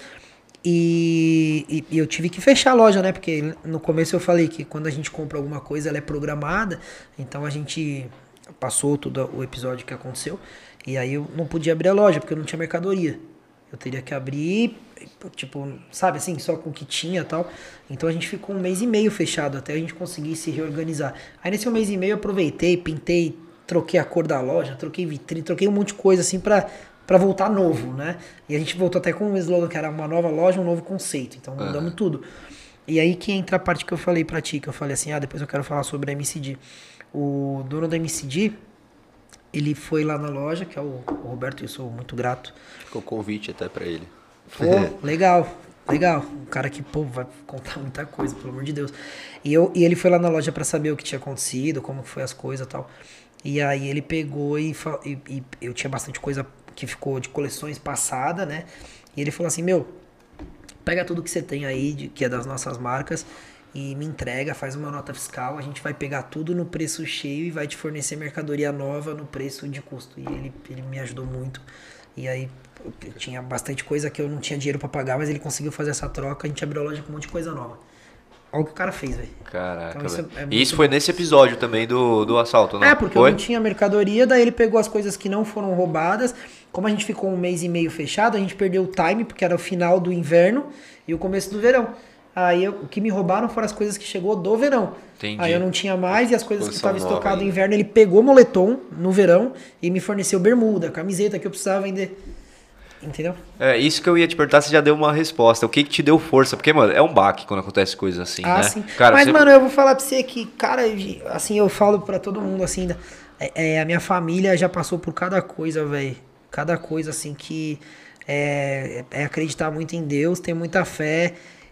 e eu tive que fechar a loja, né? Porque no começo eu falei que quando a gente compra alguma coisa, ela é programada. Então a gente passou todo o episódio que aconteceu. E aí eu não podia abrir a loja, porque eu não tinha mercadoria. Eu teria que abrir, tipo, sabe assim, só com o que tinha e tal. Então a gente ficou 1 mês e meio fechado, até a gente conseguir se reorganizar. Aí nesse 1 mês e meio eu aproveitei, pintei, troquei a cor da loja, troquei vitrine, troquei um monte de coisa assim pra voltar novo, né? E a gente voltou até com um slogan que era uma nova loja, um novo conceito. Então mudamos tudo. E aí que entra a parte que eu falei pra ti, que eu falei assim, depois eu quero falar sobre a MCD. O dono da MCD, ele foi lá na loja, que é o Roberto, e eu sou muito grato. Ficou convite até pra ele. Pô, legal. Um cara que, pô, vai contar muita coisa, pelo amor de Deus. E ele foi lá na loja pra saber o que tinha acontecido, como que foi as coisas e tal. E aí ele pegou e eu tinha bastante coisa que ficou de coleções passada, né? E ele falou assim, pega tudo que você tem aí, que é das nossas marcas, e me entrega, faz uma nota fiscal, a gente vai pegar tudo no preço cheio e vai te fornecer mercadoria nova no preço de custo. E ele me ajudou muito. E aí eu tinha bastante coisa que eu não tinha dinheiro pra pagar, mas ele conseguiu fazer essa troca, a gente abriu a loja com um monte de coisa nova. Olha o que o cara fez, velho. Caraca, então, isso foi nesse episódio também do assalto, né? Porque eu não tinha mercadoria, daí ele pegou as coisas que não foram roubadas. Como a gente ficou 1 mês e meio fechado, a gente perdeu o time, porque era o final do inverno e o começo do verão. Aí o que me roubaram foram as coisas que chegou do verão. Entendi. Aí eu não tinha mais e as coisas que estavam estocadas no inverno, ele pegou moletom no verão e me forneceu bermuda, camiseta que eu precisava vender. Entendeu? Isso que eu ia te perguntar, você já deu uma resposta. O que te deu força? Porque, mano, é um baque quando acontece coisas assim, né? Sim. Cara, mas, mano, eu vou falar pra você que, cara, assim, eu falo pra todo mundo, assim, a minha família já passou por cada coisa, velho. Cada coisa, assim, que é acreditar muito em Deus, ter muita fé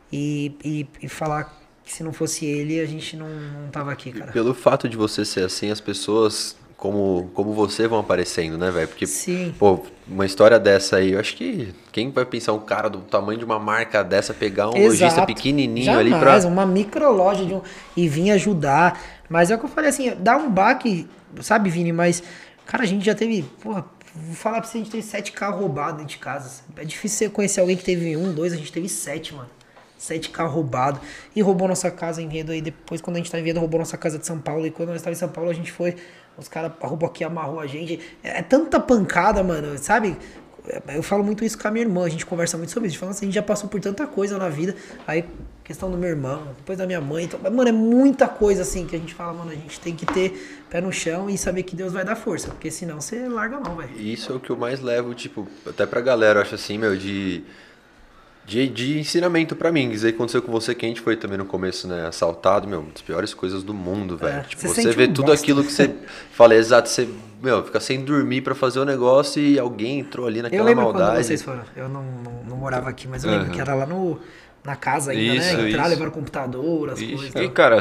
e falar que se não fosse ele, a gente não tava aqui, cara. E pelo fato de você ser assim, as pessoas... Como você vão aparecendo, né, velho? Porque, pô, uma história dessa aí, eu acho que quem vai pensar um cara do tamanho de uma marca dessa, pegar um lojista pequenininho Jamais, ali pra... uma micro loja e vir ajudar. Mas é o que eu falei assim, dá um baque, sabe, Vini? Mas, cara, a gente já teve, porra, vou falar pra você, a gente teve 7 carros roubados dentro de casa. É difícil você conhecer alguém que teve 1, 2, a gente teve 7, mano. 7 carros roubados. E roubou nossa casa em Vinhedo aí. Depois, quando a gente tá em Vinhedo, roubou nossa casa de São Paulo. E quando nós estávamos em São Paulo, a gente foi... Os caras roubou aqui, amarrou a gente. É tanta pancada, mano, sabe? Eu falo muito isso com a minha irmã. A gente conversa muito sobre isso. A gente fala assim, a gente já passou por tanta coisa na vida. Aí, questão do meu irmão, depois da minha mãe. Então, mano, é muita coisa, assim, que a gente fala, mano, a gente tem que ter pé no chão e saber que Deus vai dar força. Porque senão você larga não, velho. Isso é o que eu mais levo, tipo, até pra galera, eu acho assim, meu, de ensinamento pra mim. Isso aí aconteceu com você, que a gente foi também no começo, né? Assaltado, meu, uma das piores coisas do mundo, velho. Tipo, você vê tudo aquilo que você fala, exato, você, meu, fica sem dormir pra fazer o negócio e alguém entrou ali naquela maldade. Eu lembro quando vocês foram. Eu não morava aqui, mas eu lembro que era lá na casa ainda, né? Entrar, levar o computador, as coisas. E, cara,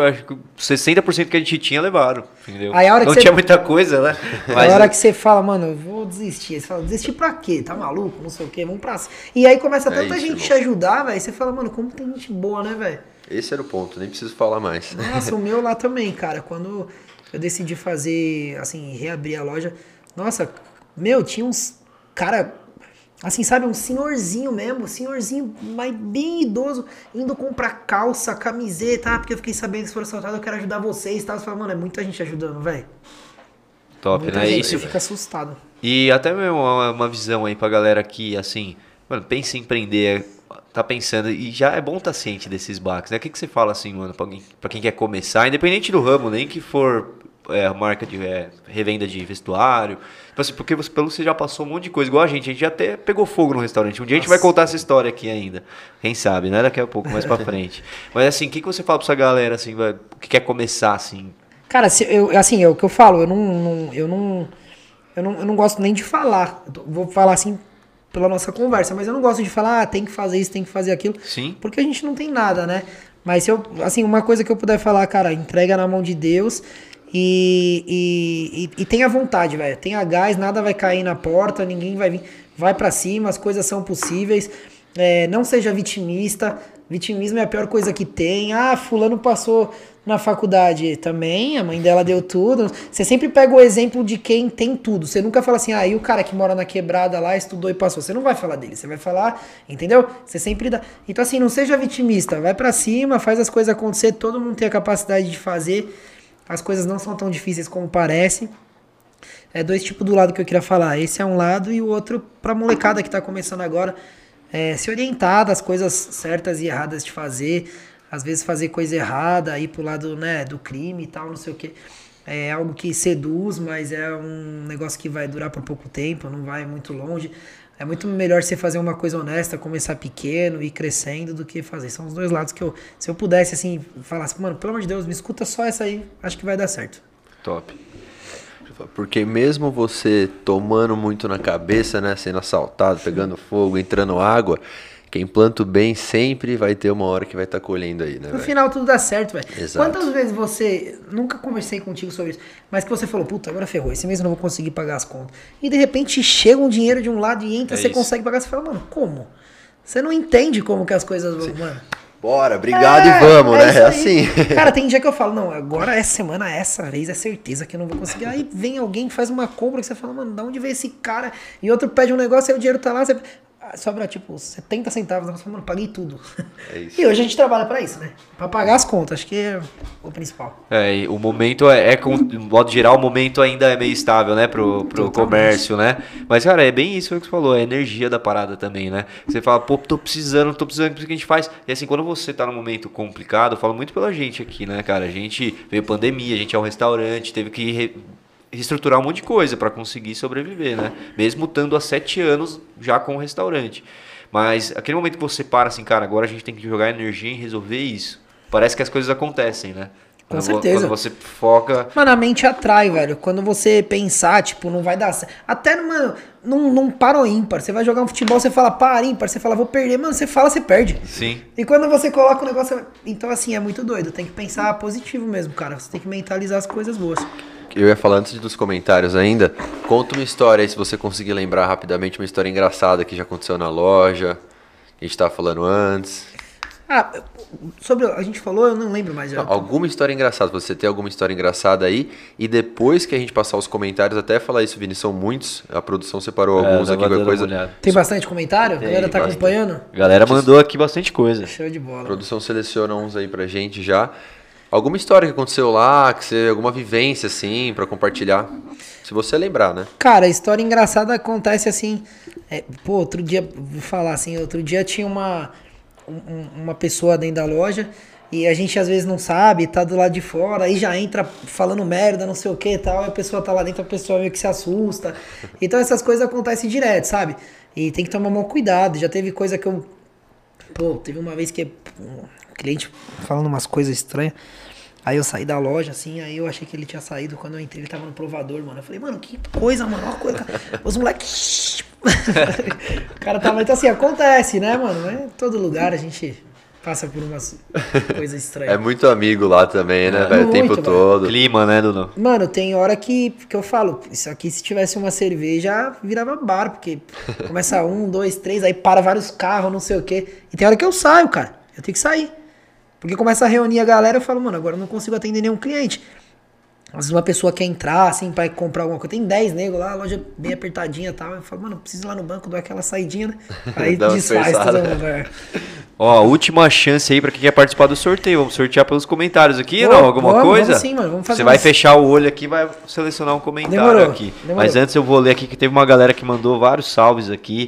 60% que a gente tinha, levaram, entendeu? Aí, a hora que não tinha muita coisa, né? Mas a hora que você fala, mano, eu vou desistir. Você fala, desistir pra quê? Tá maluco? Não sei o quê, vamos pra cima. E aí começa tanta gente te ajudar, velho. Você fala, mano, como tem gente boa, né, velho? Esse era o ponto, nem preciso falar mais. Nossa, o meu lá também, cara. Quando eu decidi fazer, assim, reabrir a loja, nossa, meu, tinha uns cara... Assim, sabe, um senhorzinho mesmo, senhorzinho, mas bem idoso, indo comprar calça, camiseta, porque eu fiquei sabendo que se for assaltado eu quero ajudar vocês, tá? Você fala, mano, é muita gente ajudando, velho. Top, muita né? Gente, isso você fica assustado. E até mesmo uma visão aí pra galera que, assim, mano, pensa em empreender, tá pensando, e já é bom estar ciente desses baques, né? O que você fala, assim, mano, pra quem quer começar, independente do ramo, nem que for marca de revenda de vestuário. Tipo assim, porque pelo que você já passou um monte de coisa, igual a gente já até pegou fogo no restaurante. Um dia a gente vai contar essa história aqui ainda. Quem sabe, né? Daqui a pouco, mais pra frente. Mas assim, o que você fala pra essa galera, assim, que quer começar, assim? Cara, assim, é o que eu falo, eu não gosto nem de falar. Vou falar assim pela nossa conversa, mas eu não gosto de falar, tem que fazer isso, tem que fazer aquilo. Sim. Porque a gente não tem nada, né? Mas assim, uma coisa que eu puder falar, cara, entrega na mão de Deus e tenha vontade, velho. Tenha gás, nada vai cair na porta, ninguém vai vir. Vai pra cima, as coisas são possíveis. Não seja vitimista. Vitimismo é a pior coisa que tem. Ah, fulano passou na faculdade também, a mãe dela deu tudo. Você sempre pega o exemplo de quem tem tudo. Você nunca fala assim, e o cara que mora na quebrada lá, estudou e passou. Você não vai falar dele, você vai falar, entendeu? Você sempre dá. Então assim, não seja vitimista, vai pra cima, faz as coisas acontecer, todo mundo tem a capacidade de fazer. As coisas não são tão difíceis como parece. É dois tipos do lado que eu queria falar. Esse é um lado e o outro pra molecada que tá começando agora. Se orientar das coisas certas e erradas de fazer, às vezes fazer coisa errada, ir pro lado, né, do crime e tal, não sei o que. É algo que seduz, mas é um negócio que vai durar por pouco tempo, não vai muito longe. É muito melhor você fazer uma coisa honesta, começar pequeno e ir crescendo do que fazer. São os dois lados que se eu pudesse, assim, falasse, mano, pelo amor de Deus, me escuta só essa aí, acho que vai dar certo. Top. Porque mesmo você tomando muito na cabeça, né, sendo assaltado, pegando fogo, entrando água, quem planta o bem sempre vai ter uma hora que vai estar colhendo aí, né, No final tudo dá certo, velho. Exato. Quantas vezes você, nunca conversei contigo sobre isso, mas que você falou, puta, agora ferrou, esse mês eu não vou conseguir pagar as contas. E de repente chega um dinheiro de um lado e entra, você consegue pagar, você fala, mano, como? Você não entende como que as coisas vão, mano. Bora, obrigado e vamos, né? É assim. Cara, tem dia que eu falo, não, agora essa semana, essa vez é certeza que eu não vou conseguir. Aí vem alguém que faz uma compra que você fala, mano, da onde veio esse cara? E outro pede um negócio, aí o dinheiro tá lá, você sobra tipo 70 centavos, você fala, mano, paguei tudo. É isso. E hoje a gente trabalha pra isso, né? Pra pagar as contas, acho que é o principal. E o momento de modo geral, o momento ainda é meio estável, né, pro comércio, né? Mas, cara, é bem isso que você falou, é a energia da parada também, né? Você fala, pô, tô precisando, o que a gente faz? E assim, quando você tá num momento complicado, eu falo muito pela gente aqui, né, cara? A gente veio pandemia, a gente é um restaurante, teve que reestruturar um monte de coisa para conseguir sobreviver, né? Mesmo estando há 7 anos já com o restaurante. Mas aquele momento que você para assim, cara, agora a gente tem que jogar energia em resolver isso. Parece que as coisas acontecem, né? Com certeza. Quando você foca... Mano, a mente atrai, velho. Quando você pensar, tipo, não vai dar certo. Até num par ou ímpar. Você vai jogar um futebol, você fala par, ímpar. Você fala, vou perder. Mano, você fala, você perde. Sim. E quando você coloca o negócio... Então, assim, é muito doido. Tem que pensar positivo mesmo, cara. Você tem que mentalizar as coisas boas. Eu ia falar antes dos comentários ainda. Conta uma história aí, se você conseguir lembrar rapidamente, uma história engraçada que já aconteceu na loja, que a gente tava falando antes. Sobre a gente falou, eu não lembro mais. Não, alguma história engraçada, você tem alguma história engraçada aí, e depois que a gente passar os comentários, até falar isso, Vini, são muitos, a produção separou alguns aqui, qualquer coisa. Tem bastante comentário? A galera tá bastante. acompanhando? A galera mandou aqui bastante coisa. Show de bola. A produção seleciona uns aí pra gente já. Alguma história que aconteceu lá, alguma vivência, assim, pra compartilhar? Se você lembrar, né? Cara, a história engraçada acontece assim... outro dia, vou falar assim, outro dia tinha uma pessoa dentro da loja e a gente às vezes não sabe, tá do lado de fora, aí já entra falando merda, não sei o que e tal, e a pessoa tá lá dentro, a pessoa meio que se assusta. Então essas coisas acontecem direto, sabe? E tem que tomar muito cuidado. Já teve coisa que eu... teve uma vez que um cliente falando umas coisas estranhas. Aí eu saí da loja, assim, aí eu achei que ele tinha saído. Quando eu entrei, ele tava no provador, mano. Eu falei, mano, que coisa, mano, uma coisa. Os moleques... O cara tava... Então, assim, acontece, né, mano? É todo lugar a gente passa por umas coisas estranhas. É muito amigo lá também, né, velho? O tempo todo. Clima, né, Dudu? Mano, tem hora que eu falo, isso aqui se tivesse uma cerveja, virava bar, porque começa 1, 2, 3, aí para vários carros, não sei o quê. E tem hora que eu saio, cara. Eu tenho que sair. Porque começa a reunir a galera, eu falo, mano, agora eu não consigo atender nenhum cliente. Às vezes uma pessoa quer entrar, assim, pra comprar alguma coisa. Tem 10 negros lá, a loja bem apertadinha e tal. Eu falo, mano, preciso ir lá no banco, dar aquela saidinha, né? Aí desfaz todo mundo. Ó, última chance aí pra quem quer participar do sorteio. Vamos sortear pelos comentários aqui, não? Alguma coisa? Vamos sim, mano. Vamos fazer Você vai fechar o olho aqui e vai selecionar um comentário. Demorou, aqui. Demorou. Mas antes eu vou ler aqui que teve uma galera que mandou vários salves aqui.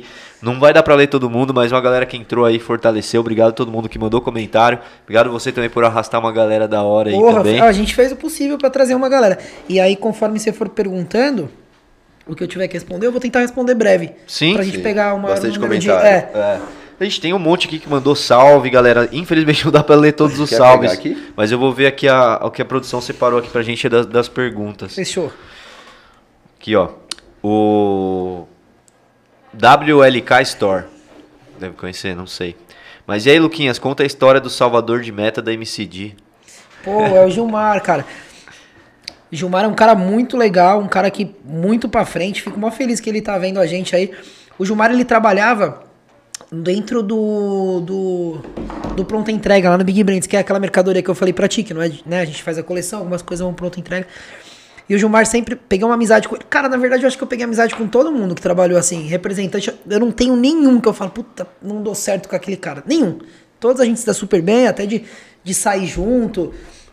Não vai dar pra ler todo mundo, mas uma galera que entrou aí fortaleceu. Obrigado a todo mundo que mandou comentário. Obrigado você também por arrastar uma galera da hora aí também. A gente fez o possível pra trazer uma galera. E aí, conforme você for perguntando, o que eu tiver que responder, eu vou tentar responder breve. Sim. Pra gente pegar uma... Bastante comentário. A gente tem um monte aqui que mandou salve, galera. Infelizmente não dá pra ler todos os Quer salves. pegar aqui? Mas eu vou ver aqui o que a produção separou aqui pra gente das perguntas. Fechou. Aqui, ó. O WLK Store. Deve conhecer, não sei. Mas e aí, Luquinhas, conta a história do salvador de meta da MCD. Pô, é o Gilmar, cara. Gilmar é um cara muito legal, um cara que muito pra frente. Fico mó feliz que ele tá vendo a gente aí. O Gilmar, ele trabalhava dentro do pronta entrega lá no Big Brands, que é aquela mercadoria que eu falei pra ti, que não é, né? A gente faz a coleção, algumas coisas vão pronta entrega. E o Gilmar sempre peguei uma amizade com ele. Cara, na verdade, eu acho que eu peguei amizade com todo mundo que trabalhou assim, representante. Eu não tenho nenhum que eu falo, puta, não dou certo com aquele cara. Nenhum. Todos a gente se dá super bem, até de sair junto.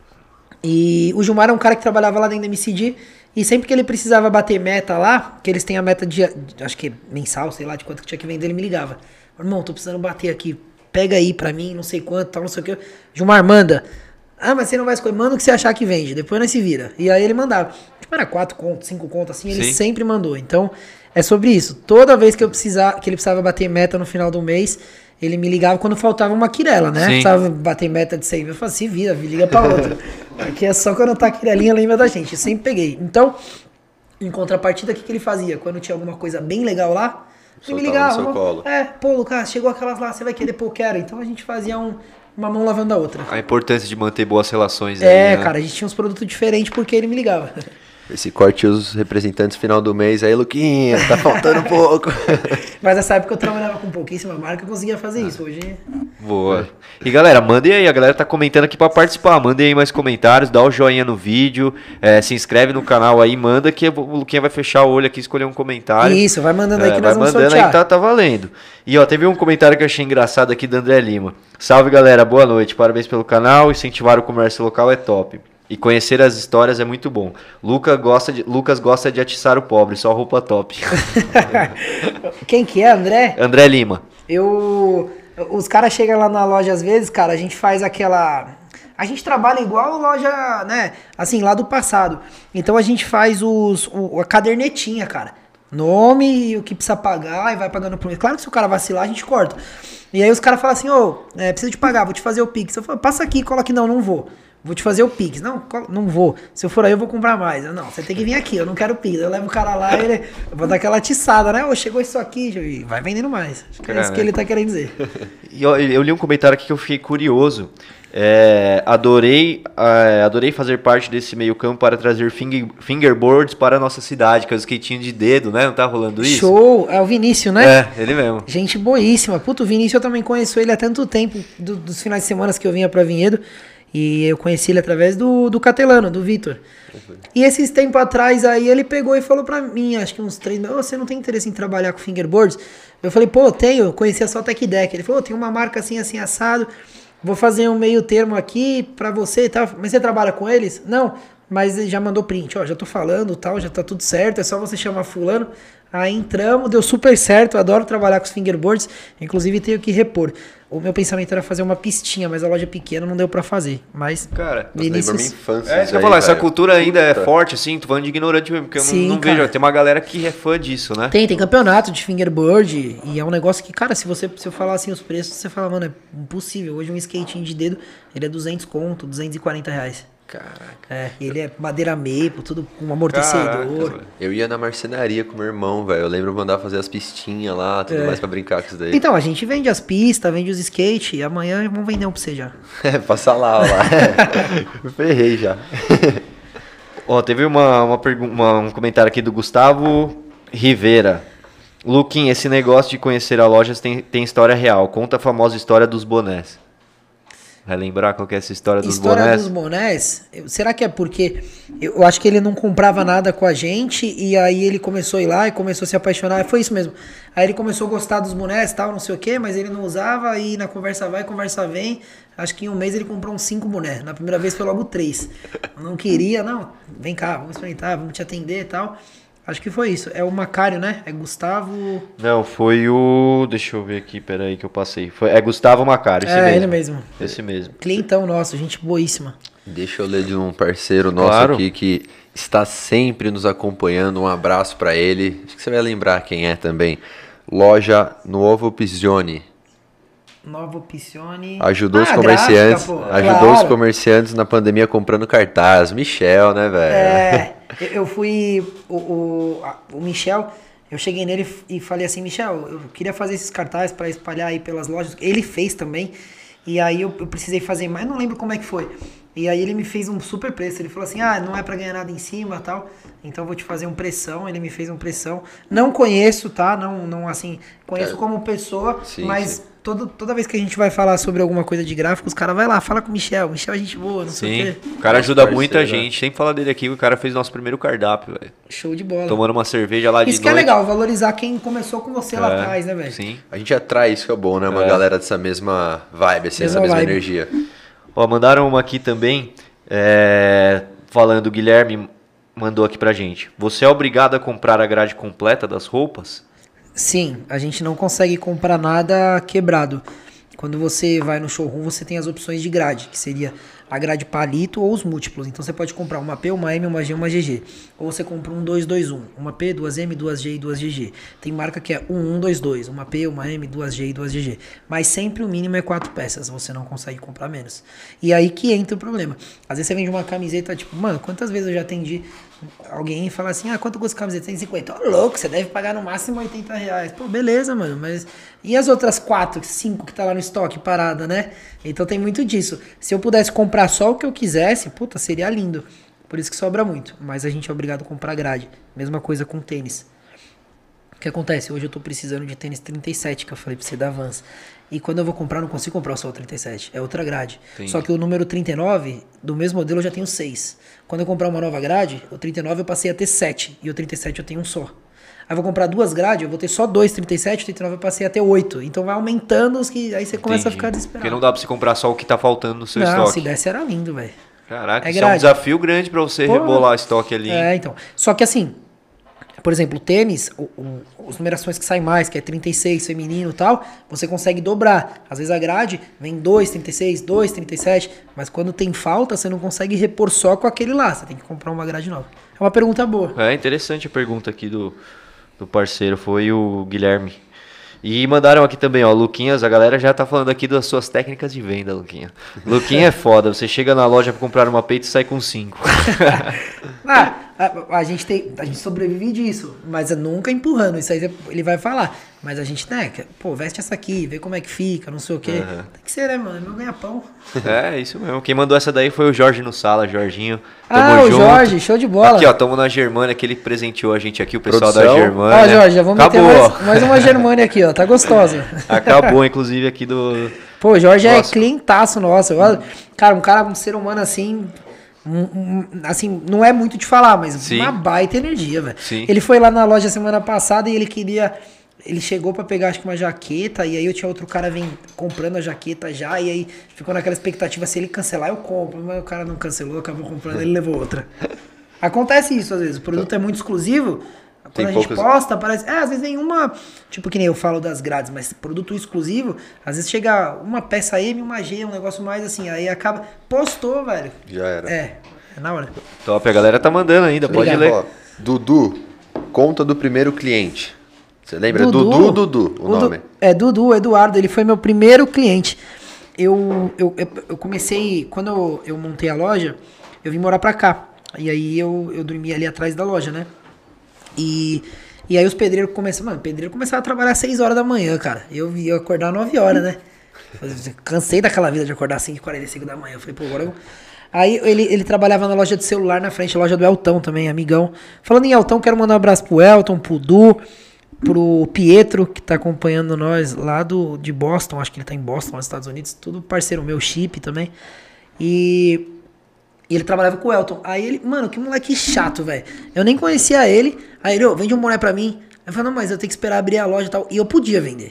E o Gilmar é um cara que trabalhava lá dentro da MCD. E sempre que ele precisava bater meta lá, que eles têm a meta de acho que mensal, sei lá, de quanto que tinha que vender, ele me ligava. Irmão, tô precisando bater aqui. Pega aí pra mim, não sei quanto, tal, não sei o que. Gilmar, manda. Ah, mas você não vai escolher. Manda o que você achar que vende. Depois nós se vira. E aí ele mandava. Tipo, era 4 contos, 5 contos, assim. Ele sempre mandou. Então, é sobre isso. Toda vez que ele precisava bater meta no final do mês, ele me ligava quando faltava uma quirela, né? Sim. Precisava bater meta de 100 mil. Eu falava, se vira, liga pra outra. Porque é só quando tá a quirelinha, lembra da gente. Eu sempre peguei. Então, em contrapartida, o que ele fazia? Quando tinha alguma coisa bem legal lá, ele me ligava. No seu colo. Pô, Lucas, chegou aquelas lá, você vai querer, pô, quero. Então a gente fazia uma mão lavando a outra. A importância de manter boas relações aí, né? Cara, a gente tinha uns produtos diferentes porque ele me ligava. Esse corte os representantes final do mês aí, Luquinha, tá faltando um pouco. Mas nessa época eu trabalhava com pouquíssima marca, eu conseguia fazer isso. Hoje... Boa. E galera, mandem aí, a galera tá comentando aqui pra participar, mandem aí mais comentários, dá o joinha no vídeo, se inscreve no canal aí, manda que o Luquinha vai fechar o olho aqui e escolher um comentário. Isso, vai mandando aí que nós vamos sortear. Vai mandando aí, tá valendo. E ó, teve um comentário que eu achei engraçado aqui do André Lima. Salve galera, boa noite, parabéns pelo canal, incentivar o comércio local é top. E conhecer as histórias é muito bom. Lucas gosta de atiçar o pobre, só roupa top. Quem que é, André? André Lima. Os caras chegam lá na loja às vezes, cara, a gente faz aquela... A gente trabalha igual loja, né, assim, lá do passado. Então a gente faz a cadernetinha, cara. Nome e o que precisa pagar e vai pagando por mês. Claro que se o cara vacilar, a gente corta. E aí os caras falam assim, preciso te pagar, vou te fazer o Pix. Eu falo, passa aqui, cola aqui. Não vou. Vou te fazer o Pix. Não vou. Se eu for aí, eu vou comprar mais. Não, você tem que vir aqui, eu não quero Pix. Eu levo o cara lá e eu vou dar aquela atiçada, né? Chegou isso aqui, e vai vendendo mais. Acho que é isso que ele tá querendo dizer. E eu li um comentário aqui que eu fiquei curioso. Adorei fazer parte desse meio campo para trazer fingerboards para a nossa cidade, que é o skatinho de dedo, né? Não tá rolando isso? Show! É o Vinícius, né? É, ele mesmo. Gente boíssima. Puta, o Vinícius eu também conheço ele há tanto tempo, dos finais de semana que eu vinha pra Vinhedo. E eu conheci ele através do Catelano, do Vitor. E esses tempos atrás aí ele pegou e falou pra mim, acho que uns 3 meses, você não tem interesse em trabalhar com fingerboards? Eu falei, pô, tenho, eu conhecia só o Tech Deck. Ele falou, tem uma marca assim, assim, assado, vou fazer um meio termo aqui pra você e tal. Mas você trabalha com eles? Não, mas ele já mandou print, já tô falando tal, já tá tudo certo, é só você chamar fulano. Aí entramos, deu super certo, eu adoro trabalhar com os fingerboards, inclusive tenho que repor. O meu pensamento era fazer uma pistinha, mas a loja pequena não deu pra fazer. Mas, cara, lembra minha infância. Isso que eu falar, essa cultura ainda é forte, assim, tô falando de ignorante mesmo, porque eu não vejo, tem uma galera que é fã disso, né? Tem campeonato de fingerboard, e é um negócio que, cara, se eu falar assim os preços, você fala, mano, é impossível. Hoje um skatinho de dedo, ele é 200 conto, 240 reais. Caraca. Ele é madeira maple, tudo com amortecedor. Caraca, eu ia na marcenaria com meu irmão, velho. Eu lembro de mandar fazer as pistinhas lá, tudo mais pra brincar com isso daí. Então, a gente vende as pistas, vende os skate, e amanhã vamos vender um pra você já. Passa lá. Eu ferrei já. Teve um comentário aqui do Gustavo Rivera. Luquinha, esse negócio de conhecer a loja tem história real. Conta a famosa história dos bonés. Vai lembrar qual que é essa história dos bonés? História dos bonés? Será que é porque eu acho que ele não comprava nada com a gente e aí ele começou a ir lá e começou a se apaixonar? Foi isso mesmo. Aí ele começou a gostar dos bonés e tal, não sei o que, mas ele não usava e na conversa vai, conversa vem. Acho que em um mês ele comprou uns 5 bonés. Na primeira vez foi logo 3. Não queria, não, vem cá, vamos experimentar, vamos te atender e tal. Acho que foi isso. É o Macário, né? É Gustavo... Não, foi o... Deixa eu ver aqui, peraí que eu passei. É Gustavo Macário, esse mesmo. Ele mesmo. Esse mesmo. Clientão nosso, gente boíssima. Deixa eu ler de um parceiro nosso Claro. aqui que está sempre nos acompanhando. Um abraço para ele. Acho que você vai lembrar quem é também. Loja Nuovo Pisione. Novo Picione. Ajudou os comerciantes. Gráfica, pô. Ajudou Claro. os comerciantes na pandemia comprando cartaz. Michel, né, velho? Eu fui. O Michel, eu cheguei nele e falei assim: Michel, eu queria fazer esses cartazes para espalhar aí pelas lojas. Ele fez também. E aí eu precisei fazer mais, não lembro como é que foi. E aí ele me fez um super preço. Ele falou assim: não é pra ganhar nada em cima e tal. Então eu vou te fazer um pressão. Ele me fez um pressão. Não conheço, tá? Não assim, conheço como pessoa, Sim, mas sim. toda vez que a gente vai falar sobre alguma coisa de gráfico, os caras vai lá, fala com o Michel. Michel é gente boa, não sei o Sim, quê. o cara Nosso ajuda parceiro, muita né? gente. Sempre fala dele aqui, o cara fez nosso primeiro cardápio, velho. Show de bola. Tomando uma cerveja lá de Isso noite. que é legal, valorizar quem começou com você lá atrás, né, velho? Sim. A gente atrai isso que é bom, né? Uma galera dessa mesma vibe, assim, essa Mesma mesma vibe. energia. Ó, mandaram uma aqui também, falando, o Guilherme mandou aqui pra gente. Você é obrigado a comprar a grade completa das roupas? Sim, a gente não consegue comprar nada quebrado. Quando você vai no showroom, você tem as opções de grade, que seria a grade palito ou os múltiplos. Então você pode comprar uma P, uma M, uma G, uma GG. Ou você compra um 2-2-1, uma P, 2M, 2G e 2GG. Tem marca que é 1-1-2-2, uma P, uma M, 2G e 2GG. Mas sempre o mínimo é 4 peças, você não consegue comprar menos. E aí que entra o problema. Às vezes você vende uma camiseta, tipo, mano, quantas vezes eu já atendi alguém e fala assim, quanto custa a camiseta? 150. Ô, louco, você deve pagar no máximo R$80. Pô, beleza, mano, mas... E as outras 4, 5 que tá lá no estoque parada, né? Então tem muito disso. Se eu pudesse comprar só o que eu quisesse, puta, seria lindo. Por isso que sobra muito. Mas a gente é obrigado a comprar grade. Mesma coisa com tênis. O que acontece? Hoje eu tô precisando de tênis 37, que eu falei pra você da Vans. E quando eu vou comprar, eu não consigo comprar só o 37. É outra grade. Entendi. Só que o número 39, do mesmo modelo, eu já tenho 6. Quando eu comprar uma nova grade, o 39 eu passei a ter 7. E o 37 eu tenho um só. Aí eu vou comprar 2 grades, eu vou ter só 2 37, o 39 eu passei a ter 8. Então vai aumentando os que... Aí você começa a Entendi. ficar desesperado. Porque não dá pra você comprar só o que tá faltando no seu Não, estoque. se desse era lindo, velho. Caraca, É isso é um grade. desafio grande pra você Pô. rebolar estoque ali. É, então. Só que assim, por exemplo, o tênis, as numerações que saem mais, que é 36, feminino e tal, você consegue dobrar. Às vezes a grade vem 2, 36, 2, 37, mas quando tem falta, você não consegue repor só com aquele lá. Você tem que comprar uma grade nova. É uma pergunta boa. É interessante a pergunta aqui do parceiro, foi o Guilherme. E mandaram aqui também, ó, Luquinhas, a galera já tá falando aqui das suas técnicas de venda, Luquinha. Luquinha é foda, você chega na loja pra comprar uma peito e sai com 5. A gente sobrevive disso, mas é nunca empurrando. Isso aí ele vai falar. Mas a gente, né, pô, veste essa aqui, vê como é que fica, não sei o quê. Tem que ser, né, mano? É meu ganha-pão. É, isso mesmo. Quem mandou essa daí foi o Jorge no Sala, Jorginho. Tamo O junto. Jorge, show de bola. Aqui, ó, tamo na Germânia, que ele presenteou a gente aqui, o pessoal Produção. da Germânia. Ó, Jorge, já vou meter Acabou. mais uma Germânia aqui, ó. Tá gostosa. Acabou, inclusive, aqui do... Pô, o Jorge Nossa. é clientaço nosso. Cara, um ser humano assim... assim, não é muito de falar, mas Sim. uma baita energia, velho. Sim. Ele foi lá na loja semana passada e ele queria... Ele chegou pra pegar, acho que uma jaqueta, e aí eu tinha outro cara comprando a jaqueta já, e aí ficou naquela expectativa, se ele cancelar, eu compro. Mas o cara não cancelou, acabou comprando, ele levou outra. Acontece isso às vezes, o produto é muito exclusivo, quando Tem a gente poucas- posta, parece... às vezes vem uma... Tipo que nem eu falo das grades, mas produto exclusivo, às vezes chega uma peça M, uma G, um negócio mais assim, aí acaba... Postou, velho. Já era. É na hora. Top, a galera tá mandando ainda, pode Obrigado. ler. Ó, Dudu, conta do primeiro cliente. Você lembra? Dudu, o nome. Dudu, Eduardo, ele foi meu primeiro cliente. Eu comecei, quando eu montei a loja, eu vim morar pra cá. E aí eu dormia ali atrás da loja, né? E aí os pedreiros começaram... Mano, o pedreiro começava a trabalhar às 6 horas da manhã, cara. Eu ia acordar às 9 horas, né? Cansei daquela vida de acordar às 5h45 da manhã. Eu falei, pô, agora eu... Aí ele trabalhava na loja de celular na frente, loja do Elton também, amigão. Falando em Elton, quero mandar um abraço pro Elton, pro Du, pro Pietro, que tá acompanhando nós lá de Boston. Acho que ele tá em Boston, nos Estados Unidos. Tudo parceiro meu, Chip também. E ele trabalhava com o Elton. Aí ele, mano, que moleque chato, velho. Eu nem conhecia ele. Aí ele, vende um boné pra mim. Eu falei, não, mas eu tenho que esperar abrir a loja e tal. E eu podia vender.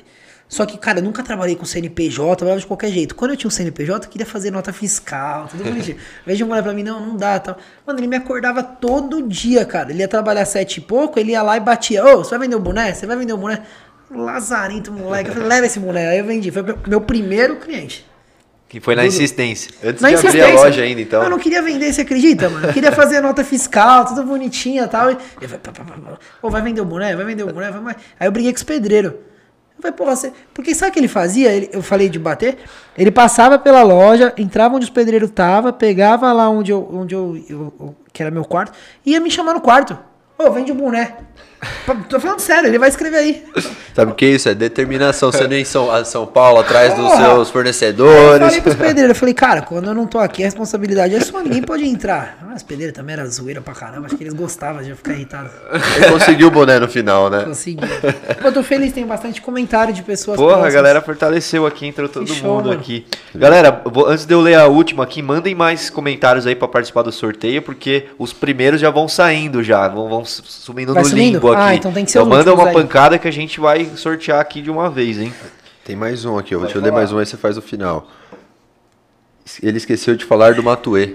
Só que, cara, eu nunca trabalhei com CNPJ, trabalhava de qualquer jeito. Quando eu tinha um CNPJ, eu queria fazer nota fiscal, tudo bonitinho. Ao invés de mulher pra mim, não dá, tal. Mano, ele me acordava todo dia, cara. Ele ia trabalhar 7 e pouco, ele ia lá e batia. Ô, você vai vender o boné? Você vai vender o boné? Lazarento, moleque. Eu falei, leva esse boné. Aí eu vendi. Foi meu primeiro cliente. Que foi na insistência. Antes de abrir a loja ainda, então. Eu não queria vender, você acredita, mano? Eu queria fazer a nota fiscal, tudo bonitinha e tal. E eu falei, vai vender o boné? Vai vender o boné? Vai. Aí eu briguei com os pedreiros. Eu falei, porra, você... Porque sabe o que ele fazia? Eu falei de bater. Ele passava pela loja, entrava onde os pedreiros estavam, pegava lá onde eu que era meu quarto, e ia me chamar no quarto. Ô, vende o boné. Tô falando sério, ele vai escrever aí. Sabe o que é isso? É determinação. Você não ir em São Paulo, atrás dos Porra! seus fornecedores. Eu falei pros pedreiros, eu falei, cara, quando eu não tô aqui, a responsabilidade é sua, ninguém pode entrar. Os pedreiros também eram zoeira pra caramba, acho que eles gostavam de eu ficar irritado. Ele conseguiu o boné no final, né? Consegui. Pô, tô feliz, tem bastante comentário de pessoas Porra, próximas. A galera fortaleceu aqui, entrou todo show, mundo mano. aqui. Galera, antes de eu ler a última aqui, mandem mais comentários aí pra participar do sorteio, porque os primeiros já vão saindo já, vão sumindo Vai no sumindo? limbo aqui. Ah, então tem que ser os manda últimos uma aí. pancada que a gente vai sortear aqui de uma vez, hein? Tem mais um aqui, deixa eu ler mais um aí você faz o final. Ele esqueceu de falar do Matuê.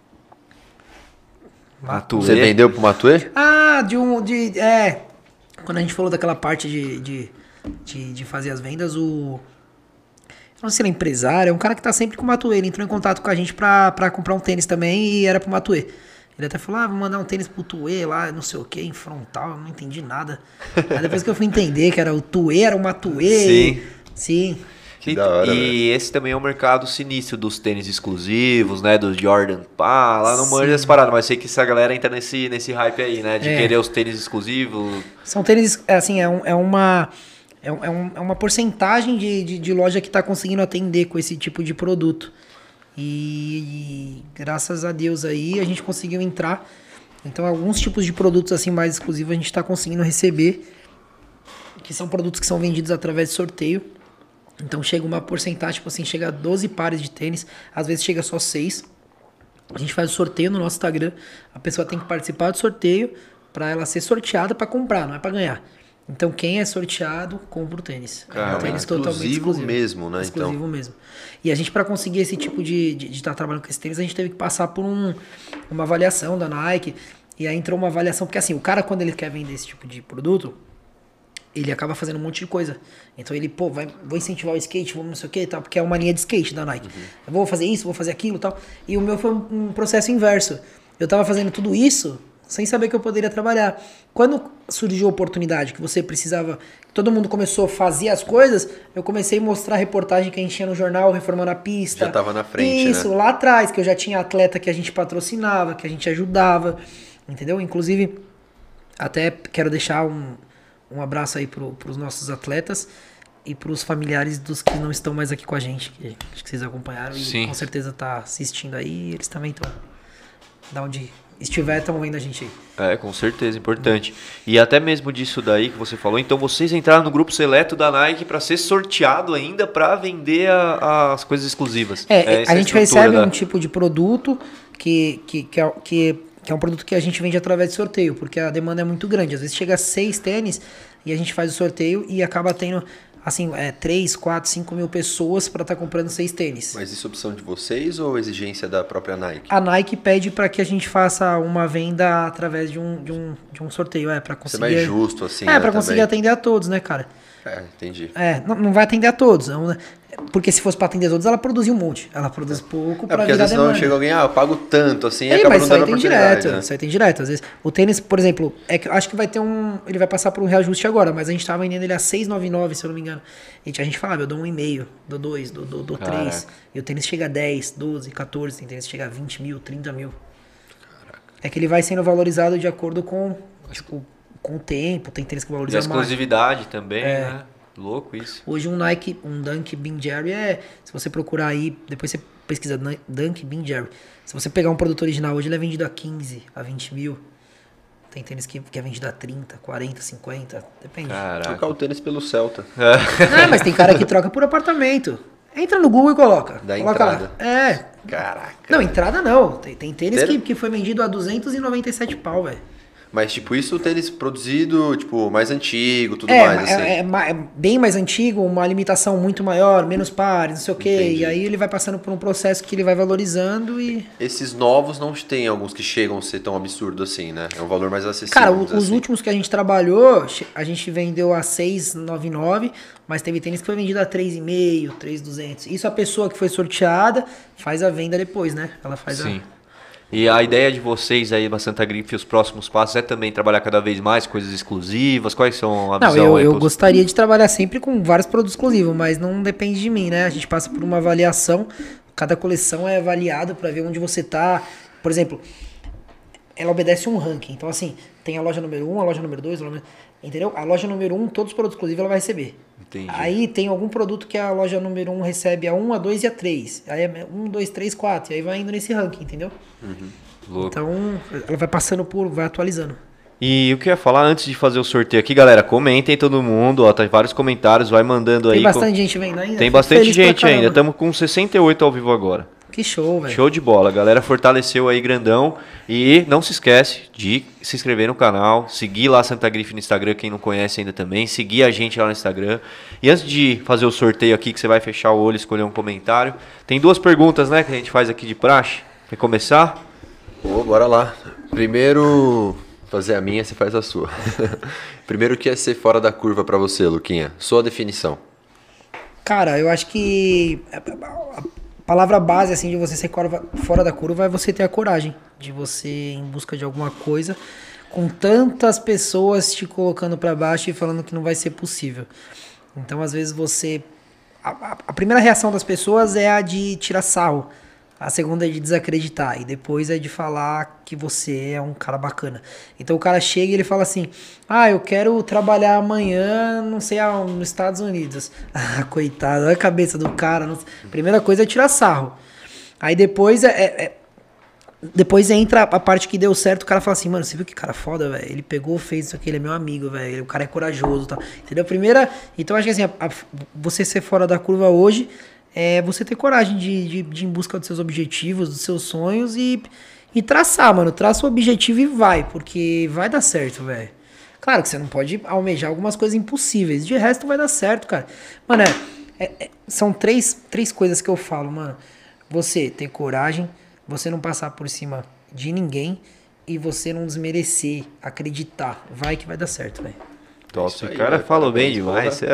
Matuê. Você vendeu pro Matuê? Ah, quando a gente falou daquela parte de fazer as vendas, eu não sei se ele é empresário, é um cara que tá sempre com o Matuê, ele entrou em contato com a gente pra comprar um tênis também e era pro Matuê. Ele até falou, vou mandar um tênis pro Tuê lá, não sei o que, em frontal, eu não entendi nada. Aí depois que eu fui entender que era o Tuê, era o Matuê. Sim. Sim. Que da hora, e esse também é um mercado sinistro dos tênis exclusivos, né? Dos Jordan Pá, lá não manja essa parada, mas sei que essa galera entra nesse hype aí, né? De querer os tênis exclusivos. São tênis, assim, é uma porcentagem de loja que tá conseguindo atender com esse tipo de produto. E graças a Deus aí a gente conseguiu entrar. Então alguns tipos de produtos assim mais exclusivos a gente está conseguindo receber, que são produtos que são vendidos através de sorteio. Então chega uma porcentagem, tipo assim, chega a 12 pares de tênis, às vezes chega só 6. A gente faz o sorteio no nosso Instagram, a pessoa tem que participar do sorteio para ela ser sorteada para comprar, não é para ganhar. Então quem é sorteado compra o tênis. Cara, É um tênis exclusivo mesmo, né? Exclusivo então. mesmo. E a gente, para conseguir esse tipo de estar trabalhando com esse tênis, a gente teve que passar por uma avaliação da Nike. E aí entrou uma avaliação, porque assim, o cara quando ele quer vender esse tipo de produto, ele acaba fazendo um monte de coisa. Então ele, vou incentivar o skate, vou não sei o que e tal, porque é uma linha de skate da Nike. Eu vou fazer isso, vou fazer aquilo e tal. E o meu foi um processo inverso. Eu tava fazendo tudo isso sem saber que eu poderia trabalhar. Quando surgiu a oportunidade que você precisava, todo mundo começou a fazer as coisas, eu comecei a mostrar a reportagem que a gente tinha no jornal, Reformando a Pista. Já tava na frente, Isso, né? lá atrás, que eu já tinha atleta que a gente patrocinava, que a gente ajudava, entendeu? Inclusive, até quero deixar um abraço aí pros nossos atletas e pros familiares dos que não estão mais aqui com a gente, que acho que vocês acompanharam Sim. E com certeza tá assistindo aí, eles também estão, da onde estiver, estão vendo a gente aí. Com certeza, importante. E até mesmo disso daí que você falou, então vocês entraram no grupo seleto da Nike para ser sorteado ainda para vender as coisas exclusivas. A gente recebe um tipo de produto que é um produto que a gente vende através de sorteio, porque a demanda é muito grande. Às vezes chega a 6 tênis e a gente faz o sorteio e acaba tendo assim, 3, 4, 5 mil pessoas para estar comprando 6 tênis. Mas isso é opção de vocês ou exigência da própria Nike? A Nike pede para que a gente faça uma venda através de um sorteio, para conseguir... Ser mais justo, assim, para conseguir atender a todos, né, cara? Entendi. Não vai atender a todos, porque se fosse para atender a todos, ela produzia um monte. Ela produz pouco para porque virar às vezes não demanda. chega alguém, eu pago tanto, assim, e acaba mas não isso aí dando tem oportunidade, direto, né? isso aí tem direto. Às vezes, o tênis, por exemplo, que eu acho que vai ter ele vai passar por um reajuste agora, mas a gente tava vendendo ele a 6,99, se eu não me engano. A gente falava, eu dou 1,5, dou 2, dou 3. E o tênis chega a 10, 12, 14, tem tênis que chega a 20 mil, 30 mil. Caraca. É que ele vai sendo valorizado de acordo com o tempo, tem tênis que valoriza e a mais. Exclusividade também, né? Louco isso. Hoje um Dunk Bin Jerry se você procurar aí, depois você pesquisa Dunk Bin Jerry. Se você pegar um produto original, hoje ele é vendido a 15, a 20 mil. Tem tênis que é vendido a 30, 40, 50, depende. Caraca. Trocar o tênis pelo Celta. Não, mas tem cara que troca por apartamento. Entra no Google e coloca. Da coloca entrada. Lá. Caraca. Não, entrada não. Tem tênis que foi vendido a 297 pau, velho. Mas, tipo, isso tênis produzido, tipo, mais antigo, tudo mais, assim. É bem mais antigo, uma limitação muito maior, menos pares, não sei o quê. Entendi. E aí ele vai passando por um processo que ele vai valorizando e... Esses novos não tem alguns que chegam a ser tão absurdo assim, né? É um valor mais acessível. Cara, vamos dizer os assim. últimos que a gente trabalhou, a gente vendeu a 699, mas teve tênis que foi vendido a 3,5, 3,200. Isso a pessoa que foi sorteada faz a venda depois, né? Ela faz Sim. E a ideia de vocês aí na Santa Grife, os próximos passos, é também trabalhar cada vez mais coisas exclusivas? Quais são a Não, visão aí? eu gostaria de trabalhar sempre com vários produtos exclusivos, mas não depende de mim, né? A gente passa por uma avaliação, cada coleção é avaliada para ver onde você tá. Por exemplo, ela obedece um ranking. Então, assim, tem a loja número 1, a loja número 2, entendeu? A loja número 1, todos os produtos exclusivos ela vai receber. Entendi. Aí tem algum produto que a loja número 1 recebe a 1, a 2 e a 3. Aí é 1, 2, 3, 4. E aí vai indo nesse ranking, entendeu? Louco. Então, ela vai passando vai atualizando. E o que eu ia falar antes de fazer o sorteio aqui, galera, comentem todo mundo, ó, tá vários comentários, vai mandando aí. Tem bastante gente vendo ainda? Tem Fico bastante feliz pra gente caramba. ainda, estamos com 68 ao vivo agora. Que show, velho. Show de bola, a galera fortaleceu aí grandão. E não se esquece de se inscrever no canal, seguir lá Santa Grife no Instagram, quem não conhece ainda também, seguir a gente lá no Instagram. E antes de fazer o sorteio aqui, que você vai fechar o olho e escolher um comentário, tem duas perguntas, né, que a gente faz aqui de praxe. Quer começar? Pô, bora lá. Primeiro, fazer a minha, você faz a sua. Primeiro, o que é ser fora da curva pra você, Luquinha? Sua definição. Cara, eu acho que a palavra base, assim, de você ser fora da curva é você ter a coragem de você ir em busca de alguma coisa com tantas pessoas te colocando pra baixo e falando que não vai ser possível. Então, às vezes, você... A primeira reação das pessoas é a de tirar sarro. A segunda é de desacreditar. E depois é de falar que você é um cara bacana. Então o cara chega e ele fala assim: eu quero trabalhar amanhã, não sei aonde, nos Estados Unidos. Ah, coitado, olha a cabeça do cara. Primeira coisa é tirar sarro. Aí depois depois entra a parte que deu certo. O cara fala assim: mano, você viu que cara foda, velho? Ele pegou, fez isso aqui, ele é meu amigo, velho. O cara é corajoso, tá? Entendeu? Então acho que assim, você ser fora da curva hoje é você ter coragem de ir em busca dos seus objetivos, dos seus sonhos e traçar, mano. Traça o objetivo e vai, porque vai dar certo, velho. Claro que você não pode almejar algumas coisas impossíveis. De resto vai dar certo, cara. Mano, são três coisas que eu falo, mano. Você ter coragem, você não passar por cima de ninguém e você não desmerecer, acreditar. Vai que vai dar certo, velho. Top, Isso aí, o cara velho, falou bem parabéns, demais, você porra. é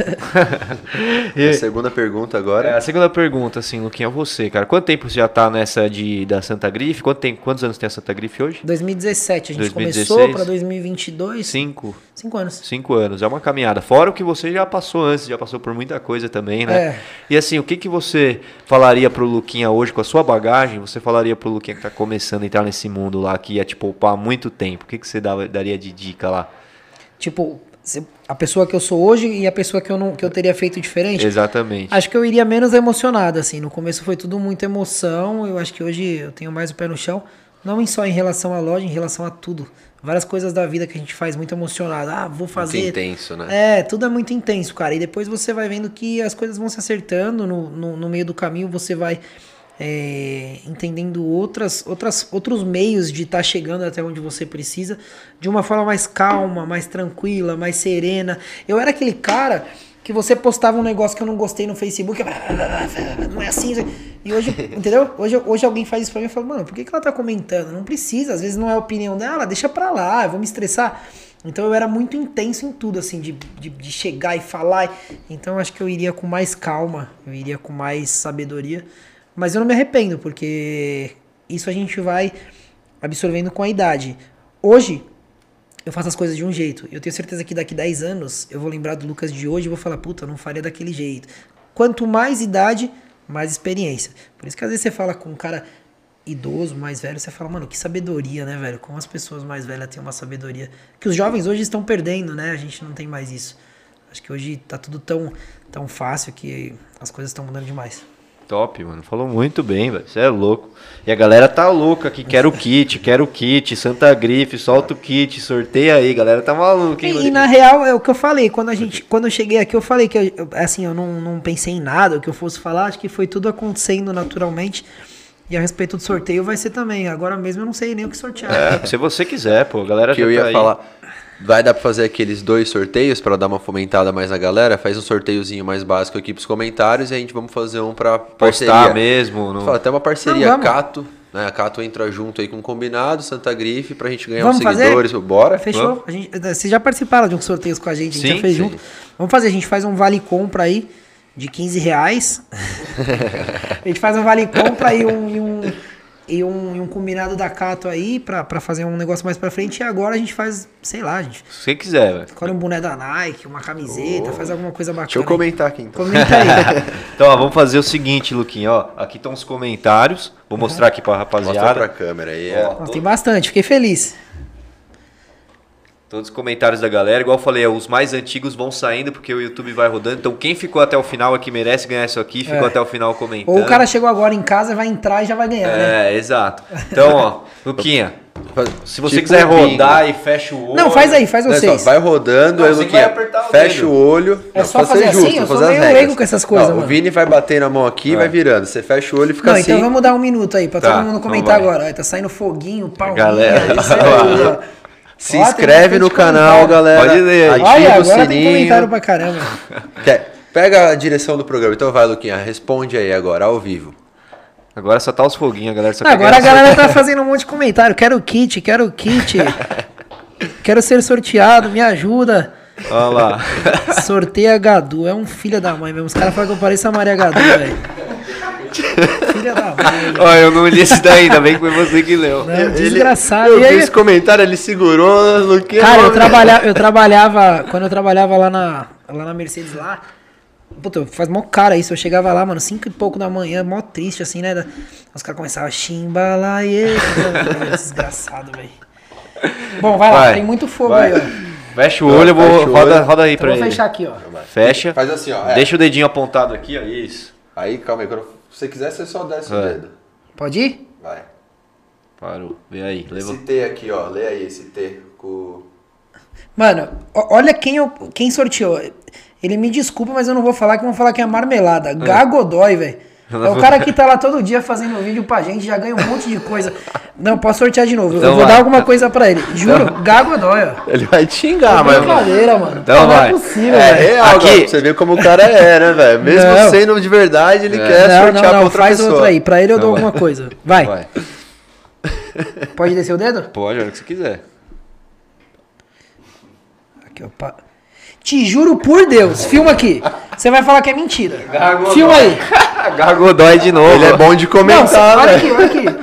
louco. A segunda pergunta agora. A segunda pergunta, assim, Luquinha, você, cara. Quanto tempo você já tá nessa da Santa Grife? Quantos anos tem a Santa Grife hoje? 2017, a gente 2016? começou pra 2022. 5 anos. 5 anos, é uma caminhada. Fora o que você já passou antes, já passou por muita coisa também, né? É. E assim, o que você falaria pro Luquinha hoje, com a sua bagagem, você falaria pro Luquinha que tá começando a entrar nesse mundo lá, que ia te poupar muito tempo? O que você daria de dica lá? Tipo, a pessoa que eu sou hoje e a pessoa que eu teria feito diferente. Exatamente. Acho que eu iria menos emocionado, assim. No começo foi tudo muita emoção. Eu acho que hoje eu tenho mais o pé no chão. Não só em relação à loja, em relação a tudo. Várias coisas da vida que a gente faz muito emocionado. Vou fazer. Muito intenso, né? Tudo é muito intenso, cara. E depois você vai vendo que as coisas vão se acertando. No meio do caminho você vai entendendo outros meios de estar chegando até onde você precisa de uma forma mais calma, mais tranquila, mais serena. Eu era aquele cara que você postava um negócio que eu não gostei no Facebook, não é assim. E hoje, entendeu? Hoje alguém faz isso pra mim e fala: mano, por que ela tá comentando? Não precisa, às vezes não é a opinião dela, deixa pra lá, eu vou me estressar. Então eu era muito intenso em tudo, assim, de chegar e falar. Então eu acho que eu iria com mais calma, eu iria com mais sabedoria. Mas eu não me arrependo, porque isso a gente vai absorvendo com a idade. Hoje, eu faço as coisas de um jeito. Eu tenho certeza que daqui 10 anos, eu vou lembrar do Lucas de hoje e vou falar: puta, eu não faria daquele jeito. Quanto mais idade, mais experiência. Por isso que às vezes você fala com um cara idoso, mais velho, você fala: mano, que sabedoria, né, velho? Como as pessoas mais velhas têm uma sabedoria que os jovens hoje estão perdendo, né? A gente não tem mais isso. Acho que hoje tá tudo tão fácil que as coisas estão mudando demais. Top, mano. Falou muito bem, velho. Você é louco. E a galera tá louca aqui. Quero o kit. Santa Grife, solta o kit. Sorteia aí, galera. Tá maluco, hein? E na real, é o que eu falei. Quando eu cheguei aqui, eu falei que eu não pensei em nada, o que eu fosse falar. Acho que foi tudo acontecendo naturalmente. E a respeito do sorteio vai ser também. Agora mesmo eu não sei nem o que sortear. Se você quiser, pô, a galera Que já eu tá ia aí. falar. Vai dar pra fazer aqueles 2 sorteios pra dar uma fomentada mais na galera? Faz um sorteiozinho mais básico aqui pros comentários e a gente vamos fazer um pra parceria. Postar mesmo. No... Fala, até uma parceria Não, vamos. Cato, né? A Cato entra junto aí com o combinado, Santa Grife, pra gente ganhar Vamos uns fazer? seguidores. Bora? Fechou? Vocês já participaram de uns sorteios com a gente Sim, já fez sim. junto. Vamos fazer, a gente faz um vale compra aí de R$15. A gente faz um vale compra e um combinado da Cato aí pra fazer um negócio mais pra frente. E agora a gente faz, sei lá, gente. Se você quiser, velho. Escolhe um boné da Nike, uma camiseta, faz alguma coisa bacana. Deixa eu comentar aqui então. Comenta aí. Então, ó, vamos fazer o seguinte, Luquinha, ó. Aqui estão os comentários. Vou mostrar aqui pra Mostra rapaziada. pra câmera aí. Ó. Nossa, tem bastante, fiquei feliz. Todos os comentários da galera. Igual eu falei, os mais antigos vão saindo porque o YouTube vai rodando. Então, quem ficou até o final aqui merece ganhar isso aqui. Ficou até o final comentando. Ou o cara chegou agora em casa, vai entrar e já vai ganhar, né? Exato. Então, ó, Luquinha, se você Tipo quiser um bingo. rodar e fecha o olho... Não, faz aí, faz Não, é só vocês. vai rodando, Não, aí você Luquinha, vai apertar o fecha dedo. o olho. É Não, só pra ser fazer justo, assim? Eu fazer sou as meio regras. leigo com essas coisas, Não, mano. o Vini vai bater na mão aqui e vai virando. Você fecha o olho e fica Não, assim. então vamos dar um minuto aí pra Tá, todo mundo então comentar vai. agora. Ó, tá saindo foguinho, palminha. Galera, isso aí, ó. Se Ó, tem inscreve no bastante canal, comentário. galera. Pode ler aí. Ativa Olha, o agora tem sininho. comentário pra caramba. Pega a direção do programa. Então vai, Luquinha, responde aí agora, ao vivo. Agora só tá os foguinhos, a galera só Agora a quer ganhar galera tá fazendo um monte de comentário. Quero kit, quero kit. Quero ser sorteado, me ajuda. Olha lá. Sorteia Gadu. É um filho da mãe mesmo. Os caras falam que eu pareço a Maria Gadu, velho. Filha da mãe. Olha, eu não li esse daí, ainda bem que foi você que leu. Né? Desgraçado. Eu E vi aí, esse comentário, ele segurou, Luquinha. cara, mano. eu trabalhava, quando eu trabalhava lá na Mercedes lá, puta, faz mó cara isso, eu chegava lá, mano, 5 e pouco da manhã, mó triste assim, né, os caras começavam a chimbalaie, desgraçado, velho. Bom, vai lá, Vai, tem muito fogo vai. aí, ó. Fecha o olho, eu vou. Fecha o Roda, olho. roda aí Então pra vou ele. fechar aqui, ó. Fecha. Faz assim, ó. Deixa o dedinho apontado aqui, ó. Isso. Aí, calma aí. Quando você quiser, você só desce o Vai. dedo. Pode ir? Vai. Parou. Vê aí. Levou. Esse T aqui, ó. Lê aí esse T. Com... Mano, olha quem sorteou. Ele me desculpa, mas eu não vou falar, que vão falar que é marmelada. Gagodói, velho. É o cara que tá lá todo dia fazendo vídeo pra gente, já ganha um monte de coisa. Não, posso sortear de novo. Então eu vou vai. dar alguma coisa pra ele. Juro, Gagodói, ó. Ele vai te xingar, É mas... brincadeira, mano. Então Pô, não vai. é possível, É velho. real, Aqui- agora, pra você ver como o cara é, né, velho? Mesmo Não. sendo de verdade, ele quer Não, sortear pra outra faz pessoa. outro aí. Pra ele eu dou Então vai. alguma coisa. Vai. Vai. Pode descer o dedo? Pode, a hora que você quiser. Aqui, ó. Te juro por Deus. Filma aqui. Você vai falar que é mentira. Gagodói. Filma aí. Gagodói de novo. Ele é bom de Não, comentar, olha velho. aqui, olha aqui.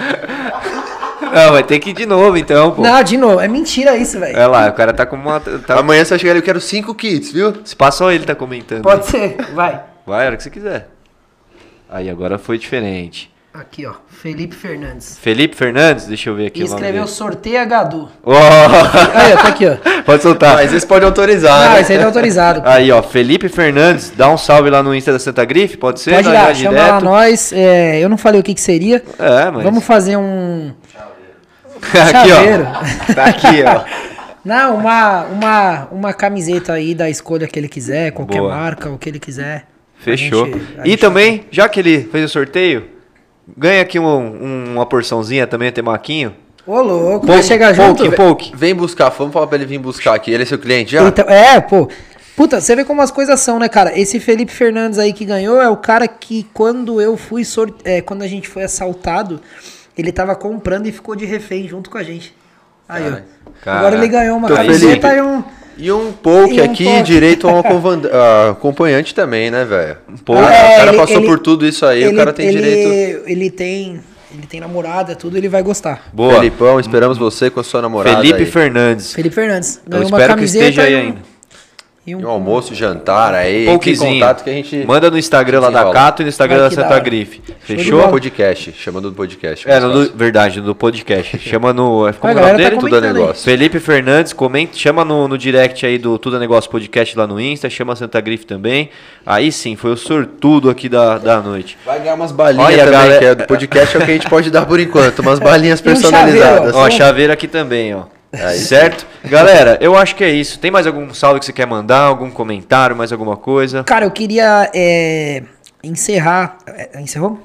Não, vai ter que ir de novo então, pô. Não, de novo. É mentira isso, velho. Olha lá, o cara tá com uma. Tá... Amanhã você vai chegar ali, eu quero 5 kits, viu? Se passa só ele tá comentando. Pode ser. Vai. Vai, a hora que você quiser. Aí, agora foi diferente. Aqui, ó. Felipe Fernandes. Felipe Fernandes, deixa eu ver aqui E o nome escreveu dele. sorteio Gadu. Oh! Aí, ó, tá aqui, ó. Pode soltar. Mas esse pode autorizar, Ah, né? esse aí tá autorizado. Aí, ó, Felipe Fernandes, dá um salve lá no Insta da Santa Grife, pode ser? Pode ir Dá lá, já chama lá nós. É, eu não falei o que seria. É, mas... Vamos fazer um aqui, chaveiro. ó. Tá aqui, ó. Não, uma camiseta aí da escolha que ele quiser, qualquer Boa. marca, o que ele quiser. Fechou. A E gente também, já que ele fez o sorteio, ganha aqui uma porçãozinha também, temaquinho. Ô, louco, vai chegar junto. Pouque. Vem buscar, vamos falar pra ele vir buscar aqui. Ele é seu cliente já? Então, pô. Puta, você vê como as coisas são, né, cara? Esse Felipe Fernandes aí que ganhou é o cara que quando eu fui quando a gente foi assaltado, ele tava comprando e ficou de refém junto com a gente. Aí, ó. Cara, Agora ele ganhou uma tô camiseta feliz. e um. E um poke E um aqui, poke. direito a um acompanhante também, né, velho? poke. O cara ele- passou ele- por tudo isso aí, o cara tem direito. Ele tem namorada, tudo, ele vai gostar. Boa. Felipão, esperamos você com a sua namorada Felipe aí. Fernandes. Felipe Fernandes. Eu Ganhou uma espero que camiseta esteja aí e um- ainda. e Um almoço, jantar aí, Pouquinho. em contato que a gente... Manda no Instagram lá da desenrola. Cato e no Instagram Vai da que da Santa hora. Grife. de Fechou? bola. Podcast, chamando do podcast. É, mais no fácil. verdade, no podcast. Chama no. Como A é o galera nome tá dele? Tudo é comentando aí. negócio. Felipe Fernandes, comenta, chama no direct aí do Tudo é Negócio Podcast lá no Insta, chama a Santa Grife também. Aí sim, foi o sortudo aqui da noite. Vai ganhar umas balinhas Olha, também, galera- que é do podcast, é o que a gente pode dar por enquanto. Umas balinhas E um personalizadas. chaveiro, Ó, chaveiro aqui também, ó. Certo? Galera, eu acho que é isso. Tem mais algum salve que você quer mandar? Algum comentário, mais alguma coisa? Cara, eu queria encerrar. Encerrou?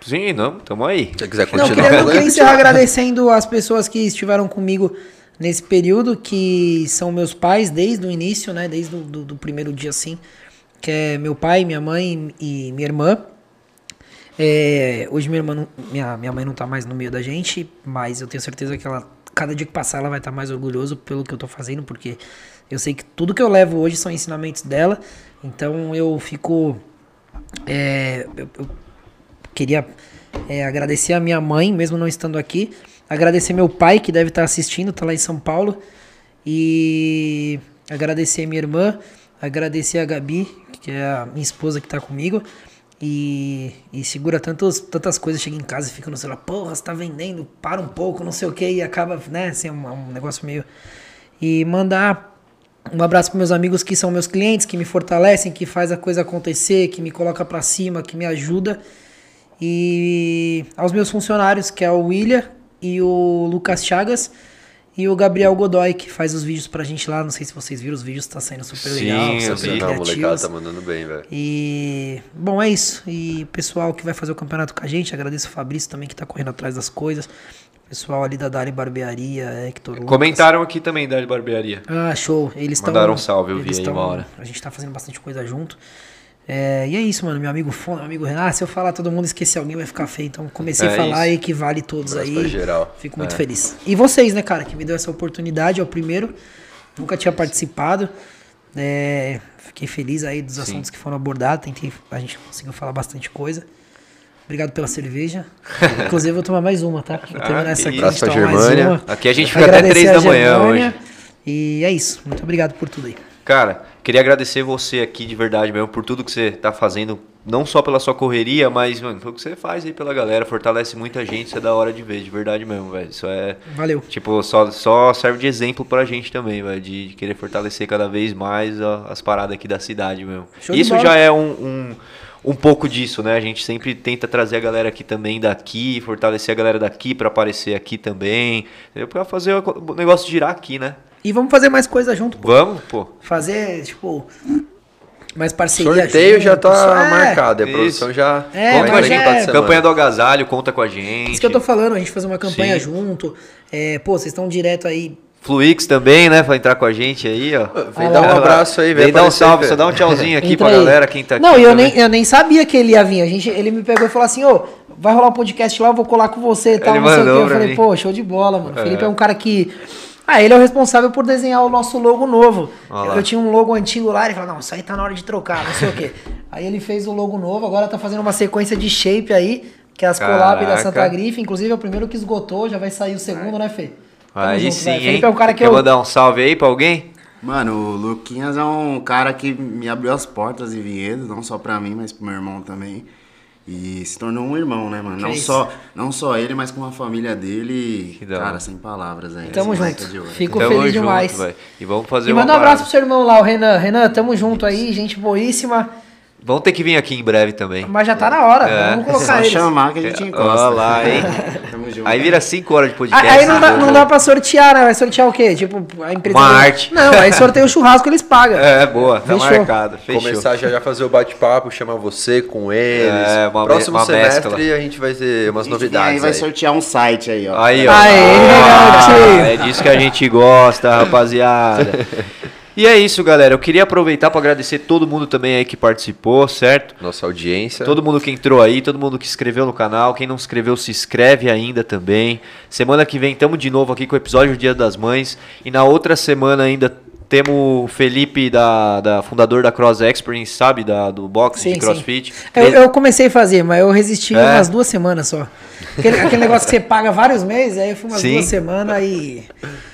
Sim, não, tamo aí. Se você quiser Não, continuar eu falando. queria encerrar agradecendo as pessoas que estiveram comigo nesse período, que são meus pais desde o início, né? Desde do primeiro dia, assim. Que é meu pai, minha mãe e minha irmã. Hoje minha mãe não tá mais no meio da gente, mas eu tenho certeza que ela, cada dia que passar, ela vai estar mais orgulhosa pelo que eu tô fazendo, porque eu sei que tudo que eu levo hoje são ensinamentos dela. Então eu fico... eu queria agradecer a minha mãe, mesmo não estando aqui. Agradecer meu pai, que deve estar assistindo, tá lá em São Paulo. E agradecer minha irmã. Agradecer a Gabi, que é a minha esposa que tá comigo. E segura tantas coisas. Chega em casa e fica no celular. Porra, você tá vendendo, para um pouco, não sei o que. E acaba, né, assim, um negócio meio... E mandar um abraço para meus amigos que são meus clientes, que me fortalecem, que faz a coisa acontecer, que me coloca para cima, que me ajuda. E aos meus funcionários, que é o William e o Lucas Chagas e o Gabriel Godoy, que faz os vídeos pra gente lá. Não sei se vocês viram, os vídeos tá saindo super legal, super Não, o molecada criativos. tá mandando bem, velho. E, bom, é isso. E o pessoal que vai fazer o campeonato com a gente, agradeço o Fabrício também, que tá correndo atrás das coisas. O pessoal ali da Dari Barbearia, Hector Lucas. Comentaram aqui também da Barbearia. Ah, show. Eles Mandaram um salve, eu vi aí uma hora. A gente tá fazendo bastante coisa junto. E é isso, mano. Meu amigo Fon, meu amigo Renan. Se eu falar todo mundo esquecer alguém, vai ficar feio. Então comecei a falar e equivale todos Abraço aí. pra geral. Fico muito feliz. E vocês, né, cara, que me deu essa oportunidade. É o primeiro. Nunca tinha participado. Fiquei feliz aí dos assuntos que foram abordados. A gente conseguiu falar bastante coisa. Obrigado pela cerveja. Inclusive, eu vou tomar mais uma, tá? Vou terminar essa aqui. Abraço pra tomar mais Germânia. uma. Aqui a gente fica até 3 da manhã hoje. E é isso. Muito obrigado por tudo aí. Cara, queria agradecer você aqui de verdade mesmo por tudo que você tá fazendo, não só pela sua correria, mas, mano, pelo que você faz aí pela galera, fortalece muita gente, isso é da hora de ver, de verdade mesmo, velho. Isso é... Valeu. Tipo, só serve de exemplo pra gente também, velho, de querer fortalecer cada vez mais as paradas aqui da cidade mesmo. Show de Isso bola. já é um pouco disso, né? A gente sempre tenta trazer a galera aqui também daqui, fortalecer a galera daqui pra aparecer aqui também, entendeu? Pra fazer o negócio girar aqui, né? E vamos fazer mais coisa junto, pô. Vamos, pô. Fazer, tipo, mais parceria. Sorteio já junto, tá marcado, a isso. produção já Mas vai já entrar é- de semana. Campanha do agasalho, conta com a gente. Isso que eu tô falando, a gente fazer uma campanha Sim. junto. Pô, vocês estão direto aí. Fluix também, né? Vai entrar com a gente aí, ó. Vem dar um abraço aí, vem dar um aparecer, salve, velho. só dá um tchauzinho aqui Entra pra aí. galera, quem tá aqui. Não, também. eu nem sabia que ele ia vir. Ele me pegou e falou assim, ô, vai rolar um podcast lá, eu vou colar com você e tal, Ele não sei o quê. mandou Eu pra falei, mim. pô, show de bola, mano. O Felipe é um cara que... ele é o responsável por desenhar o nosso logo novo. Olha lá. Eu tinha um logo antigo lá, ele falou, não, isso aí tá na hora de trocar, não sei o quê. Aí ele fez o logo novo, agora tá fazendo uma sequência de shape aí, que é as collab da Caraca. Santa Grife. Inclusive é o primeiro que esgotou, já vai sair o segundo, né, Fê? Tamo Aí junto, sim, velho. hein? Felipe é um cara que Quer mandar um salve aí pra alguém? Mano, o Luquinhas é um cara que me abriu as portas em Vinhedo, não só pra mim, mas pro meu irmão também. E se tornou um irmão, né, mano? Não só ele, mas com a família dele. Que da hora. Cara, sem palavras aí. Tamo Esse moleque junto. é de ouro. Fico Tamo feliz junto, demais. velho. E vamos fazer E uma manda um abraço pro parada. seu irmão lá, o Renan. Renan, tamo junto aí, gente boíssima. Vão ter que vir aqui em breve também. Mas já tá na hora, vamos É colocar só eles. chamar que a gente encosta. Olha lá, hein? Tamo junto. Aí vira 5 horas de podcast. Aí não dá pra sortear, né? Vai sortear o quê? Tipo, a empresa... Uma arte. Não, aí sorteia o churrasco, eles pagam. Boa, tá Fechou. marcado. Fechou. Começar já fazer o bate-papo, chamar você com eles. Próximo uma semestre mescla. a gente vai ter umas Aí novidades vai aí. sortear um site aí, ó. Aí, ó. Aê, garotinho. É disso que a gente gosta, rapaziada. E é isso, galera. Eu queria aproveitar para agradecer todo mundo também aí que participou, certo? Nossa audiência. Todo mundo que entrou aí, todo mundo que se inscreveu no canal. Quem não se inscreveu, se inscreve ainda também. Semana que vem estamos de novo aqui com o episódio do Dia das Mães. E na outra semana ainda temos o Felipe, fundador da Cross Experience, sabe? Do boxe de CrossFit. Eu comecei a fazer, mas eu resisti É? umas 2 semanas só. Aquele negócio que você paga vários meses, aí eu fui umas Sim. 2 semanas e...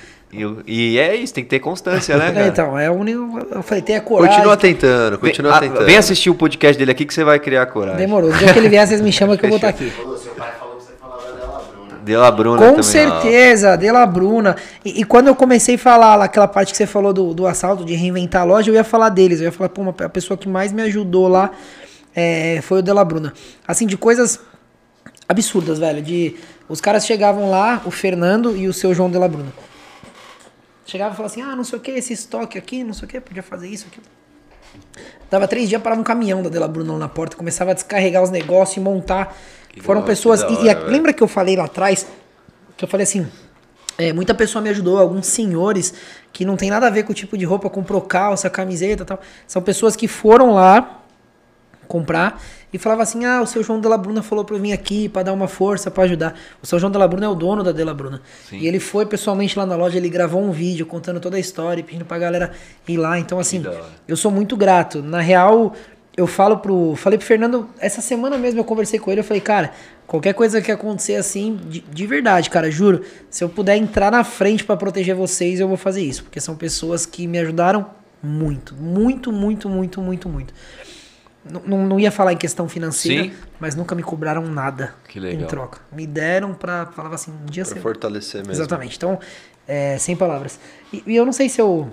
E é isso, tem que ter constância, né, cara? Então, é o único... Eu falei, tenha coragem. Continua tentando. Vem assistir o podcast dele aqui que você vai criar coragem. Demorou. No dia que ele vier, vocês me chamam que eu vou estar aqui. Ô, seu pai falou que você falava dela, Bruna. Dela Bruna Com também. certeza, Dela Bruna. E quando eu comecei a falar lá, aquela parte que você falou do assalto, de reinventar a loja, eu ia falar deles. Eu ia falar, pô, a pessoa que mais me ajudou lá foi o Dela Bruna. Assim, de coisas absurdas, velho. Os caras chegavam lá, o Fernando e o seu João Dela Bruna. Chegava e falava assim, não sei o que, esse estoque aqui, não sei o que, podia fazer isso, aquilo. Dava 3 dias, parava um caminhão da Dela Bruna lá na porta, começava a descarregar os negócios e montar Foram pessoas... lembra que eu falei lá atrás? Que eu falei assim... muita pessoa me ajudou, alguns senhores que não tem nada a ver com o tipo de roupa, comprou calça, camiseta e tal. São pessoas que foram lá comprar e falavam assim, o seu João Della Bruna falou pra eu vir aqui pra dar uma força, pra ajudar. O seu João Della Bruna é o dono da Della Bruna. Sim. E ele foi pessoalmente lá na loja, ele gravou um vídeo contando toda a história, pedindo pra galera ir lá. Então assim, eu sou muito grato. Na real, eu falei pro Fernando, essa semana mesmo eu conversei com ele, eu falei, cara, qualquer coisa que acontecer assim, de verdade, cara, juro, se eu puder entrar na frente pra proteger vocês, eu vou fazer isso. Porque são pessoas que me ajudaram muito, muito, muito, muito, muito, muito. Não ia falar em questão financeira, sim, mas nunca me cobraram nada em troca. Me deram falava assim, um dia pra fortalecer mesmo. Exatamente. Então, sem palavras. E eu não sei se eu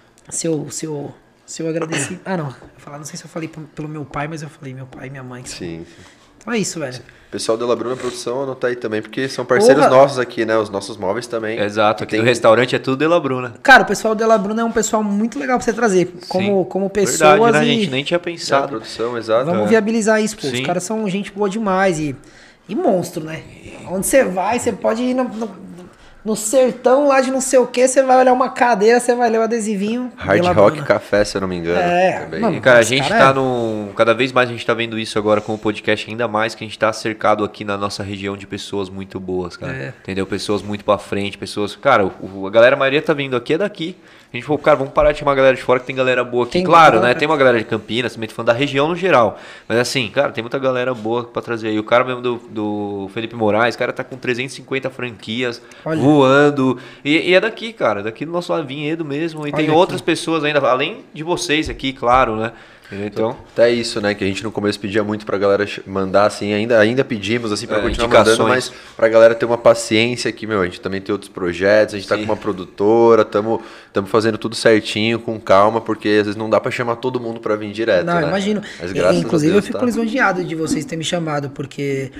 agradeci. Não sei se eu falei pelo meu pai, mas eu falei meu pai e minha mãe. Sim. Então é isso, velho. Sim. Pessoal Della Bruna Produção, anota aí também, porque são parceiros nossos aqui, né? Os nossos móveis também. Exato, aqui no restaurante é tudo Della Bruna. Cara, o pessoal Della Bruna é um pessoal muito legal pra você trazer. Como pessoas. Verdade, né? A gente nem tinha pensado. A produção, exato. Vamos viabilizar isso, pô. Sim. Os caras são gente boa demais e monstro, né? Onde você vai, você pode ir no sertão lá de não sei o que, você vai olhar uma cadeira, você vai ler o adesivinho. Hard Rock Café, se eu não me engano. Mano, cara, a gente tá cada vez mais a gente tá vendo isso agora com o podcast, ainda mais que a gente tá cercado aqui na nossa região de pessoas muito boas, cara. Entendeu? Pessoas muito pra frente, pessoas... Cara, a galera, a maioria tá vindo aqui, é daqui. A gente falou, cara, vamos parar de chamar a galera de fora, que tem galera boa aqui. Claro, né? Tem uma galera de Campinas, também tô falando da região no geral. Mas assim, cara, tem muita galera boa pra trazer aí. O cara mesmo do Felipe Moraes, o cara tá com 350 franquias, voando. E é daqui, cara, daqui do nosso Vinhedo mesmo. E tem outras pessoas ainda, além de vocês aqui, claro, né? Então, até isso, né, que a gente no começo pedia muito pra galera mandar, assim, ainda pedimos, assim, pra continuar mandando, mas pra galera ter uma paciência que, a gente também tem outros projetos, a gente tá com uma produtora, tamo fazendo tudo certinho, com calma, porque às vezes não dá pra chamar todo mundo pra vir direto, Não, né? Imagino. Mas, inclusive, eu fico lisonjeado de vocês terem me chamado, porque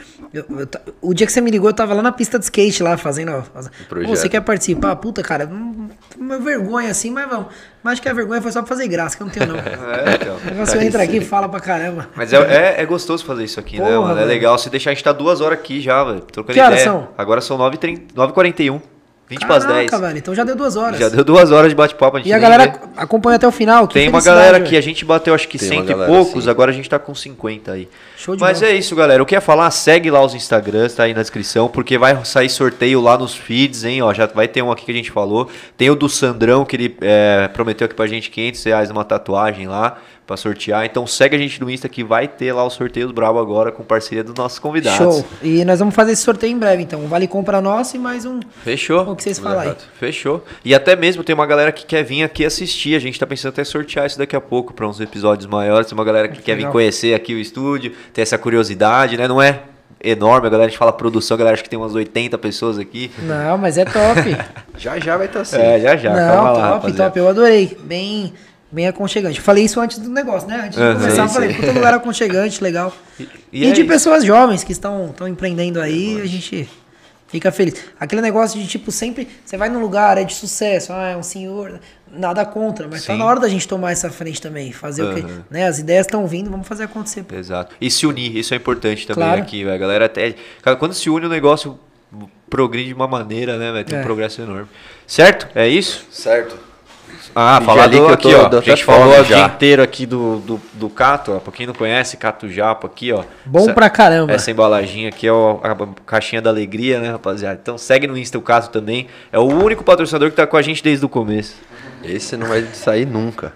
o dia que você me ligou, eu tava lá na pista de skate, lá, fazendo... você quer participar? Puta, cara, uma vergonha assim, mas vamos. Mas acho que a vergonha foi só pra fazer graça, que eu não tenho, não. Então. Você entra aqui e fala pra caramba. Mas é gostoso fazer isso aqui, né, mano? É legal. Se deixar, a gente tá 2 horas aqui já, velho. Que horas são? Agora são 9h41. 20 para as 10. Caraca, velho. Então já deu 2 horas. Já deu 2 horas de bate-papo. E a galera acompanha até o final. Tem uma galera que a gente bateu acho que 100 e poucos, sim. Agora a gente tá com 50 aí. Show de Mas bola. é isso, galera. Eu queria falar, segue lá os Instagrams, tá aí na descrição, porque vai sair sorteio lá nos feeds, hein? Ó, já vai ter um aqui que a gente falou. Tem o do Sandrão, que ele prometeu aqui pra gente R$500 numa tatuagem lá pra sortear. Então segue a gente no Insta que vai ter lá os sorteios brabo agora com parceria dos nossos convidados. Show. E nós vamos fazer esse sorteio em breve, então. Vale compra nosso e mais um. Fechou. O que vocês falam aí. Fechou. E até mesmo tem uma galera que quer vir aqui assistir. A gente tá pensando até sortear isso daqui a pouco pra uns episódios maiores. Tem uma galera que quer vir conhecer aqui o estúdio, ter essa curiosidade, né? Não é enorme, a galera, a gente fala produção, a galera acha que tem umas 80 pessoas aqui. Não, mas é top. já vai estar assim. Já. Não, top. Eu adorei. Bem aconchegante. Eu falei isso antes do negócio, né? Antes de começar, eu falei, puta lugar aconchegante, legal. E de pessoas jovens que estão empreendendo aí, a gente fica feliz. Aquele negócio de, tipo, sempre, você vai num lugar, é de sucesso, é um senhor, nada contra, mas tá na hora da gente tomar essa frente também, fazer o que, né? As ideias estão vindo, vamos fazer acontecer. Pô. Exato. E se unir, isso é importante também aqui, velho. A galera até... Cara, quando se une o negócio progride de uma maneira, né, velho? Tem um progresso enorme. Certo? É isso? Certo. Falando aqui, ó. A gente falou o dia inteiro aqui do Cato, ó. Pra quem não conhece, Cato Japa aqui, ó. Bom pra caramba. Essa embalaginha aqui é a caixinha da alegria, né, rapaziada? Então segue no Insta o Cato também. É o único patrocinador que tá com a gente desde o começo. Esse não vai sair nunca.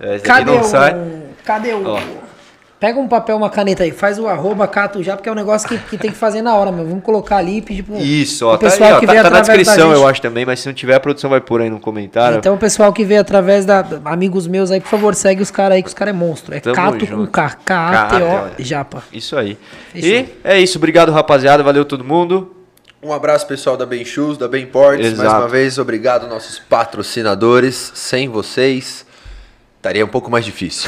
Cadê o... Ó. Pega um papel, uma caneta aí, faz o @Cato já, porque é um negócio que tem que fazer na hora, meu. Vamos colocar ali e pedir pro Isso, ó, pessoal tá aí, ó, que vê tá na descrição, gente. eu acho também, mas se não tiver, a produção vai pôr aí no comentário. Então o pessoal que vê através amigos meus aí, por favor, segue os caras aí, que os caras é monstro. É Cato com K, K-A-T-O, Japa. Isso aí. Fechou. E é isso, obrigado, rapaziada, valeu todo mundo. Um abraço, pessoal da Bem Shoes, da Bem Ports. Exato. Mais uma vez, obrigado nossos patrocinadores. Sem vocês, estaria um pouco mais difícil.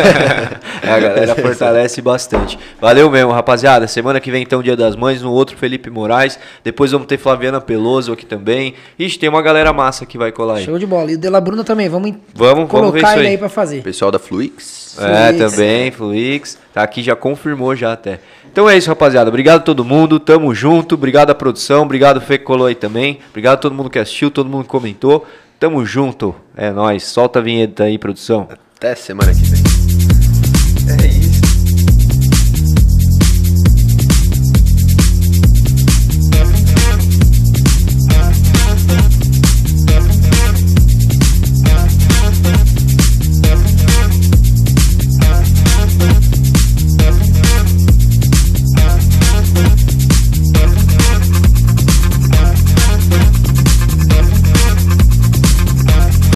A galera fortalece bastante. Valeu mesmo, rapaziada. Semana que vem, então, Dia das Mães, no outro Felipe Moraes. Depois vamos ter Flaviana Peloso aqui também. Ixi, tem uma galera massa que vai colar aí. Show de bola. E o Della Bruna também, vamos colocar ver isso ele aí pra fazer. Pessoal da Fluix. Também, Fluix. Tá aqui, já confirmou já até. Então é isso, rapaziada. Obrigado a todo mundo. Tamo junto. Obrigado à produção. Obrigado, Fê, que colou aí também. Obrigado a todo mundo que assistiu, todo mundo que comentou. Tamo junto. É nóis. Solta a vinheta aí, produção. Até semana que vem. É isso.